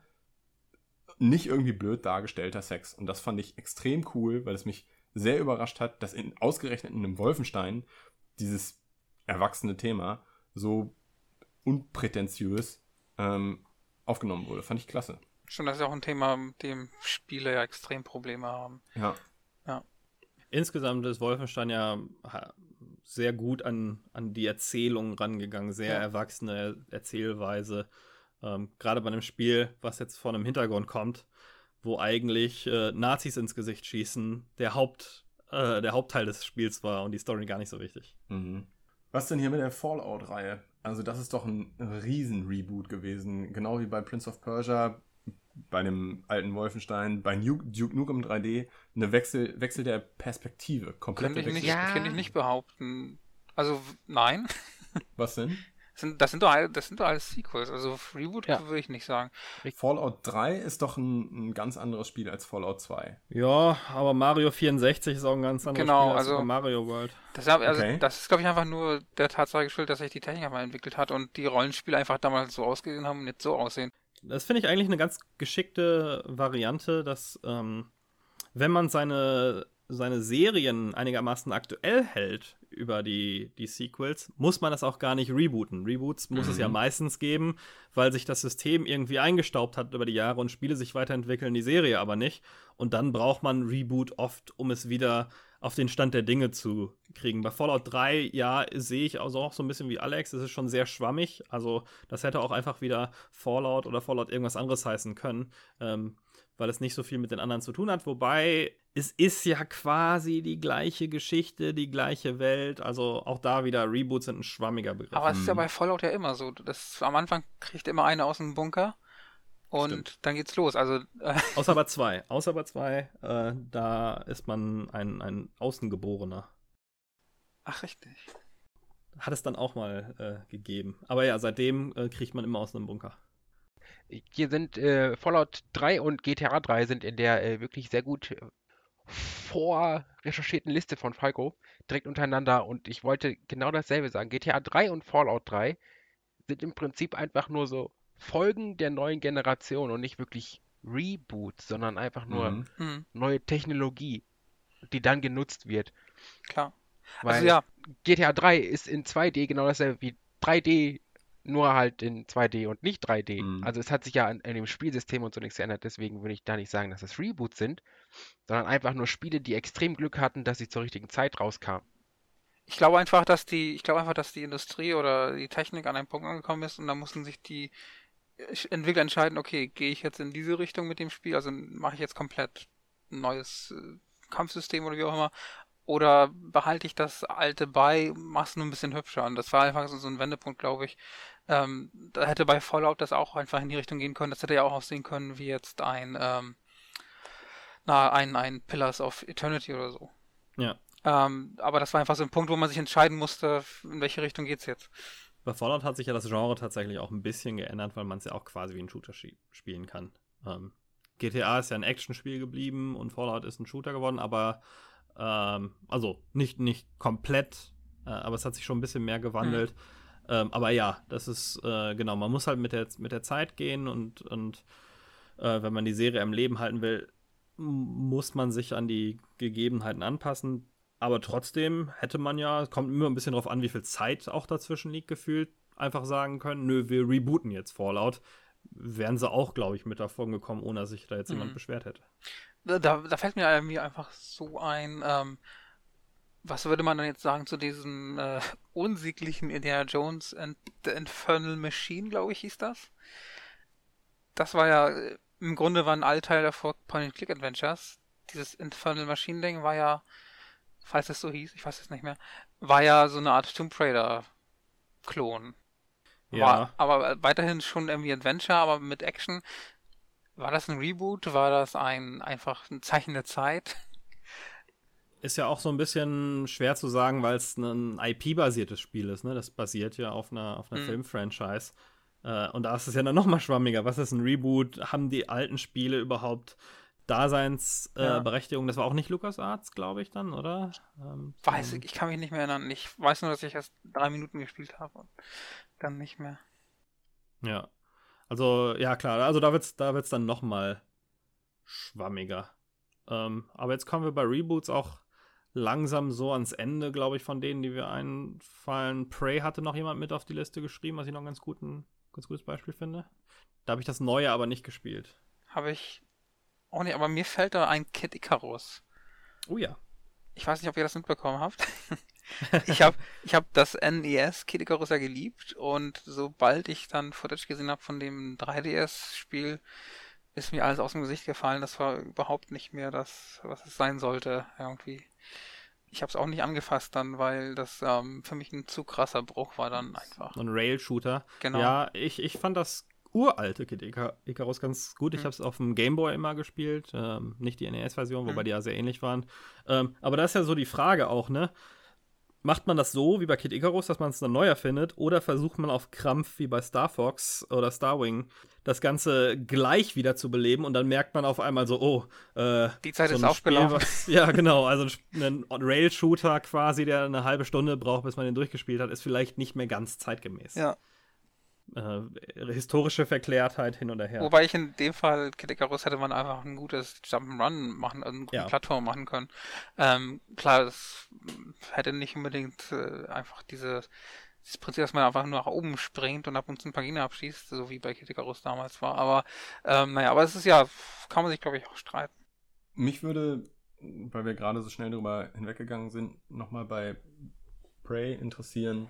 B: nicht irgendwie blöd dargestellter Sex. Und das fand ich extrem cool, weil es mich sehr überrascht hat, dass in, ausgerechnet in einem Wolfenstein dieses erwachsene Thema so unprätentiös ähm, aufgenommen wurde. Fand ich klasse.
C: Schon, das ist auch ein Thema, mit dem Spiele ja extrem Probleme haben.
B: Ja.
A: Insgesamt ist Wolfenstein ja ha- sehr gut an, an die Erzählung rangegangen, sehr
C: Ja.
A: erwachsene Erzählweise. Ähm, Gerade bei einem Spiel, was jetzt vor einem Hintergrund kommt, wo eigentlich äh, Nazis ins Gesicht schießen, der, Haupt, äh, der Hauptteil des Spiels war und die Story gar nicht so wichtig.
B: Mhm. Was denn hier mit der Fallout-Reihe? Also das ist doch ein Riesen-Reboot gewesen. Genau wie bei Prince of Persia bei dem alten Wolfenstein, bei Duke, Duke Nukem drei D, eine Wechsel, Wechsel der Perspektive. Komplette
C: Könnte ich
B: Wechsel.
C: nicht,
D: Ja.
C: könnte ich nicht behaupten. Also, w- nein.
B: Was denn?
C: Das sind, das sind doch, all- das sind doch alles Sequels. Also, Reboot
D: Ja.
C: würde ich nicht sagen.
B: Fallout drei ist doch ein, ein ganz anderes Spiel als Fallout zwei.
A: Ja, aber Mario vierundsechzig ist auch ein ganz anderes
C: Genau,
A: Spiel als
C: also-
A: Super Mario World.
C: Das, hab- also,
B: Okay.
C: das ist, glaube ich, einfach nur der Tatsache geschuldet, dass sich die Technik mal entwickelt hat und die Rollenspiele einfach damals so ausgesehen haben und jetzt so aussehen.
A: Das finde ich eigentlich eine ganz geschickte Variante, dass, ähm, wenn man seine, seine Serien einigermaßen aktuell hält über die, die Sequels, muss man das auch gar nicht rebooten. Reboots muss es ja
B: Mhm.
A: meistens geben, weil sich das System irgendwie eingestaubt hat über die Jahre und Spiele sich weiterentwickeln, die Serie aber nicht. Und dann braucht man Reboot oft, um es wieder auf den Stand der Dinge zu kriegen. Bei Fallout drei, ja, sehe ich also auch so ein bisschen wie Alex, es ist schon sehr schwammig. Also das hätte auch einfach wieder Fallout oder Fallout irgendwas anderes heißen können, ähm, weil es nicht so viel mit den anderen zu tun hat. Wobei, es ist ja quasi die gleiche Geschichte, die gleiche Welt. Also auch da wieder, Reboots sind ein schwammiger Begriff.
C: Aber es ist ja
B: Mhm.
C: bei Fallout ja immer so. Das, am Anfang kriegt immer einer aus dem Bunker und
B: Stimmt.
C: dann geht's los. Also, äh,
A: Außer bei zwei. Außer bei zwei, äh, da ist man ein, ein Außengeborener.
C: ach, richtig.
A: Hat es dann auch mal äh, gegeben. Aber ja, seitdem äh, kriegt man immer aus einem Bunker.
D: Hier sind äh, Fallout drei und G T A drei sind in der äh, wirklich sehr gut äh, vorrecherchierten Liste von Falco direkt untereinander und ich wollte genau dasselbe sagen. G T A drei und Fallout drei sind im Prinzip einfach nur so Folgen der neuen Generation und nicht wirklich Reboots, sondern einfach nur
B: Mhm.
C: Mhm,
D: neue Technologie, die dann genutzt wird.
C: klar.
D: Weil
C: Also ja,
D: G T A drei ist in zwei D genau dasselbe wie drei D, nur halt in zwei D und nicht drei D.
B: Mhm.
D: Also es hat sich ja an, an dem Spielsystem und so nichts geändert, deswegen würde ich da nicht sagen, dass das Reboots sind, sondern einfach nur Spiele, die extrem Glück hatten, dass sie zur richtigen Zeit rauskamen.
C: ich glaube einfach, dass die, ich glaube einfach, dass die Industrie oder die Technik an einen Punkt angekommen ist und da mussten sich die Entwickler entscheiden, okay, gehe ich jetzt in diese Richtung mit dem Spiel, also mache ich jetzt komplett ein neues äh, Kampfsystem oder wie auch immer, oder behalte ich das alte bei, mach's nur ein bisschen hübscher. Und das war einfach so, so ein Wendepunkt, glaube ich. Ähm, da hätte bei Fallout das auch einfach in die Richtung gehen können. Das hätte ja auch aussehen können wie jetzt ein, ähm, na, ein, ein Pillars of Eternity oder so.
A: Ja.
C: Ähm, aber das war einfach so ein Punkt, wo man sich entscheiden musste, in welche Richtung geht's jetzt.
A: Bei Fallout hat sich ja das Genre tatsächlich auch ein bisschen geändert, weil man es ja auch quasi wie ein Shooter schie- spielen kann. Ähm, G T A ist ja ein Actionspiel geblieben und Fallout ist ein Shooter geworden, aber ähm, also nicht, nicht komplett, äh, aber es hat sich schon ein bisschen mehr gewandelt. Ähm, aber ja, das ist, äh, genau, man muss halt mit der, mit der Zeit gehen und, und äh, wenn man die Serie am Leben halten will, m- muss man sich an die Gegebenheiten anpassen. Aber trotzdem hätte man ja, es kommt immer ein bisschen drauf an, wie viel Zeit auch dazwischen liegt, gefühlt, einfach sagen können, nö, wir rebooten jetzt Fallout. Wären sie auch, glaube ich, mit davon gekommen, ohne dass sich da jetzt jemand
C: Mhm.
A: beschwert hätte.
C: Da, da fällt mir irgendwie einfach so ein, ähm, was würde man dann jetzt sagen zu diesem äh, unsäglichen Indiana Jones and the Infernal Machine, glaube ich, hieß das? Das war ja, äh, im Grunde war ein Altteil davor Point-and-Click-Adventures. Dieses Infernal Machine-Ding war ja, falls es so hieß, ich weiß es nicht mehr, war ja so eine Art Tomb Raider-Klon.
A: Ja,
C: War aber weiterhin schon irgendwie Adventure, aber mit Action. War das ein Reboot? War das ein einfach ein Zeichen der Zeit?
A: ist ja auch so ein bisschen schwer zu sagen, weil es ein I P-basiertes Spiel ist, ne? Das basiert ja auf einer, auf einer
C: Mhm.
A: Filmfranchise. Äh, und da ist es ja dann noch mal schwammiger. Was ist ein Reboot? Haben die alten Spiele überhaupt Daseinsberechtigung?
C: Ja.
A: Äh, Berechtigung? Das war auch nicht LucasArts, glaube ich dann, oder? Ähm,
C: Weiß
A: ähm,
C: ich, ich kann mich nicht mehr erinnern. Ich weiß nur, dass ich erst drei Minuten gespielt habe und dann nicht mehr.
A: Ja. Also, ja, klar. Also, da wird's, da wird's dann noch mal schwammiger. Ähm, aber jetzt kommen wir bei Reboots auch langsam so ans Ende, glaube ich, von denen, die wir einfallen. Prey hatte noch jemand mit auf die Liste geschrieben, was ich noch ein ganz, guten, ganz gutes Beispiel finde. Da habe ich das Neue aber nicht gespielt.
C: Habe ich auch nicht, aber mir fällt da ein Kid Icarus.
A: Oh ja.
C: Ich weiß nicht, ob ihr das mitbekommen habt. Ich habe ich hab das N E S Kid Icarus ja geliebt und sobald ich dann Footage gesehen habe von dem drei D S-Spiel, ist mir alles aus dem Gesicht gefallen. Das war überhaupt nicht mehr das, was es sein sollte, irgendwie. Ich habe es auch nicht angefasst dann, weil das ähm, für mich ein zu krasser Bruch war dann einfach.
A: So ein Rail-Shooter.
C: Genau.
A: Ja, ich, ich fand das uralte Kid Icar- Icarus ganz gut. Ich
C: Mhm.
A: habe es auf dem Game Boy immer gespielt, ähm, nicht die N E S-Version, wobei
C: Mhm.
A: die ja sehr ähnlich waren. Ähm, aber da ist ja so die Frage auch, ne? Macht man das so wie bei Kid Icarus, dass man es dann neu erfindet, oder versucht man auf Krampf wie bei Star Fox oder Starwing das Ganze gleich wieder zu beleben und dann merkt man auf einmal so, oh, äh,
C: Die Zeit
A: so
C: ist
A: ein
C: aufgelaufen.
A: Spiel, was, ja, genau, also ein Rail-Shooter quasi, der eine halbe Stunde braucht, bis man den durchgespielt hat, ist vielleicht nicht mehr ganz zeitgemäß.
C: Ja.
A: Äh, historische Verklärtheit hin oder her.
C: Wobei ich in dem Fall, Kid Icarus, hätte man einfach ein gutes Jump'n'Run machen, also eine gute
A: Ja.
C: Plattform machen können. Ähm, klar, es hätte nicht unbedingt äh, einfach diese, dieses Prinzip, dass man einfach nur nach oben springt und ab und zu ein paar Gegner abschießt, so wie bei Kid Icarus damals war. Aber ähm, naja, aber es ist ja, kann man sich, glaube ich, auch streiten.
B: Mich würde, weil wir gerade so schnell drüber hinweggegangen sind, nochmal bei Prey interessieren.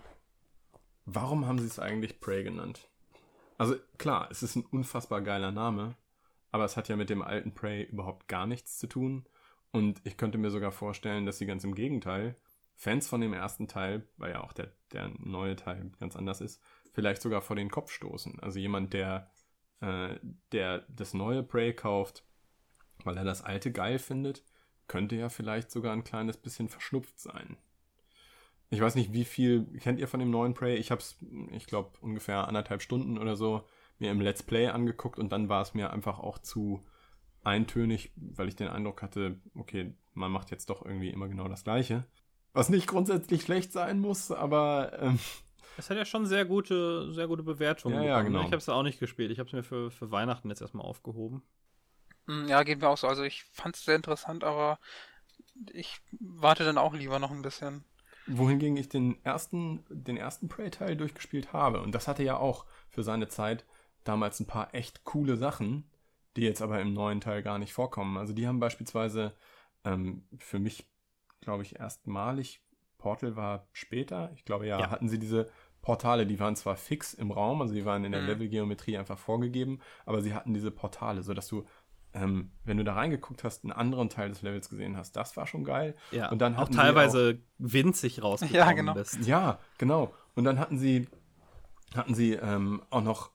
B: Warum haben sie es eigentlich Prey genannt? Also klar, es ist ein unfassbar geiler Name, aber es hat ja mit dem alten Prey überhaupt gar nichts zu tun. Und ich könnte mir sogar vorstellen, dass sie ganz im Gegenteil, Fans von dem ersten Teil, weil ja auch der, der neue Teil ganz anders ist, vielleicht sogar vor den Kopf stoßen. Also jemand, der, äh, der das neue Prey kauft, weil er das alte geil findet, könnte ja vielleicht sogar ein kleines bisschen verschnupft sein. Ich weiß nicht, wie viel kennt ihr von dem neuen Prey? Ich habe es, ich glaube, ungefähr anderthalb Stunden oder so mir im Let's Play angeguckt und dann war es mir einfach auch zu eintönig, weil ich den Eindruck hatte, okay, man macht jetzt doch irgendwie immer genau das Gleiche. Was nicht grundsätzlich schlecht sein muss, aber ähm,
A: Es hat ja schon sehr gute, sehr gute Bewertungen
B: Ja, ja,
A: bekommen. ne?
B: genau.
A: Ich habe es ja auch nicht gespielt. Ich habe es mir für, für Weihnachten jetzt erstmal aufgehoben.
C: Mm, Ja, geht mir auch so. Also ich fand es sehr interessant, aber ich warte dann auch lieber noch ein bisschen.
B: wohingegen ich den ersten, den ersten Prey-Teil durchgespielt habe. Und das hatte ja auch für seine Zeit damals ein paar echt coole Sachen, die jetzt aber im neuen Teil gar nicht vorkommen. Also die haben beispielsweise ähm, für mich, glaube ich, erstmalig, Portal war später, ich glaube ja,
A: Ja.
B: hatten sie diese Portale, die waren zwar fix im Raum, also die waren in der
C: Mhm.
B: Levelgeometrie einfach vorgegeben, aber sie hatten diese Portale, sodass du, ähm, wenn du da reingeguckt hast, einen anderen Teil des Levels gesehen hast. Das war schon geil.
A: Ja,
B: Und dann
A: auch
B: hatten sie
A: teilweise winzig rausgekommen
C: Ja, genau.
A: bist.
B: Ja, genau. Und dann hatten sie, hatten sie ähm, auch noch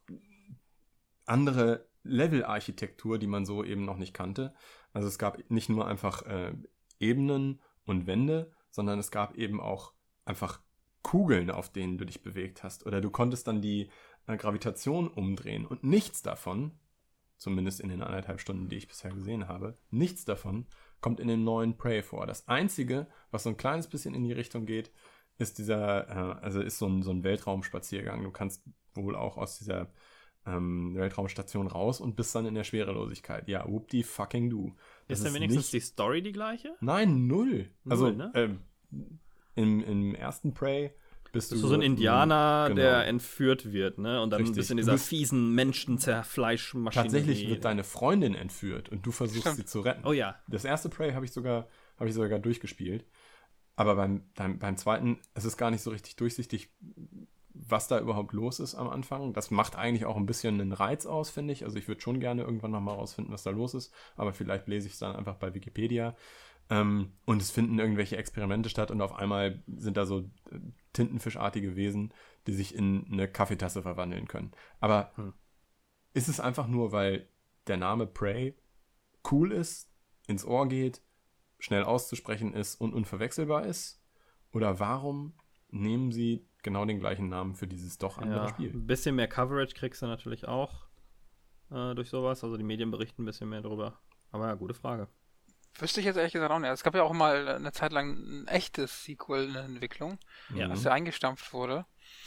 B: andere Level-Architektur, die man so eben noch nicht kannte. Also es gab nicht nur einfach äh, Ebenen und Wände, sondern es gab eben auch einfach Kugeln, auf denen du dich bewegt hast. Oder du konntest dann die äh, Gravitation umdrehen. Und nichts davon, zumindest in den anderthalb Stunden, die ich bisher gesehen habe, nichts davon kommt in dem neuen Prey vor. Das Einzige, was so ein kleines bisschen in die Richtung geht, ist dieser, äh, also ist so ein, so ein Weltraumspaziergang. Du kannst wohl auch aus dieser ähm, Weltraumstation raus und bist dann in der Schwerelosigkeit. Ja, whoopty fucking do. Das
A: Ist denn wenigstens die Story die gleiche?
B: Nein, null. Also
A: Null, ne?
B: ähm, im, im ersten Prey bist du
A: Bist du so ein Indianer,
B: genau.
A: der entführt wird, ne? Und dann
B: Richtig.
A: bist du in
B: Du
A: dieser
B: bist-
A: fiesen Menschenzerfleischmaschine.
B: Tatsächlich wird deine Freundin entführt und du versuchst
C: Stimmt.
B: sie zu retten.
A: Oh ja.
B: Das erste Prey habe ich sogar, habe ich sogar durchgespielt. Aber beim, beim, beim zweiten, es ist gar nicht so richtig durchsichtig, was da überhaupt los ist am Anfang. Das macht eigentlich auch ein bisschen einen Reiz aus, finde ich. Also ich würde schon gerne irgendwann nochmal rausfinden, was da los ist. Aber vielleicht lese ich es dann einfach bei Wikipedia. Ähm, und es finden irgendwelche Experimente statt und auf einmal sind da so äh, tintenfischartige Wesen, die sich in eine Kaffeetasse verwandeln können. Aber
A: Hm.
B: ist es einfach nur, weil der Name Prey cool ist, ins Ohr geht, schnell auszusprechen ist und unverwechselbar ist? Oder warum nehmen sie genau den gleichen Namen für dieses doch andere
A: Ja,
B: Spiel?
A: ein bisschen mehr Coverage kriegst du natürlich auch äh, durch sowas. Also die Medien berichten ein bisschen mehr drüber. Aber ja, gute Frage.
C: Wüsste ich jetzt ehrlich gesagt auch nicht. Es gab ja auch mal eine Zeit lang ein echtes Sequel in der Entwicklung,
A: Ja.
B: Mhm.
C: das ja eingestampft wurde.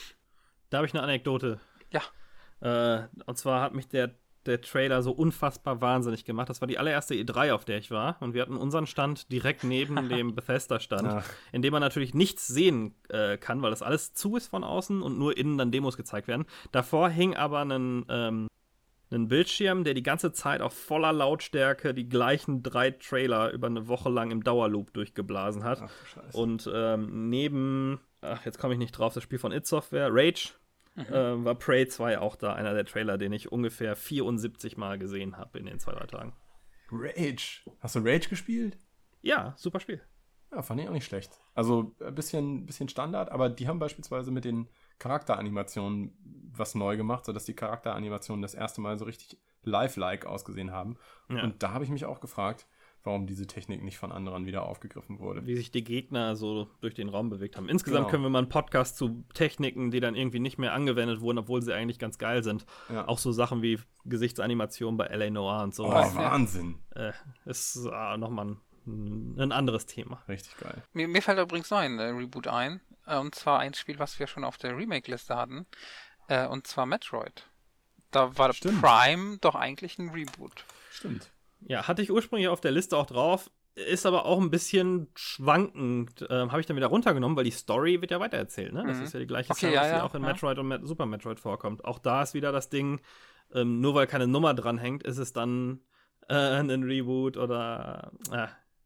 A: Da habe ich eine Anekdote.
C: Ja.
A: Äh, und zwar hat mich der, der Trailer so unfassbar wahnsinnig gemacht. Das war die allererste E drei, auf der ich war. Und wir hatten unseren Stand direkt neben dem Bethesda-Stand,
B: Ach.
A: in dem man natürlich nichts sehen äh, kann, weil das alles zu ist von außen und nur innen dann Demos gezeigt werden. Davor hing aber ein, ähm, ein Bildschirm, der die ganze Zeit auf voller Lautstärke die gleichen drei Trailer über eine Woche lang im Dauerloop durchgeblasen hat.
B: Ach du Scheiße.
A: Und ähm, neben, ach, jetzt komme ich nicht drauf, das Spiel von id Software, Rage, äh, war Prey zwei auch da, einer der Trailer, den ich ungefähr vierundsiebzig Mal gesehen habe in den zwei, drei Tagen.
B: Rage. Hast du Rage gespielt?
A: Ja, super Spiel.
B: Ja, fand ich auch nicht schlecht. Also ein bisschen, bisschen Standard, aber die haben beispielsweise mit den Charakteranimationen was neu gemacht, sodass die Charakteranimationen das erste Mal so richtig lifelike ausgesehen haben.
A: Ja.
B: Und da habe ich mich auch gefragt, warum diese Technik nicht von anderen wieder aufgegriffen wurde.
A: Wie sich die Gegner so durch den Raum bewegt haben. Insgesamt
B: Genau.
A: können wir mal einen Podcast zu Techniken, die dann irgendwie nicht mehr angewendet wurden, obwohl sie eigentlich ganz geil sind.
B: Ja.
A: Auch so Sachen wie Gesichtsanimation bei L A Noire und so.
B: Oh,
C: Was?
B: Wahnsinn.
A: Äh, ist äh, nochmal ein, ein anderes Thema.
B: Richtig geil.
C: Mir, mir fällt übrigens noch ein äh, Reboot ein. Äh, und zwar ein Spiel, was wir schon auf der Remake-Liste hatten. Äh, und zwar Metroid. Da war
B: Stimmt.
C: Prime doch eigentlich ein Reboot.
B: Stimmt.
A: Ja, hatte ich ursprünglich auf der Liste auch drauf. Ist aber auch ein bisschen schwankend. Ähm, Habe ich dann wieder runtergenommen, weil die Story wird ja weitererzählt, ne? Das
C: Mhm.
A: ist ja die gleiche
C: Okay,
A: Story,
C: ja,
A: die
C: ja,
A: auch in
C: ja.
A: Metroid und Met- Super Metroid vorkommt. Auch da ist wieder das Ding, ähm, nur weil keine Nummer dran hängt, ist es dann äh, ein Reboot oder äh,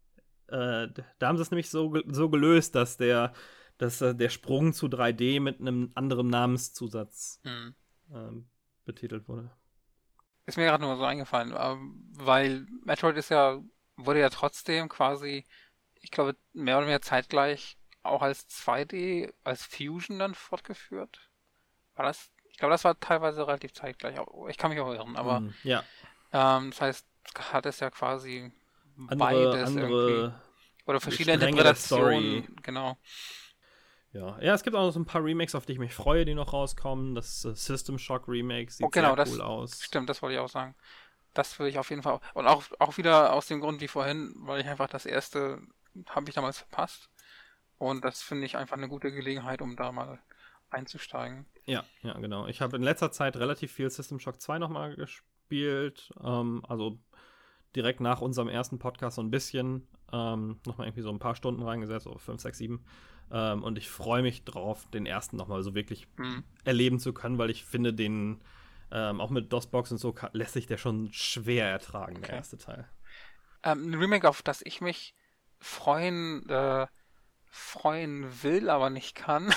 A: äh, da haben sie es nämlich so, ge- so gelöst, dass der, dass äh, der Sprung zu drei D mit einem anderen Namenszusatz
C: Mhm.
A: ähm, betitelt wurde.
C: Ist mir gerade nur so eingefallen, ähm, weil Metroid ist ja, wurde ja trotzdem quasi, ich glaube, mehr oder weniger zeitgleich auch als zwei D, als Fusion dann fortgeführt. War das? Ich glaube, das war teilweise relativ zeitgleich. auch- Ich kann mich auch irren, aber
A: Mhm. Ja,
C: ähm, das heißt, hat es ja quasi
A: andere,
C: beides irgendwie.
A: andere
C: Oder verschiedene
A: Stränge der
C: Interpretationen.
A: Story.
C: Genau.
A: Ja. ja, es gibt auch noch so ein paar Remakes, auf die ich mich freue, die noch rauskommen. Das äh, System Shock Remake sieht
C: Oh, genau,
A: sehr
C: das-
A: cool aus.
C: Stimmt, das wollte ich auch sagen. Das würde ich auf jeden Fall. Und auch, auch wieder aus dem Grund wie vorhin, weil ich einfach das erste habe ich damals verpasst. Und das finde ich einfach eine gute Gelegenheit, um da mal einzusteigen.
A: Ja, ja, genau. Ich habe in letzter Zeit relativ viel System Shock zwei nochmal gespielt. Ähm, also direkt nach unserem ersten Podcast so ein bisschen. Ähm, nochmal irgendwie so ein paar Stunden reingesetzt, so fünf, sechs, sieben. Ähm, und ich freue mich drauf, den ersten nochmal so wirklich
C: Hm.
A: erleben zu können, weil ich finde, den ähm, auch mit DOSBox und so ka- lässt sich der schon schwer ertragen, der
C: Okay.
A: erste Teil.
C: Ähm, ein Remake, auf das ich mich freuen, äh, freuen will, aber nicht kann,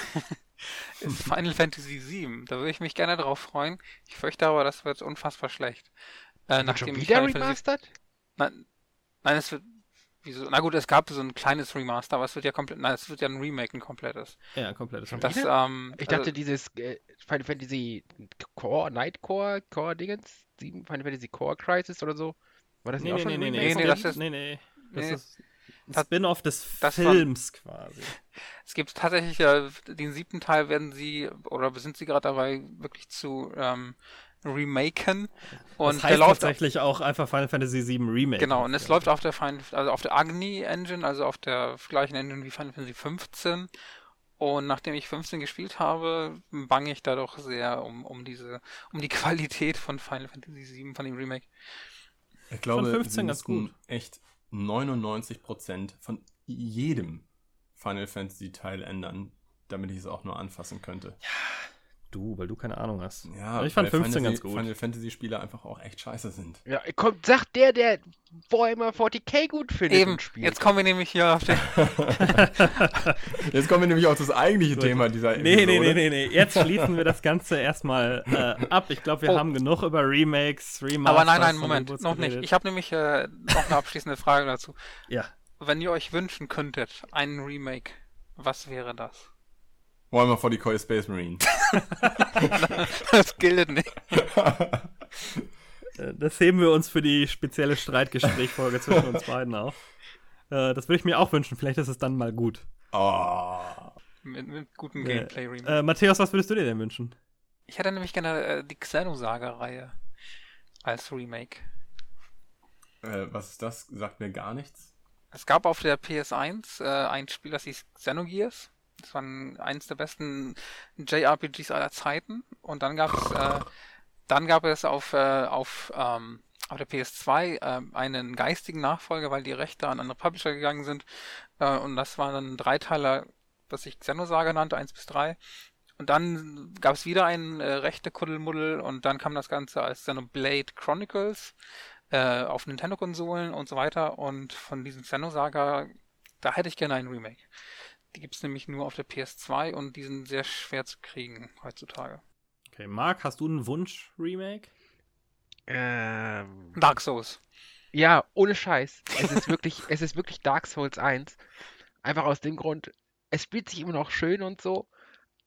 C: ist Final Fantasy sieben. Da würde ich mich gerne drauf freuen. Ich fürchte aber, das wird unfassbar schlecht. Äh,
D: Wird schon
C: ich
D: wieder
C: Final Fantasy
D: remastered?
C: Nein, nein, es wird. Wieso? Na gut, es gab so ein kleines Remaster, aber es wird ja komplett. Nein, es wird ja ein Remake, ein komplettes.
A: Ja, komplettes
D: Schon
A: Remake.
C: Das,
D: wieder?
C: ähm,
D: Ich
C: also,
D: dachte, dieses äh, Final Fantasy Core, Night Core, Core Dingens, sieben Final Fantasy Core Crisis oder so. War das
A: Nee,
D: nicht auch
A: nee,
D: schon
A: nee,
D: ein
A: nee,
C: Nee,
A: nee,
C: nee,
A: nee,
C: das ist-
A: nee, nee. Das
C: nee,
A: ist ein
C: das-
A: Spin-off des
C: das war-
A: Films quasi.
C: es gibt tatsächlich, äh, den siebten Teil werden sie, oder sind sie gerade dabei, wirklich zu ähm, remaken. Und
A: das
C: der
A: heißt
C: läuft
A: tatsächlich auch einfach Final Fantasy sieben Remake.
C: Genau, und es läuft auf der Final, also auf der Agni Engine, also auf der gleichen Engine wie Final Fantasy fünfzehn. Und nachdem ich fünfzehn gespielt habe, bange ich da doch sehr um, um diese, um die Qualität von Final Fantasy sieben, von dem Remake.
B: Ich glaube,
A: Von fünfzehn
B: sie
A: ganz
B: müssten
A: gut.
B: echt neunundneunzig Prozent von jedem Final Fantasy Teil ändern, damit ich es auch nur anfassen könnte.
A: Du, weil du keine Ahnung hast.
B: Ja,
A: ich fand
B: weil
A: fünfzehn
B: Final,
A: ganz gut.
B: Final Fantasy Spiele einfach auch echt scheiße sind.
D: Ja, kommt, sagt der, der Warhammer vierzig K gut findet
C: Eben,
D: und spielt.
C: jetzt kommen wir nämlich hier auf den.
B: Jetzt kommen wir nämlich auf das eigentliche
A: Gut.
B: Thema dieser
A: Nee, nee,
B: Episode.
A: nee, nee, nee. Jetzt schließen wir das Ganze erstmal äh, ab. Ich glaube, wir
C: Oh.
A: haben genug über Remakes, Remasters
C: Aber nein, nein,
A: und
C: Moment,
A: Reboots
C: noch nicht.
A: geredet.
C: Ich habe nämlich äh, noch eine abschließende Frage dazu.
A: Ja.
C: Wenn ihr euch wünschen könntet, einen Remake, was wäre das?
B: Warhammer vierzig K Space Marine.
C: Das gilt nicht.
A: Äh, Das heben wir uns für die spezielle Streitgesprächfolge zwischen uns beiden auf. Äh, Das würde ich mir auch wünschen. Vielleicht ist es dann mal gut.
B: Oh.
C: Mit, mit gutem
A: Äh,
C: Gameplay-Remake.
A: Äh, Matthäus, was würdest du dir denn wünschen?
C: Ich hätte nämlich gerne äh, die Xenosaga-Reihe als Remake.
B: Äh, was ist das? Sagt mir gar nichts.
C: Es gab auf der P S eins äh, ein Spiel, das hieß Xenogears. Das war ein, eins der besten J R P Gs aller Zeiten. Und dann gab es, äh, dann gab es auf, äh, auf, ähm, auf der P S zwei äh, einen geistigen Nachfolger, weil die Rechte an andere Publisher gegangen sind. Äh, und das war dann ein Dreiteiler, was sich Xenosaga nannte, eins bis drei. Und dann gab es wieder einen äh, rechte Kuddelmuddel und dann kam das Ganze als Xenoblade Chronicles äh, auf Nintendo-Konsolen und so weiter. Und von diesem Xenosaga, da hätte ich gerne einen Remake. Die gibt es nämlich nur auf der P S zwei und die sind sehr schwer zu kriegen heutzutage.
A: Okay, Marc, hast du einen Wunsch-Remake?
D: Ähm,
C: Dark Souls.
D: ja, ohne Scheiß. Es ist wirklich, es ist wirklich Dark Souls eins. Einfach aus dem Grund, es spielt sich immer noch schön und so,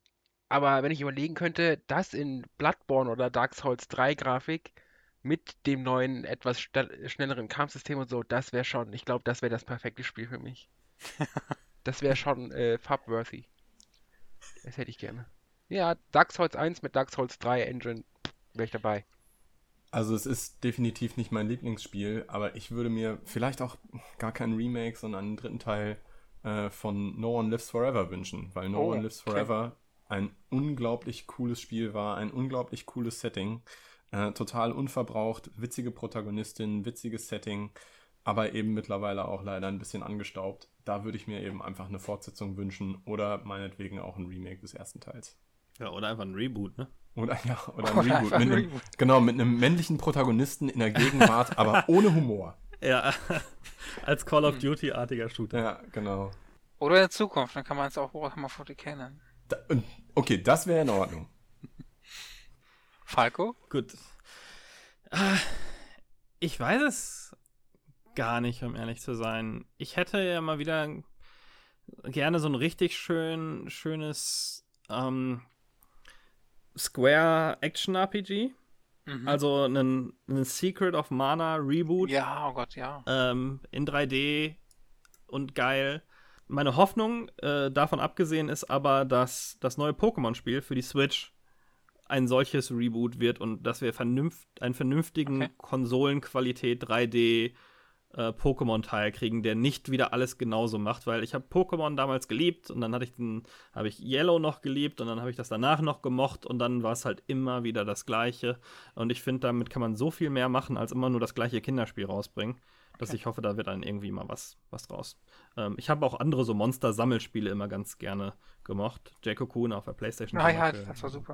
D: Aber wenn ich überlegen könnte, das in Bloodborne oder Dark Souls drei Grafik mit dem neuen, etwas sta- schnelleren Kampfsystem und so, das wäre schon, ich glaube, das wäre das perfekte Spiel für mich. Das wäre schon äh, fab-worthy. Das hätte ich gerne. Ja, Dark Souls eins mit Dark Souls drei Engine, wäre ich dabei.
B: Also es ist definitiv nicht mein Lieblingsspiel, aber ich würde mir vielleicht auch gar kein Remake, sondern einen dritten Teil äh, von No One Lives Forever wünschen, weil No
C: Oh,
B: One Lives
C: okay.
B: Forever ein unglaublich cooles Spiel war, ein unglaublich cooles Setting, äh, total unverbraucht, witzige Protagonistin, witziges Setting, aber eben mittlerweile auch leider ein bisschen angestaubt. Da würde ich mir eben einfach eine Fortsetzung wünschen oder meinetwegen auch ein Remake des ersten Teils.
A: Ja, oder einfach ein Reboot, ne?
B: Oder, ja, oder ein
C: Oder
B: Reboot.
C: einfach
B: Mit
C: ein
B: einem,
C: Reboot.
B: genau, mit einem männlichen Protagonisten in der Gegenwart, aber ohne Humor.
A: Ja, als Call of Duty-artiger Shooter.
B: Ja, genau.
C: Oder in Zukunft, dann kann man es auch Warhammer forty K nennen.
B: Da, und- okay, das wäre in Ordnung.
C: Falco?
A: Gut. Ah, Ich weiß es gar nicht, um ehrlich zu sein. Ich hätte ja mal wieder gerne so ein richtig schön, schönes ähm, Square-Action-R P G.
C: Mhm.
A: Also einen, einen Secret of Mana Reboot
C: Ja, oh Gott, ja.
A: ähm, in drei D und geil. Meine Hoffnung, äh, davon abgesehen, ist aber, dass das neue Pokémon-Spiel für die Switch ein solches Reboot wird und dass wir vernünft, einen vernünftigen
C: Okay.
A: Konsolenqualität drei D äh, Pokémon-Teil kriegen, der nicht wieder alles genauso macht, weil ich habe Pokémon damals geliebt und dann hatte ich den, habe ich Yellow noch geliebt und dann habe ich das danach noch gemocht und dann war es halt immer wieder das Gleiche und ich finde, damit kann man so viel mehr machen, als immer nur das gleiche Kinderspiel rausbringen, dass
C: Okay.
A: ich hoffe, da wird dann irgendwie mal was, was draus. Ähm, ich habe auch andere so Monster-Sammelspiele immer ganz gerne gemocht. Jay Cocoon auf der Playstation.
C: Ah
A: zum
C: ja,
A: Beispiel.
C: das war super.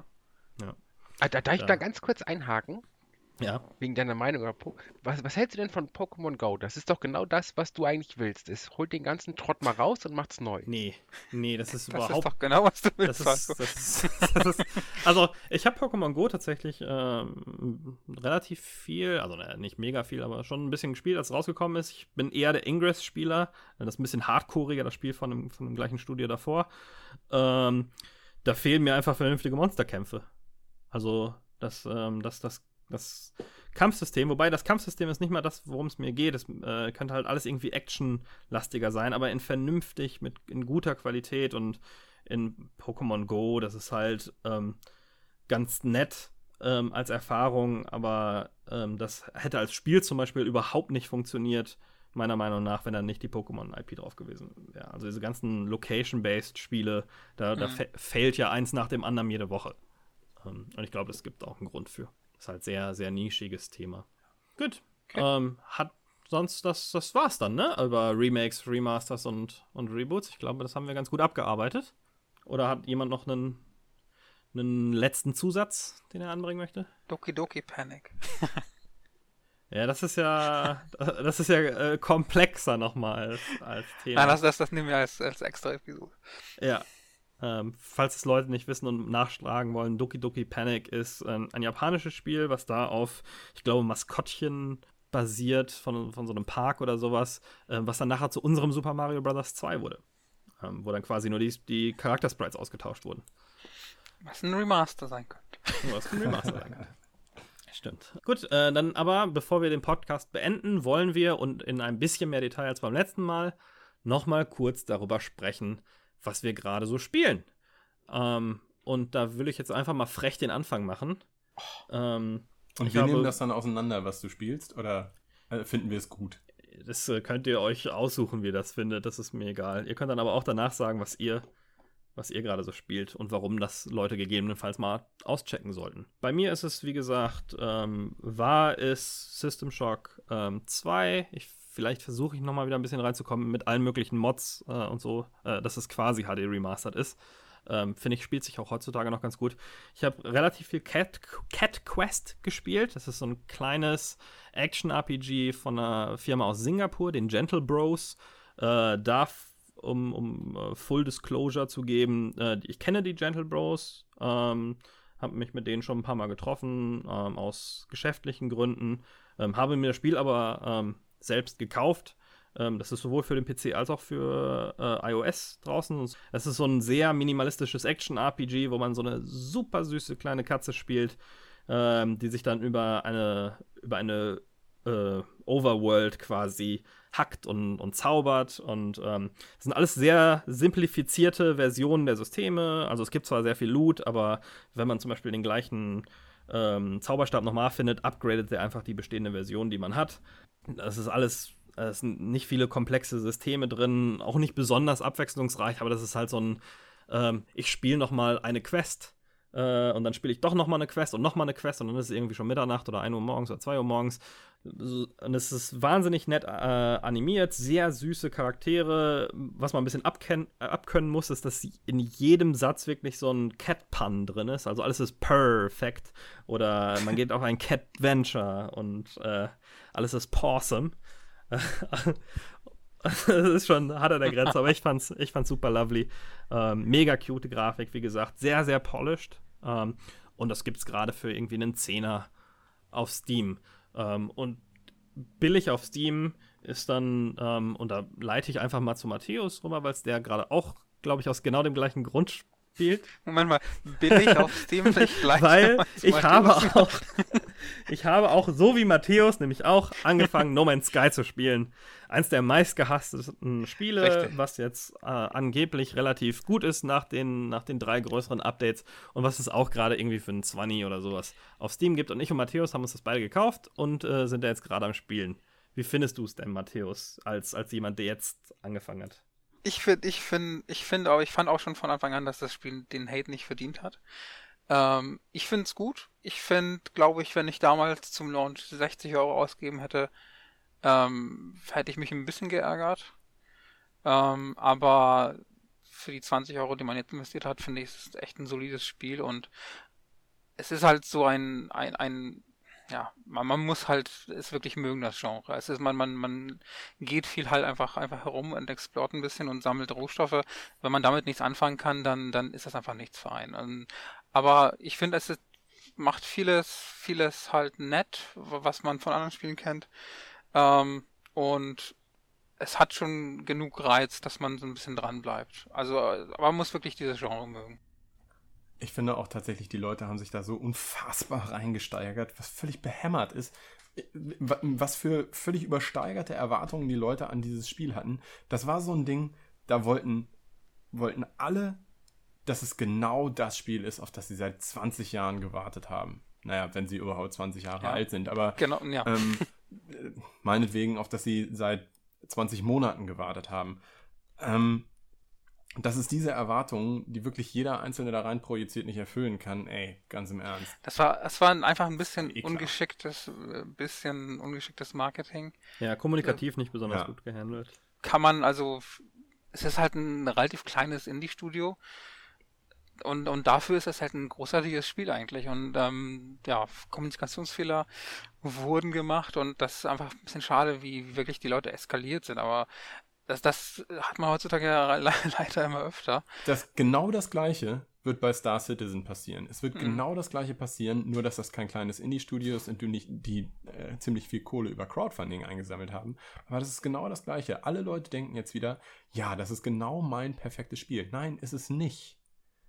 D: Ah, da darf ich
A: Ja.
D: da ganz kurz einhaken,
A: Ja.
D: wegen deiner Meinung. Über Po- Was, was hältst du denn von Pokémon Go? Das ist doch genau das, was du eigentlich willst. Es holt den ganzen Trott mal raus und macht's neu.
A: Nee, nee, das ist
C: Das
A: überhaupt
C: ist doch genau, was du
A: Das
C: willst,
A: ist,
C: Falco.
A: das ist, das ist, also, ich habe Pokémon Go tatsächlich ähm, relativ viel, also ne, nicht mega viel, aber schon ein bisschen gespielt, als es rausgekommen ist. Ich bin eher der Ingress-Spieler, das ist ein bisschen hardcoreiger, das Spiel von dem, von dem gleichen Studio davor. Ähm, da fehlen mir einfach vernünftige Monsterkämpfe. Also, das, ähm, das, das, das Kampfsystem, wobei das Kampfsystem ist nicht mal das, worum es mir geht. Es äh, könnte halt alles irgendwie actionlastiger sein, aber in vernünftig, mit in guter Qualität und in Pokémon Go, das ist halt ähm, ganz nett ähm, als Erfahrung, aber ähm, das hätte als Spiel zum Beispiel überhaupt nicht funktioniert, meiner Meinung nach, wenn da nicht die Pokémon-I P drauf gewesen wäre. Also diese ganzen Location-based Spiele, da, da
C: Mhm.
A: fa- failt ja eins nach dem anderen jede Woche. Ähm, und ich glaube, es gibt auch einen Grund für. Das ist halt sehr, sehr nischiges Thema. Gut.
C: Okay.
A: Ähm, hat sonst, das, das war's dann, ne? Über Remakes, Remasters und, und Reboots. Ich glaube, das haben wir ganz gut abgearbeitet. Oder hat jemand noch einen, einen letzten Zusatz, den er anbringen möchte?
C: Doki Doki Panic.
A: Ja, das ist ja, das ist ja äh, komplexer nochmal als, als Thema.
C: Nein, das, das, das nehmen wir als, als extra Episode.
A: Ja. Ähm, falls es Leute nicht wissen und nachschlagen wollen, Doki Doki Panic ist ein, ein japanisches Spiel, was da auf, ich glaube, Maskottchen basiert von, von so einem Park oder sowas, äh, was dann nachher zu unserem Super Mario Bros. zwei wurde. Ähm, wo dann quasi nur die, die Charaktersprites ausgetauscht wurden.
C: Was ein Remaster sein könnte.
A: Nur was ein Remaster sein kann. Stimmt. Gut, äh, dann aber, bevor wir den Podcast beenden, wollen wir und in ein bisschen mehr Detail als beim letzten Mal nochmal kurz darüber sprechen, was wir gerade so spielen. Ähm, und da will ich jetzt einfach mal frech den Anfang machen. Ähm,
B: Und
A: Ich
B: wir
A: habe-
B: nehmen das dann auseinander, was du spielst, oder äh, finden wir es gut?
A: das äh, könnt ihr euch aussuchen, wie ihr das findet. Das ist mir egal. Ihr könnt dann aber auch danach sagen, was ihr, was ihr gerade so spielt und warum das Leute gegebenenfalls mal auschecken sollten. Bei mir ist es, wie gesagt, ähm, war es System Shock ähm, zwei. Ich, vielleicht versuche ich nochmal wieder ein bisschen reinzukommen mit allen möglichen Mods äh, und so, äh, dass es quasi H D remastered ist. Ähm, Finde ich, spielt sich auch heutzutage noch ganz gut. Ich habe relativ viel Cat, Cat Quest gespielt. Das ist so ein kleines Action-R P G von einer Firma aus Singapur, den Gentle Bros. Äh, da, um, um uh, Full Disclosure zu geben, äh, ich kenne die Gentle Bros, ähm, habe mich mit denen schon ein paar Mal getroffen, ähm, aus geschäftlichen Gründen, ähm, habe mir das Spiel aber ähm, selbst gekauft, Ähm, das ist sowohl für den P C als auch für äh, iOS draußen. Es ist so ein sehr minimalistisches Action-R P G, wo man so eine super süße kleine Katze spielt, ähm, die sich dann über eine, über eine äh, Overworld quasi hackt und, und zaubert. Und ähm, das sind alles sehr simplifizierte Versionen der Systeme. Also es gibt zwar sehr viel Loot, aber wenn man zum Beispiel den gleichen ähm, Zauberstab nochmal findet, upgradet er einfach die bestehende Version, die man hat. Das ist alles, es sind nicht viele komplexe Systeme drin, auch nicht besonders abwechslungsreich, aber das ist halt so ein, ähm, ich spiele nochmal eine Quest äh, und dann spiele ich doch nochmal eine Quest und nochmal eine Quest und dann ist es irgendwie schon Mitternacht oder ein Uhr morgens oder zwei Uhr morgens. Und es ist wahnsinnig nett äh, animiert, sehr süße Charaktere. Was man ein bisschen abken- äh, abkönnen muss, ist, dass in jedem Satz wirklich so ein Cat-Pun drin ist. Also alles ist perfekt. Oder man geht auf ein Cat-Venture und äh, alles ist Pawsome. Das ist schon hart an der Grenze, aber ich fand's, ich fand's super lovely. Ähm, mega cute Grafik, wie gesagt. Sehr, sehr polished. Ähm, und das gibt's gerade für irgendwie einen Zehner auf Steam. Um, und billig auf Steam ist dann, um, und da leite ich einfach mal zu Matthäus rüber, weil es der gerade auch, glaube ich, aus genau dem gleichen Grund spielt.
C: Moment mal, billig auf Steam nicht gleich.
A: Weil ich habe auch, ich habe auch, so wie Matthäus, nämlich auch angefangen, No Man's Sky zu spielen. Eins der meistgehassten Spiele,
C: Richtig.
A: was jetzt äh, angeblich relativ gut ist nach den, nach den drei größeren Updates und was es auch gerade irgendwie für einen zwanzig oder sowas auf Steam gibt. Und ich und Matthäus haben uns das beide gekauft und äh, sind da jetzt gerade am Spielen. Wie findest du es denn, Matthäus, als, als jemand, der jetzt angefangen hat?
C: Ich finde, ich finde, ich finde auch, ich fand auch schon von Anfang an, dass das Spiel den Hate nicht verdient hat. Ähm, ich finde es gut. Ich finde, glaube ich, wenn ich damals zum Launch sechzig Euro ausgegeben hätte, ähm, hätte ich mich ein bisschen geärgert. Ähm, aber für die zwanzig Euro, die man jetzt investiert hat, finde ich, es ist echt ein solides Spiel und es ist halt so ein, ein, ein ja, man, man muss halt es wirklich mögen, das Genre. Es ist, man, man, man geht viel halt einfach, einfach herum und explort ein bisschen und sammelt Rohstoffe. Wenn man damit nichts anfangen kann, dann, dann ist das einfach nichts für einen. Und, aber ich finde, es ist, macht vieles, vieles halt nett, was man von anderen Spielen kennt. Ähm, und es hat schon genug Reiz, dass man so ein bisschen dran bleibt. Also, aber man muss wirklich dieses Genre mögen.
B: Ich finde auch tatsächlich, die Leute haben sich da so unfassbar reingesteigert, was völlig behämmert ist. Was für völlig übersteigerte Erwartungen die Leute an dieses Spiel hatten. Das war so ein Ding, da wollten, wollten alle, dass es genau das Spiel ist, auf das sie seit zwanzig Jahren gewartet haben. Naja, wenn sie überhaupt zwanzig Jahre
C: Ja.
B: alt sind, aber
C: Genau, ja.
B: ähm, meinetwegen, auf das sie seit zwanzig Monaten gewartet haben. Ähm, dass es diese Erwartungen, die wirklich jeder Einzelne da rein projiziert, nicht erfüllen kann, ey, ganz im Ernst.
C: Das war, das war einfach ein bisschen
B: Eh klar.
C: ungeschicktes, äh, bisschen ungeschicktes Marketing.
A: Ja, kommunikativ nicht besonders
B: Ja.
A: gut gehandelt.
C: Kann man also, es ist halt ein relativ kleines Indie-Studio und, und dafür ist es halt ein großartiges Spiel eigentlich und ähm, ja, Kommunikationsfehler wurden gemacht und das ist einfach ein bisschen schade, wie, wie wirklich die Leute eskaliert sind, aber das, das hat man heutzutage ja le- leider immer öfter.
B: Das, genau das Gleiche wird bei Star Citizen passieren. Es wird
C: Mhm.
B: genau das Gleiche passieren, nur dass das kein kleines Indie-Studio ist und die, nicht, die äh, ziemlich viel Kohle über Crowdfunding eingesammelt haben. Aber das ist genau das Gleiche. Alle Leute denken jetzt wieder, ja, das ist genau mein perfektes Spiel. Nein, ist es nicht.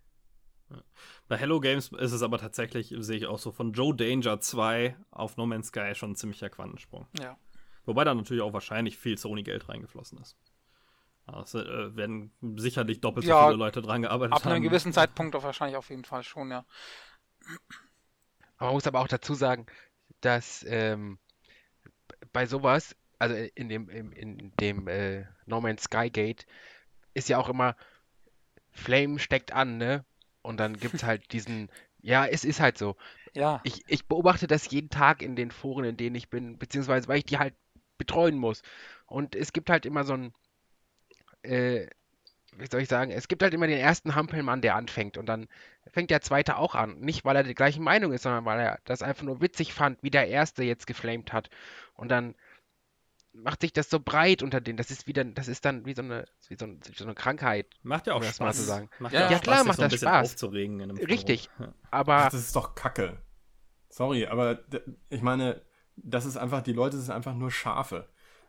A: Bei Hello Games ist es aber tatsächlich, sehe ich auch so, von Joe Danger zwei auf No Man's Sky schon ein ziemlicher Quantensprung.
C: Ja.
A: Wobei da natürlich auch wahrscheinlich viel Sony-Geld reingeflossen ist. Es äh, werden sicherlich doppelt so
C: Ja,
A: viele Leute dran gearbeitet
C: Ab
A: haben.
C: einem gewissen Zeitpunkt auch wahrscheinlich auf jeden Fall schon, ja.
D: Aber man muss aber auch dazu sagen, dass ähm, bei sowas, also in dem, in, in dem äh, No Man's Sky Gate, ist ja auch immer, Flame steckt an, ne? Und dann gibt's halt diesen, ja, es ist halt so.
C: Ja,
D: Ich, ich beobachte das jeden Tag in den Foren, in denen ich bin, beziehungsweise weil ich die halt betreuen muss. Und es gibt halt immer so ein, äh, wie soll ich sagen, es gibt halt immer den ersten Hampelmann, der anfängt und dann fängt der zweite auch an. Nicht, weil er der gleichen Meinung ist, sondern weil er das einfach nur witzig fand, wie der erste jetzt geflamed hat. Und dann macht sich das so breit unter denen. Das ist wieder, das ist dann wie so eine, wie so, ein, wie so eine Krankheit.
A: Macht ja auch
D: um das mal
A: Spaß.
D: zu sagen.
A: Macht
C: Ja,
A: ja, auch
C: ja,
A: Spaß,
D: klar,
A: sich
D: macht
A: so ein
D: das
A: bisschen
D: Spaß.
A: aufzuregen in einem
D: Richtig.
A: Forum.
D: Aber
B: Ach, das ist doch Kacke. Sorry, aber d- ich meine, das ist einfach, die Leute sind einfach nur Schafe.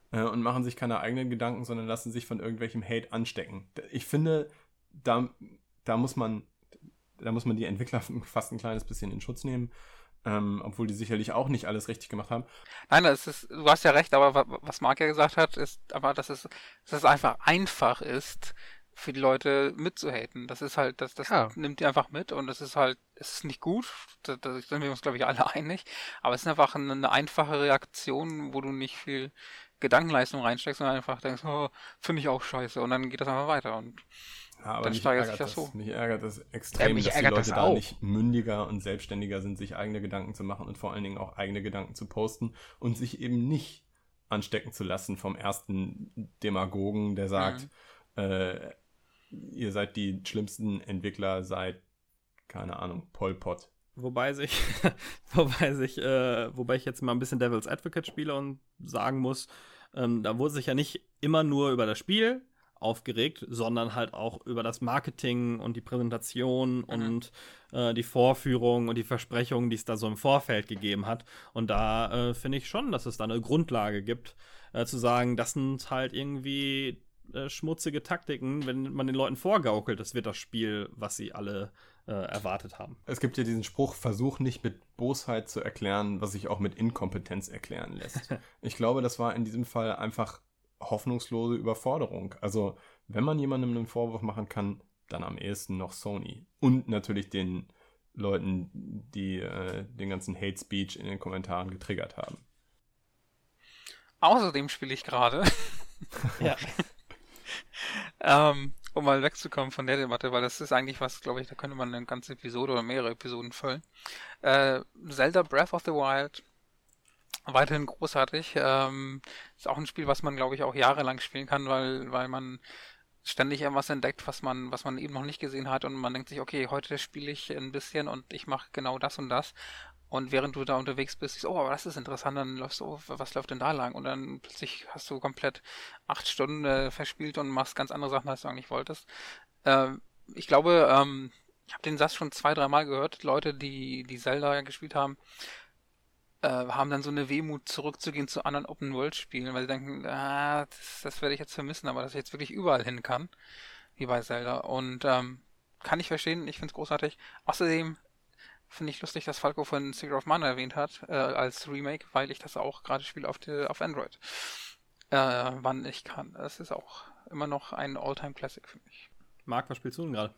B: äh, und machen sich keine eigenen Gedanken, sondern lassen sich von irgendwelchem Hate anstecken. Ich finde, da, da muss man, da muss man die Entwickler fast ein kleines bisschen in Schutz nehmen. Ähm, obwohl die sicherlich auch nicht alles richtig gemacht haben.
C: Nein, das ist, du hast ja recht, aber wa- was Marc ja gesagt hat, ist aber, dass es, dass es einfach einfach ist, für die Leute mitzuhaten. Das ist halt, das, das
D: Ja.
C: nimmt die einfach mit und es ist halt, es ist nicht gut, da, da sind wir uns, glaube ich, alle einig, aber es ist einfach eine, eine einfache Reaktion, wo du nicht viel Gedankenleistung reinsteckst, sondern einfach denkst, oh, finde ich auch scheiße und dann geht das einfach weiter und
B: Ja, aber
C: Dann
B: mich
C: steigert
B: ärgert,
C: sich das
B: das,
C: so.
B: mich ärgert das extrem,
D: Ja, mich
B: dass die
D: ärgert
B: Leute
D: das
B: da
D: auch.
B: nicht mündiger und selbstständiger sind, sich eigene Gedanken zu machen und vor allen Dingen auch eigene Gedanken zu posten und sich eben nicht anstecken zu lassen vom ersten Demagogen, der sagt, äh, ihr seid die schlimmsten Entwickler seit, keine Ahnung, Pol Pot.
A: Wobei sich, wobei sich, äh, wobei ich jetzt mal ein bisschen Devil's Advocate spiele und sagen muss, ähm, da wurde sich ja nicht immer nur über das Spiel aufgeregt, sondern halt auch über das Marketing und die Präsentation und äh, die Vorführung und die Versprechungen, die es da so im Vorfeld gegeben hat. Und da äh, finde ich schon, dass es da eine Grundlage gibt, äh, zu sagen, das sind halt irgendwie äh, schmutzige Taktiken, wenn man den Leuten vorgaukelt, das wird das Spiel, was sie alle äh, erwartet haben.
B: Es gibt ja diesen Spruch, versuch nicht mit Bosheit zu erklären, was sich auch mit Inkompetenz erklären lässt. Ich glaube, das war in diesem Fall einfach hoffnungslose Überforderung. Also, wenn man jemandem einen Vorwurf machen kann, dann am ehesten noch Sony. Und natürlich den Leuten, die äh, den ganzen Hate Speech in den Kommentaren getriggert haben.
C: außerdem spiele ich gerade,
A: Ja.
C: ähm, um mal wegzukommen von der Debatte, weil das ist eigentlich was, glaube ich, da könnte man eine ganze Episode oder mehrere Episoden füllen. Äh, Zelda Breath of the Wild, weiterhin großartig. Ähm, ist auch ein Spiel, was man, glaube ich, auch jahrelang spielen kann, weil, weil man ständig irgendwas entdeckt, was man, was man eben noch nicht gesehen hat und man denkt sich, okay, heute spiele ich ein bisschen und ich mache genau das und das. Und während du da unterwegs bist, siehst du, oh, aber das ist interessant, dann läufst du, oh, was läuft denn da lang? Und dann plötzlich hast du komplett acht Stunden äh, verspielt und machst ganz andere Sachen, als du eigentlich wolltest. Ähm, ich glaube, ähm, ich habe den Satz schon zwei, dreimal gehört. Leute, die die Zelda gespielt haben, äh, haben dann so eine Wehmut, zurückzugehen zu anderen Open-World-Spielen, weil sie denken, ah, das, das werde ich jetzt vermissen, aber dass ich jetzt wirklich überall hin kann, wie bei Zelda. Und ähm, kann ich verstehen, ich finde es großartig. Außerdem finde ich lustig, dass Falco von Secret of Mana erwähnt hat, äh, als Remake, weil ich das auch gerade spiele auf, die, auf Android. Äh, wann ich kann. Das ist auch immer noch ein All-Time-Classic für mich.
A: Marc, was spielst du denn gerade?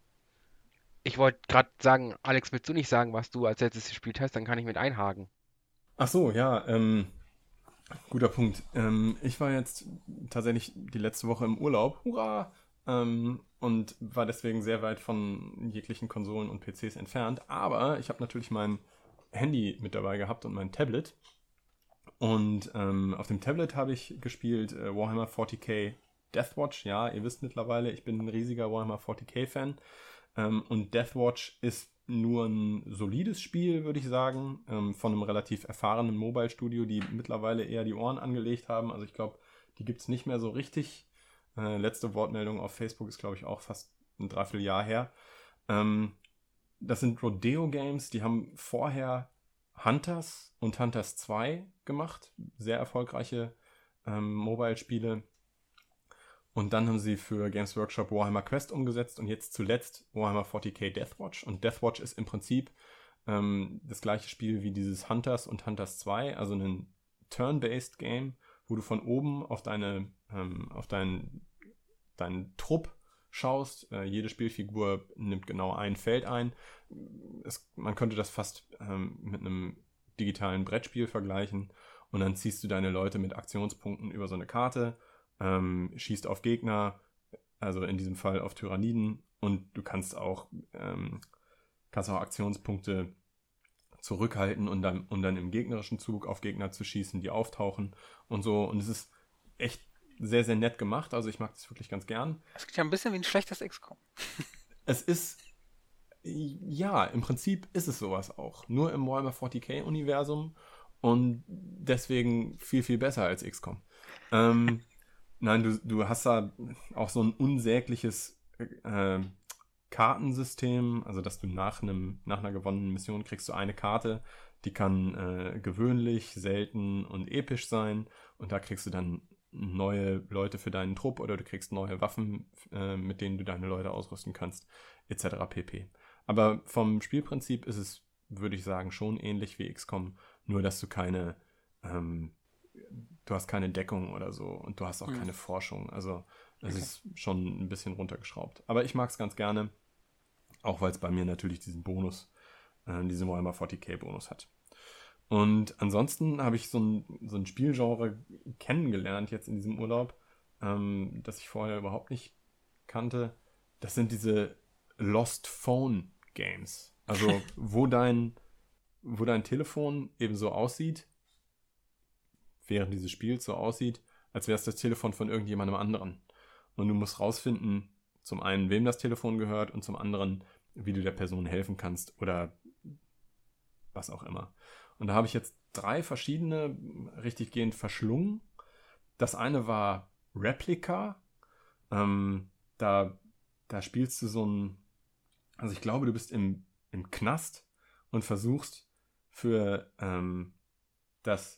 D: Ich wollte gerade sagen, Alex, willst du nicht sagen, was du als letztes gespielt hast? Dann kann ich mit einhaken.
B: Ach so, ja, ähm, guter Punkt. Ähm, ich war jetzt tatsächlich die letzte Woche im Urlaub, hurra, ähm, und war deswegen sehr weit von jeglichen Konsolen und P Cs entfernt. Aber ich habe natürlich mein Handy mit dabei gehabt und mein Tablet. Und ähm, auf dem Tablet habe ich gespielt äh, Warhammer vierzig K Deathwatch. Ja, ihr wisst mittlerweile, ich bin ein riesiger Warhammer vierzig K-Fan. Ähm, und Deathwatch ist nur ein solides Spiel, würde ich sagen, ähm, von einem relativ erfahrenen Mobile-Studio, die mittlerweile eher die Ohren angelegt haben. Also ich glaube, die gibt es nicht mehr so richtig. Äh, letzte Wortmeldung auf Facebook ist, glaube ich, auch fast ein Dreivierteljahr her. Ähm, das sind Rodeo-Games, die haben vorher Hunters und Hunters zwei gemacht. Sehr erfolgreiche ähm, Mobile-Spiele. Und dann haben sie für Games Workshop Warhammer Quest umgesetzt und jetzt zuletzt Warhammer vierzig K Deathwatch. Und Deathwatch ist im Prinzip ähm, das gleiche Spiel wie dieses Hunters und Hunters zwei, also ein Turn-Based Game, wo du von oben auf deine ähm, auf deinen, deinen Trupp schaust. Äh, jede Spielfigur nimmt genau ein Feld ein. Es, man könnte das fast ähm, mit einem digitalen Brettspiel vergleichen. Und dann ziehst du deine Leute mit Aktionspunkten über so eine Karte, ähm, schießt auf Gegner, also in diesem Fall auf Tyranniden. Und du kannst auch, ähm, kannst auch Aktionspunkte zurückhalten und dann, um dann im gegnerischen Zug auf Gegner zu schießen, die auftauchen und so. Und es ist echt sehr, sehr nett gemacht. Also ich mag das wirklich ganz gern.
C: Es klingt ja ein bisschen wie ein schlechtes X COM.
B: Es ist, ja, im Prinzip ist es sowas auch. Nur im Warhammer vierzig K-Universum und deswegen viel, viel besser als X COM. Ähm, nein, du, du hast da auch so ein unsägliches äh, Kartensystem, also dass du nach einem nach einer gewonnenen Mission kriegst du eine Karte, die kann äh, gewöhnlich, selten und episch sein und da kriegst du dann neue Leute für deinen Trupp oder du kriegst neue Waffen, äh, mit denen du deine Leute ausrüsten kannst, et cetera pp. Aber vom Spielprinzip ist es, würde ich sagen, schon ähnlich wie X COM, nur dass du keine ähm, du hast keine Deckung oder so und du hast auch hm. keine Forschung, also es okay. ist schon ein bisschen runtergeschraubt. Aber ich mag es ganz gerne, auch weil es bei mir natürlich diesen Bonus, äh, diesen Warhammer vierzig K Bonus hat. Und ansonsten habe ich so ein, so ein Spielgenre kennengelernt jetzt in diesem Urlaub, ähm, das ich vorher überhaupt nicht kannte. Das sind diese Lost Phone Games. Also wo dein, wo dein Telefon eben so aussieht, während dieses Spiels so aussieht, als wäre es das Telefon von irgendjemandem anderen. Und du musst rausfinden, zum einen, wem das Telefon gehört und zum anderen, wie du der Person helfen kannst oder was auch immer. Und da habe ich jetzt drei verschiedene richtig gehend verschlungen. Das eine war Replica. Ähm, da, da spielst du so ein, also ich glaube, du bist im, im Knast und versuchst für ähm, das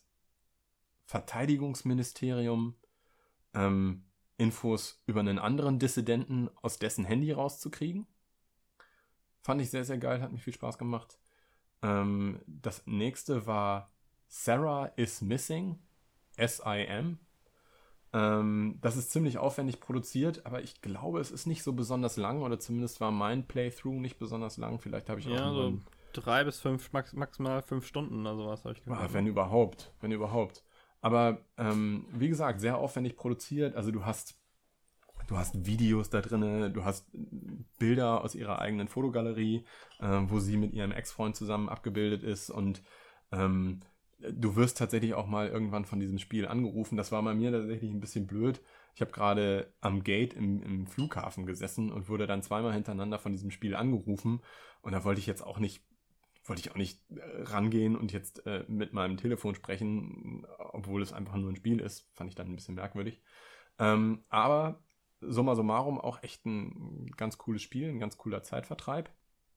B: Verteidigungsministerium ähm, Infos über einen anderen Dissidenten aus dessen Handy rauszukriegen. Fand ich sehr, sehr geil, hat mir viel Spaß gemacht. Ähm, das nächste war Sarah is Missing, S I M. Ähm, das ist ziemlich aufwendig produziert, aber ich glaube, es ist nicht so besonders lang, oder zumindest war mein Playthrough nicht besonders lang. Vielleicht habe ich
A: ja,
B: auch
A: so
B: einen,
A: drei bis fünf, max, maximal fünf Stunden oder sowas habe ich gehört.
B: Ah, wenn überhaupt, wenn überhaupt. Aber ähm, wie gesagt, sehr aufwendig produziert. Also du hast Du hast Videos da drin, du hast Bilder aus ihrer eigenen Fotogalerie, äh, wo sie mit ihrem Ex-Freund zusammen abgebildet ist und ähm, du wirst tatsächlich auch mal irgendwann von diesem Spiel angerufen. Das war bei mir tatsächlich ein bisschen blöd. Ich habe gerade am Gate im, im Flughafen gesessen und wurde dann zweimal hintereinander von diesem Spiel angerufen und da wollte ich jetzt auch nicht wollte ich auch nicht äh, rangehen und jetzt äh, mit meinem Telefon sprechen, obwohl es einfach nur ein Spiel ist. Fand ich dann ein bisschen merkwürdig. Ähm, aber summa summarum auch echt ein ganz cooles Spiel, ein ganz cooler Zeitvertreib.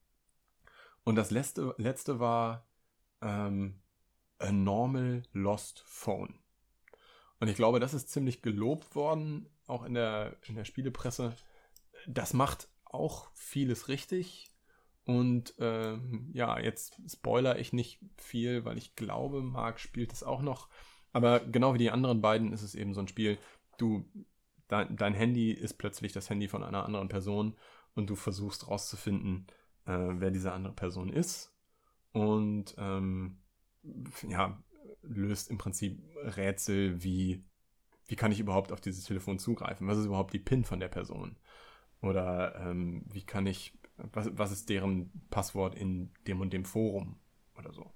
B: Und das letzte, letzte war ähm, A Normal Lost Phone. Und ich glaube, das ist ziemlich gelobt worden, auch in der, in der Spielepresse. Das macht auch vieles richtig. Und ähm, ja, jetzt spoiler ich nicht viel, weil ich glaube, Marc spielt es auch noch. Aber genau wie die anderen beiden ist es eben so ein Spiel, du Dein, dein Handy ist plötzlich das Handy von einer anderen Person und du versuchst rauszufinden, äh, wer diese andere Person ist und ähm, ja, löst im Prinzip Rätsel wie, wie kann ich überhaupt auf dieses Telefon zugreifen? Was ist überhaupt die PIN von der Person? Oder ähm, wie kann ich, was, was ist deren Passwort in dem und dem Forum oder so?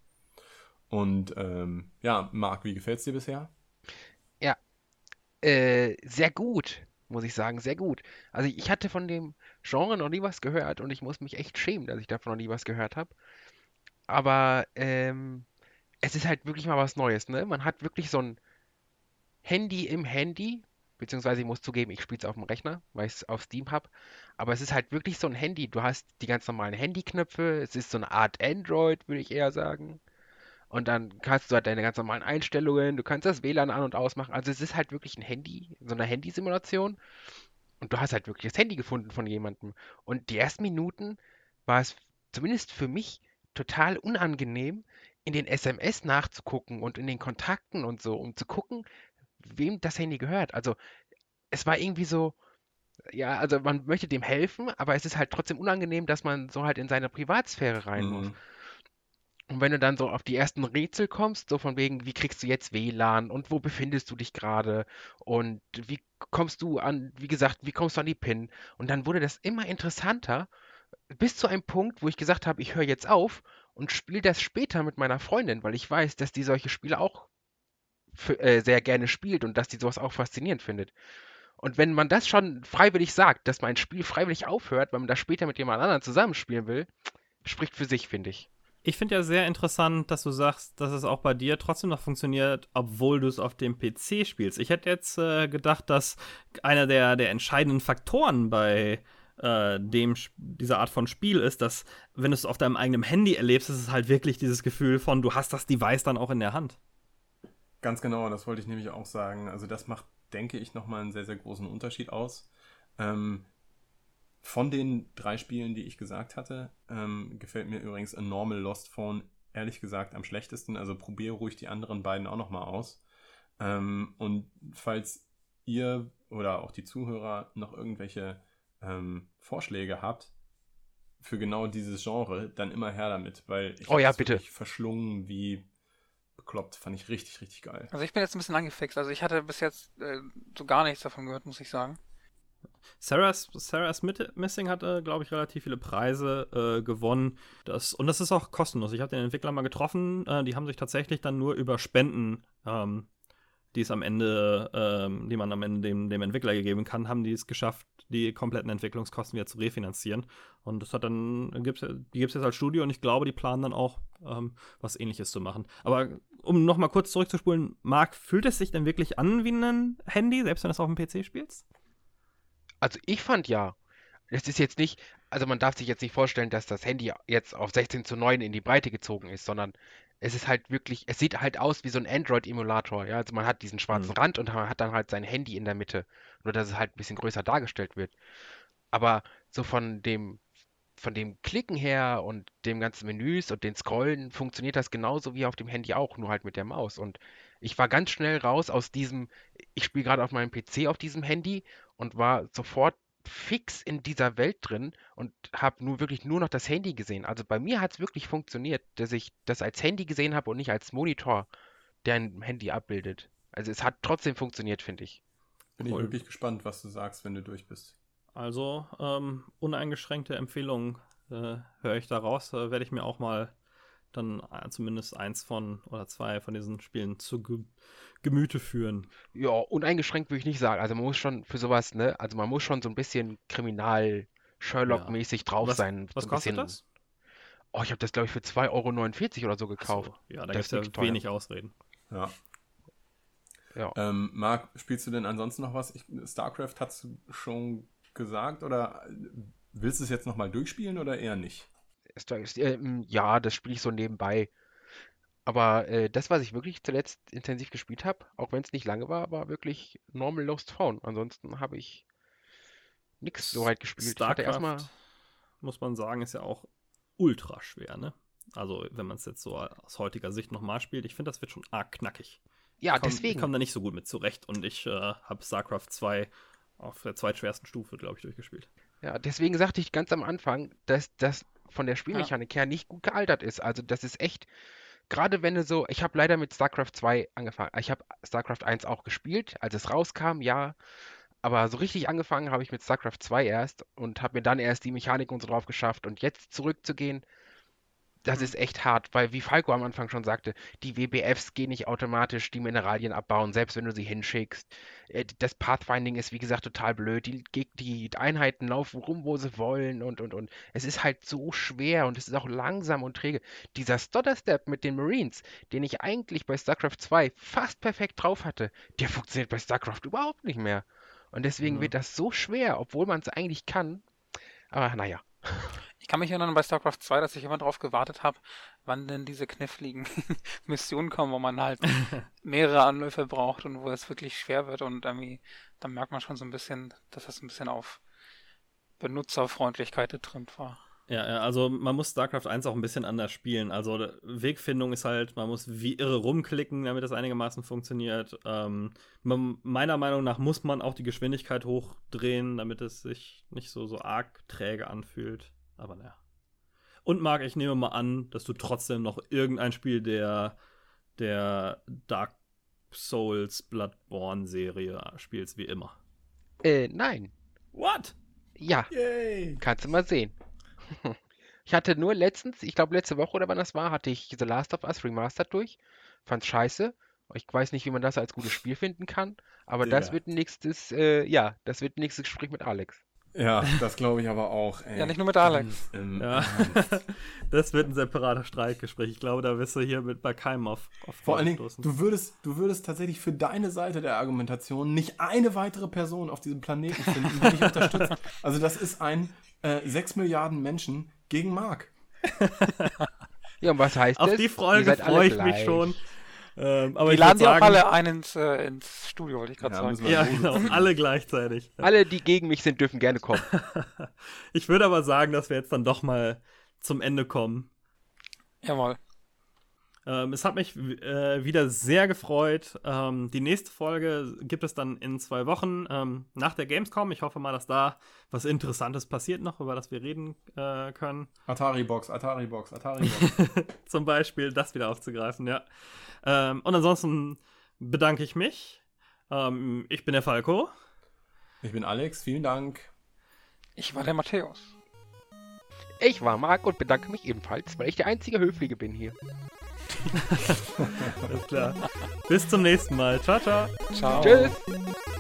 B: Und ähm, ja, Marc, wie gefällt es dir bisher?
D: Ja, Äh, sehr gut, muss ich sagen, sehr gut. Also ich hatte von dem Genre noch nie was gehört und ich muss mich echt schämen, dass ich davon noch nie was gehört habe. Aber ähm, es ist halt wirklich mal was Neues, ne? Man hat wirklich so ein Handy im Handy, beziehungsweise ich muss zugeben, ich spiele es auf dem Rechner, weil ich es auf Steam habe. Aber es ist halt wirklich so ein Handy. Du hast die ganz normalen Handyknöpfe, es ist so eine Art Android, würde ich eher sagen. Und dann kannst du halt deine ganz normalen Einstellungen, du kannst das W L A N an- und ausmachen. Also es ist halt wirklich ein Handy, so eine Handysimulation. Und du hast halt wirklich das Handy gefunden von jemandem. Und die ersten Minuten war es zumindest für mich total unangenehm, in den S M S nachzugucken und in den Kontakten und so, um zu gucken, wem das Handy gehört. Also es war irgendwie so, ja, also man möchte dem helfen, aber es ist halt trotzdem unangenehm, dass man so halt in seine Privatsphäre rein muss.
B: Mhm.
D: Und wenn du dann so auf die ersten Rätsel kommst, so von wegen, wie kriegst du jetzt W L A N und wo befindest du dich gerade und wie kommst du an, wie gesagt, wie kommst du an die PIN? Und dann wurde das immer interessanter, bis zu einem Punkt, wo ich gesagt habe, ich höre jetzt auf und spiele das später mit meiner Freundin, weil ich weiß, dass die solche Spiele auch für, äh, sehr gerne spielt und dass die sowas auch faszinierend findet. Und wenn man das schon freiwillig sagt, dass man ein Spiel freiwillig aufhört, weil man das später mit jemand anderem zusammenspielen will, spricht für sich, finde ich.
A: Ich finde ja sehr interessant, dass du sagst, dass es auch bei dir trotzdem noch funktioniert, obwohl du es auf dem P C spielst. Ich hätte jetzt äh, gedacht, dass einer der, der entscheidenden Faktoren bei äh, dem dieser Art von Spiel ist, dass, wenn du es auf deinem eigenen Handy erlebst, ist es halt wirklich dieses Gefühl von, du hast das Device dann auch in der Hand.
B: Ganz genau, das wollte ich nämlich auch sagen. Also das macht, denke ich, nochmal einen sehr, sehr großen Unterschied aus. Ähm, von den drei Spielen, die ich gesagt hatte, ähm, gefällt mir übrigens A Normal Lost Phone ehrlich gesagt am schlechtesten. Also probiere ruhig die anderen beiden auch nochmal aus. Ähm, und falls ihr oder auch die Zuhörer noch irgendwelche ähm, Vorschläge habt für genau dieses Genre, dann immer her damit, weil ich
D: Oh ja,
B: hab's
D: bitte.
B: wirklich verschlungen wie bekloppt. Fand ich richtig, richtig geil.
C: Also ich bin jetzt ein bisschen angefixt. Also ich hatte bis jetzt äh, so gar nichts davon gehört, muss ich sagen.
A: Sarah's, Sarah's Missing hat, äh, glaube ich, relativ viele Preise äh, gewonnen. Das, und das ist auch kostenlos. Ich habe den Entwickler mal getroffen. Äh, die haben sich tatsächlich dann nur über Spenden, ähm, die es am Ende, ähm, die man am Ende dem, dem Entwickler gegeben kann, haben die es geschafft, die kompletten Entwicklungskosten wieder zu refinanzieren. Und das hat dann, gibt's, die gibt es jetzt als Studio und ich glaube, die planen dann auch, ähm, was Ähnliches zu machen. Aber um nochmal kurz zurückzuspulen, Marc, fühlt es sich denn wirklich an wie ein Handy, selbst wenn du es auf dem P C spielst?
D: Also ich fand ja, es ist jetzt nicht, also man darf sich jetzt nicht vorstellen, dass das Handy jetzt auf sechzehn zu neun in die Breite gezogen ist, sondern es ist halt wirklich, es sieht halt aus wie so ein Android-Emulator, ja, also man hat diesen schwarzen
A: Mhm.
D: Rand und man hat dann halt sein Handy in der Mitte, nur dass es halt ein bisschen größer dargestellt wird. Aber so von dem, von dem Klicken her und dem ganzen Menüs und den Scrollen funktioniert das genauso wie auf dem Handy auch, nur halt mit der Maus. Und ich war ganz schnell raus aus diesem, ich spiele gerade auf meinem P C auf diesem Handy und war sofort fix in dieser Welt drin und habe nur wirklich nur noch das Handy gesehen. Also bei mir hat es wirklich funktioniert, dass ich das als Handy gesehen habe und nicht als Monitor, der ein Handy abbildet. Also es hat trotzdem funktioniert, finde ich.
B: Bin
A: Cool.
B: ich wirklich gespannt, was du sagst, wenn du durch bist.
A: Also, ähm, uneingeschränkte Empfehlung äh, höre ich da raus. Äh, werde ich mir auch mal dann äh, zumindest eins von oder zwei von diesen Spielen zu Ge Gemüte führen.
D: Ja, uneingeschränkt würde ich nicht sagen. Also man muss schon für sowas, ne, also man muss schon so ein bisschen
A: Ja.
D: Kriminal-Sherlock-mäßig drauf
A: Was,
D: sein.
A: was
D: So ein
A: kostet
D: bisschen.
A: das?
D: Oh, ich habe das, glaube ich, für zwei Euro neunundvierzig oder so gekauft.
A: Achso, ja, da
D: Das
A: gibt
D: ist
A: es ja
D: nichts teuer.
A: wenig Ausreden.
B: Ja.
D: Ja.
B: Ähm, Marc, spielst du denn ansonsten noch was? Ich, StarCraft hast du schon gesagt oder willst du es jetzt nochmal durchspielen oder eher nicht?
D: Ist da- ist, ähm, ja, das spiele ich so nebenbei. Aber äh, das, was ich wirklich zuletzt intensiv gespielt habe, auch wenn es nicht lange war, war wirklich Normal Lost Phone. Ansonsten habe ich nichts so
A: S-
D: weit gespielt. Ich hatte erstmal,
A: StarCraft, muss man sagen, ist ja auch ultra schwer, ne? Also, wenn man es jetzt so aus heutiger Sicht nochmal spielt, ich finde, das wird schon arg knackig.
D: ja,
A: Ich komme
D: deswegen.
A: komm da nicht so gut mit zurecht und ich äh, habe StarCraft zwei auf der zweitschwersten Stufe, glaube ich, durchgespielt.
D: Ja, deswegen sagte ich ganz am Anfang, dass das von der
C: Ja.
D: Spielmechanik her nicht gut gealtert ist. Also das ist echt, gerade wenn du so, ich habe leider mit StarCraft zwei angefangen. Ich habe StarCraft eins auch gespielt, als es rauskam, ja. Aber so richtig angefangen habe ich mit StarCraft zwei erst und habe mir dann erst die Mechanik und so drauf geschafft. Und jetzt zurückzugehen, das
C: Mhm.
D: ist echt hart, weil wie Falco am Anfang schon sagte, die W B Fs gehen nicht automatisch die Mineralien abbauen, selbst wenn du sie hinschickst. Äh, Das Pathfinding ist, wie gesagt, total blöd. Die, Geg- die Einheiten laufen rum, wo sie wollen und, und, und. Es ist halt so schwer und es ist auch langsam und träge. Dieser Stutter-Step mit den Marines, den ich eigentlich bei StarCraft zwei fast perfekt drauf hatte, der funktioniert bei StarCraft überhaupt nicht mehr. Und deswegen
A: Mhm.
D: wird das so schwer, obwohl man es eigentlich kann. Aber naja.
C: Ich kann mich erinnern bei StarCraft zwei, dass ich immer drauf gewartet habe, wann denn diese kniffligen Missionen kommen, wo man halt mehrere Anläufe braucht und wo es wirklich schwer wird und irgendwie, dann merkt man schon so ein bisschen, dass das ein bisschen auf Benutzerfreundlichkeit getrimmt war.
A: Ja, ja, also man muss StarCraft eins auch ein bisschen anders spielen. Also d- Wegfindung ist halt, man muss wie irre rumklicken, damit das einigermaßen funktioniert. Ähm, man, meiner Meinung nach muss man auch die Geschwindigkeit hochdrehen, damit es sich nicht so, so arg träge anfühlt. Aber naja. Und Marc, ich nehme mal an, dass du trotzdem noch irgendein Spiel der, der Dark Souls Bloodborne-Serie spielst, wie immer.
D: Äh, nein.
A: What?
D: Ja,
B: Yay!
D: kannst du mal sehen. Ich hatte nur letztens, ich glaube letzte Woche oder wann das war, hatte ich The Last of Us Remastered durch. Fand's scheiße. Ich weiß nicht, wie man das als gutes Spiel finden kann, aber das
B: Digga.
D: wird ein nächstes, äh, ja, das wird ein nächstes Gespräch mit Alex.
B: Ja, das glaube ich aber auch. Ey.
C: Ja, nicht nur mit Alex.
B: Ähm,
A: Ja. Das wird ein separater Streitgespräch. Ich glaube, da wirst du hier mit bei keinem auf, auf
B: Vor allen Dingen,
A: stoßen.
B: du würdest, du würdest tatsächlich für deine Seite der Argumentation nicht eine weitere Person auf diesem Planeten finden, die dich unterstützt. Also das ist ein äh, sechs Milliarden Menschen gegen Mark.
D: Ja, und was heißt
A: Auf
D: das?
A: die
D: Ihr
A: Folge
D: seid alle
A: freue ich
D: gleich.
A: mich schon. Ähm, aber
C: Die
A: ich
C: laden
A: würde
C: die auch
A: sagen,
C: alle ein ins, äh, ins Studio, wollte ich gerade
B: Ja,
C: sagen.
B: müssen wir-
A: ja, genau, alle gleichzeitig.
D: Alle, die gegen mich sind, dürfen gerne kommen.
A: Ich würde aber sagen, dass wir jetzt dann doch mal zum Ende kommen.
C: Jawohl.
A: Ähm, es hat mich äh, wieder sehr gefreut. Ähm, die nächste Folge gibt es dann in zwei Wochen ähm, nach der Gamescom. Ich hoffe mal, dass da was Interessantes passiert noch, über das wir reden äh, können.
B: Atari-Box, Atari-Box, Atari-Box.
A: Zum Beispiel das wieder aufzugreifen, ja. Ähm, und ansonsten bedanke ich mich. Ähm, ich bin der Falco.
B: Ich bin Alex, vielen Dank.
C: Ich war der Matthäus.
D: Ich war Marc und bedanke mich ebenfalls, weil ich der einzige Höfliche bin hier.
A: Alles klar. Bis zum nächsten Mal. Ciao, ciao.
C: Ciao.
D: Tschüss!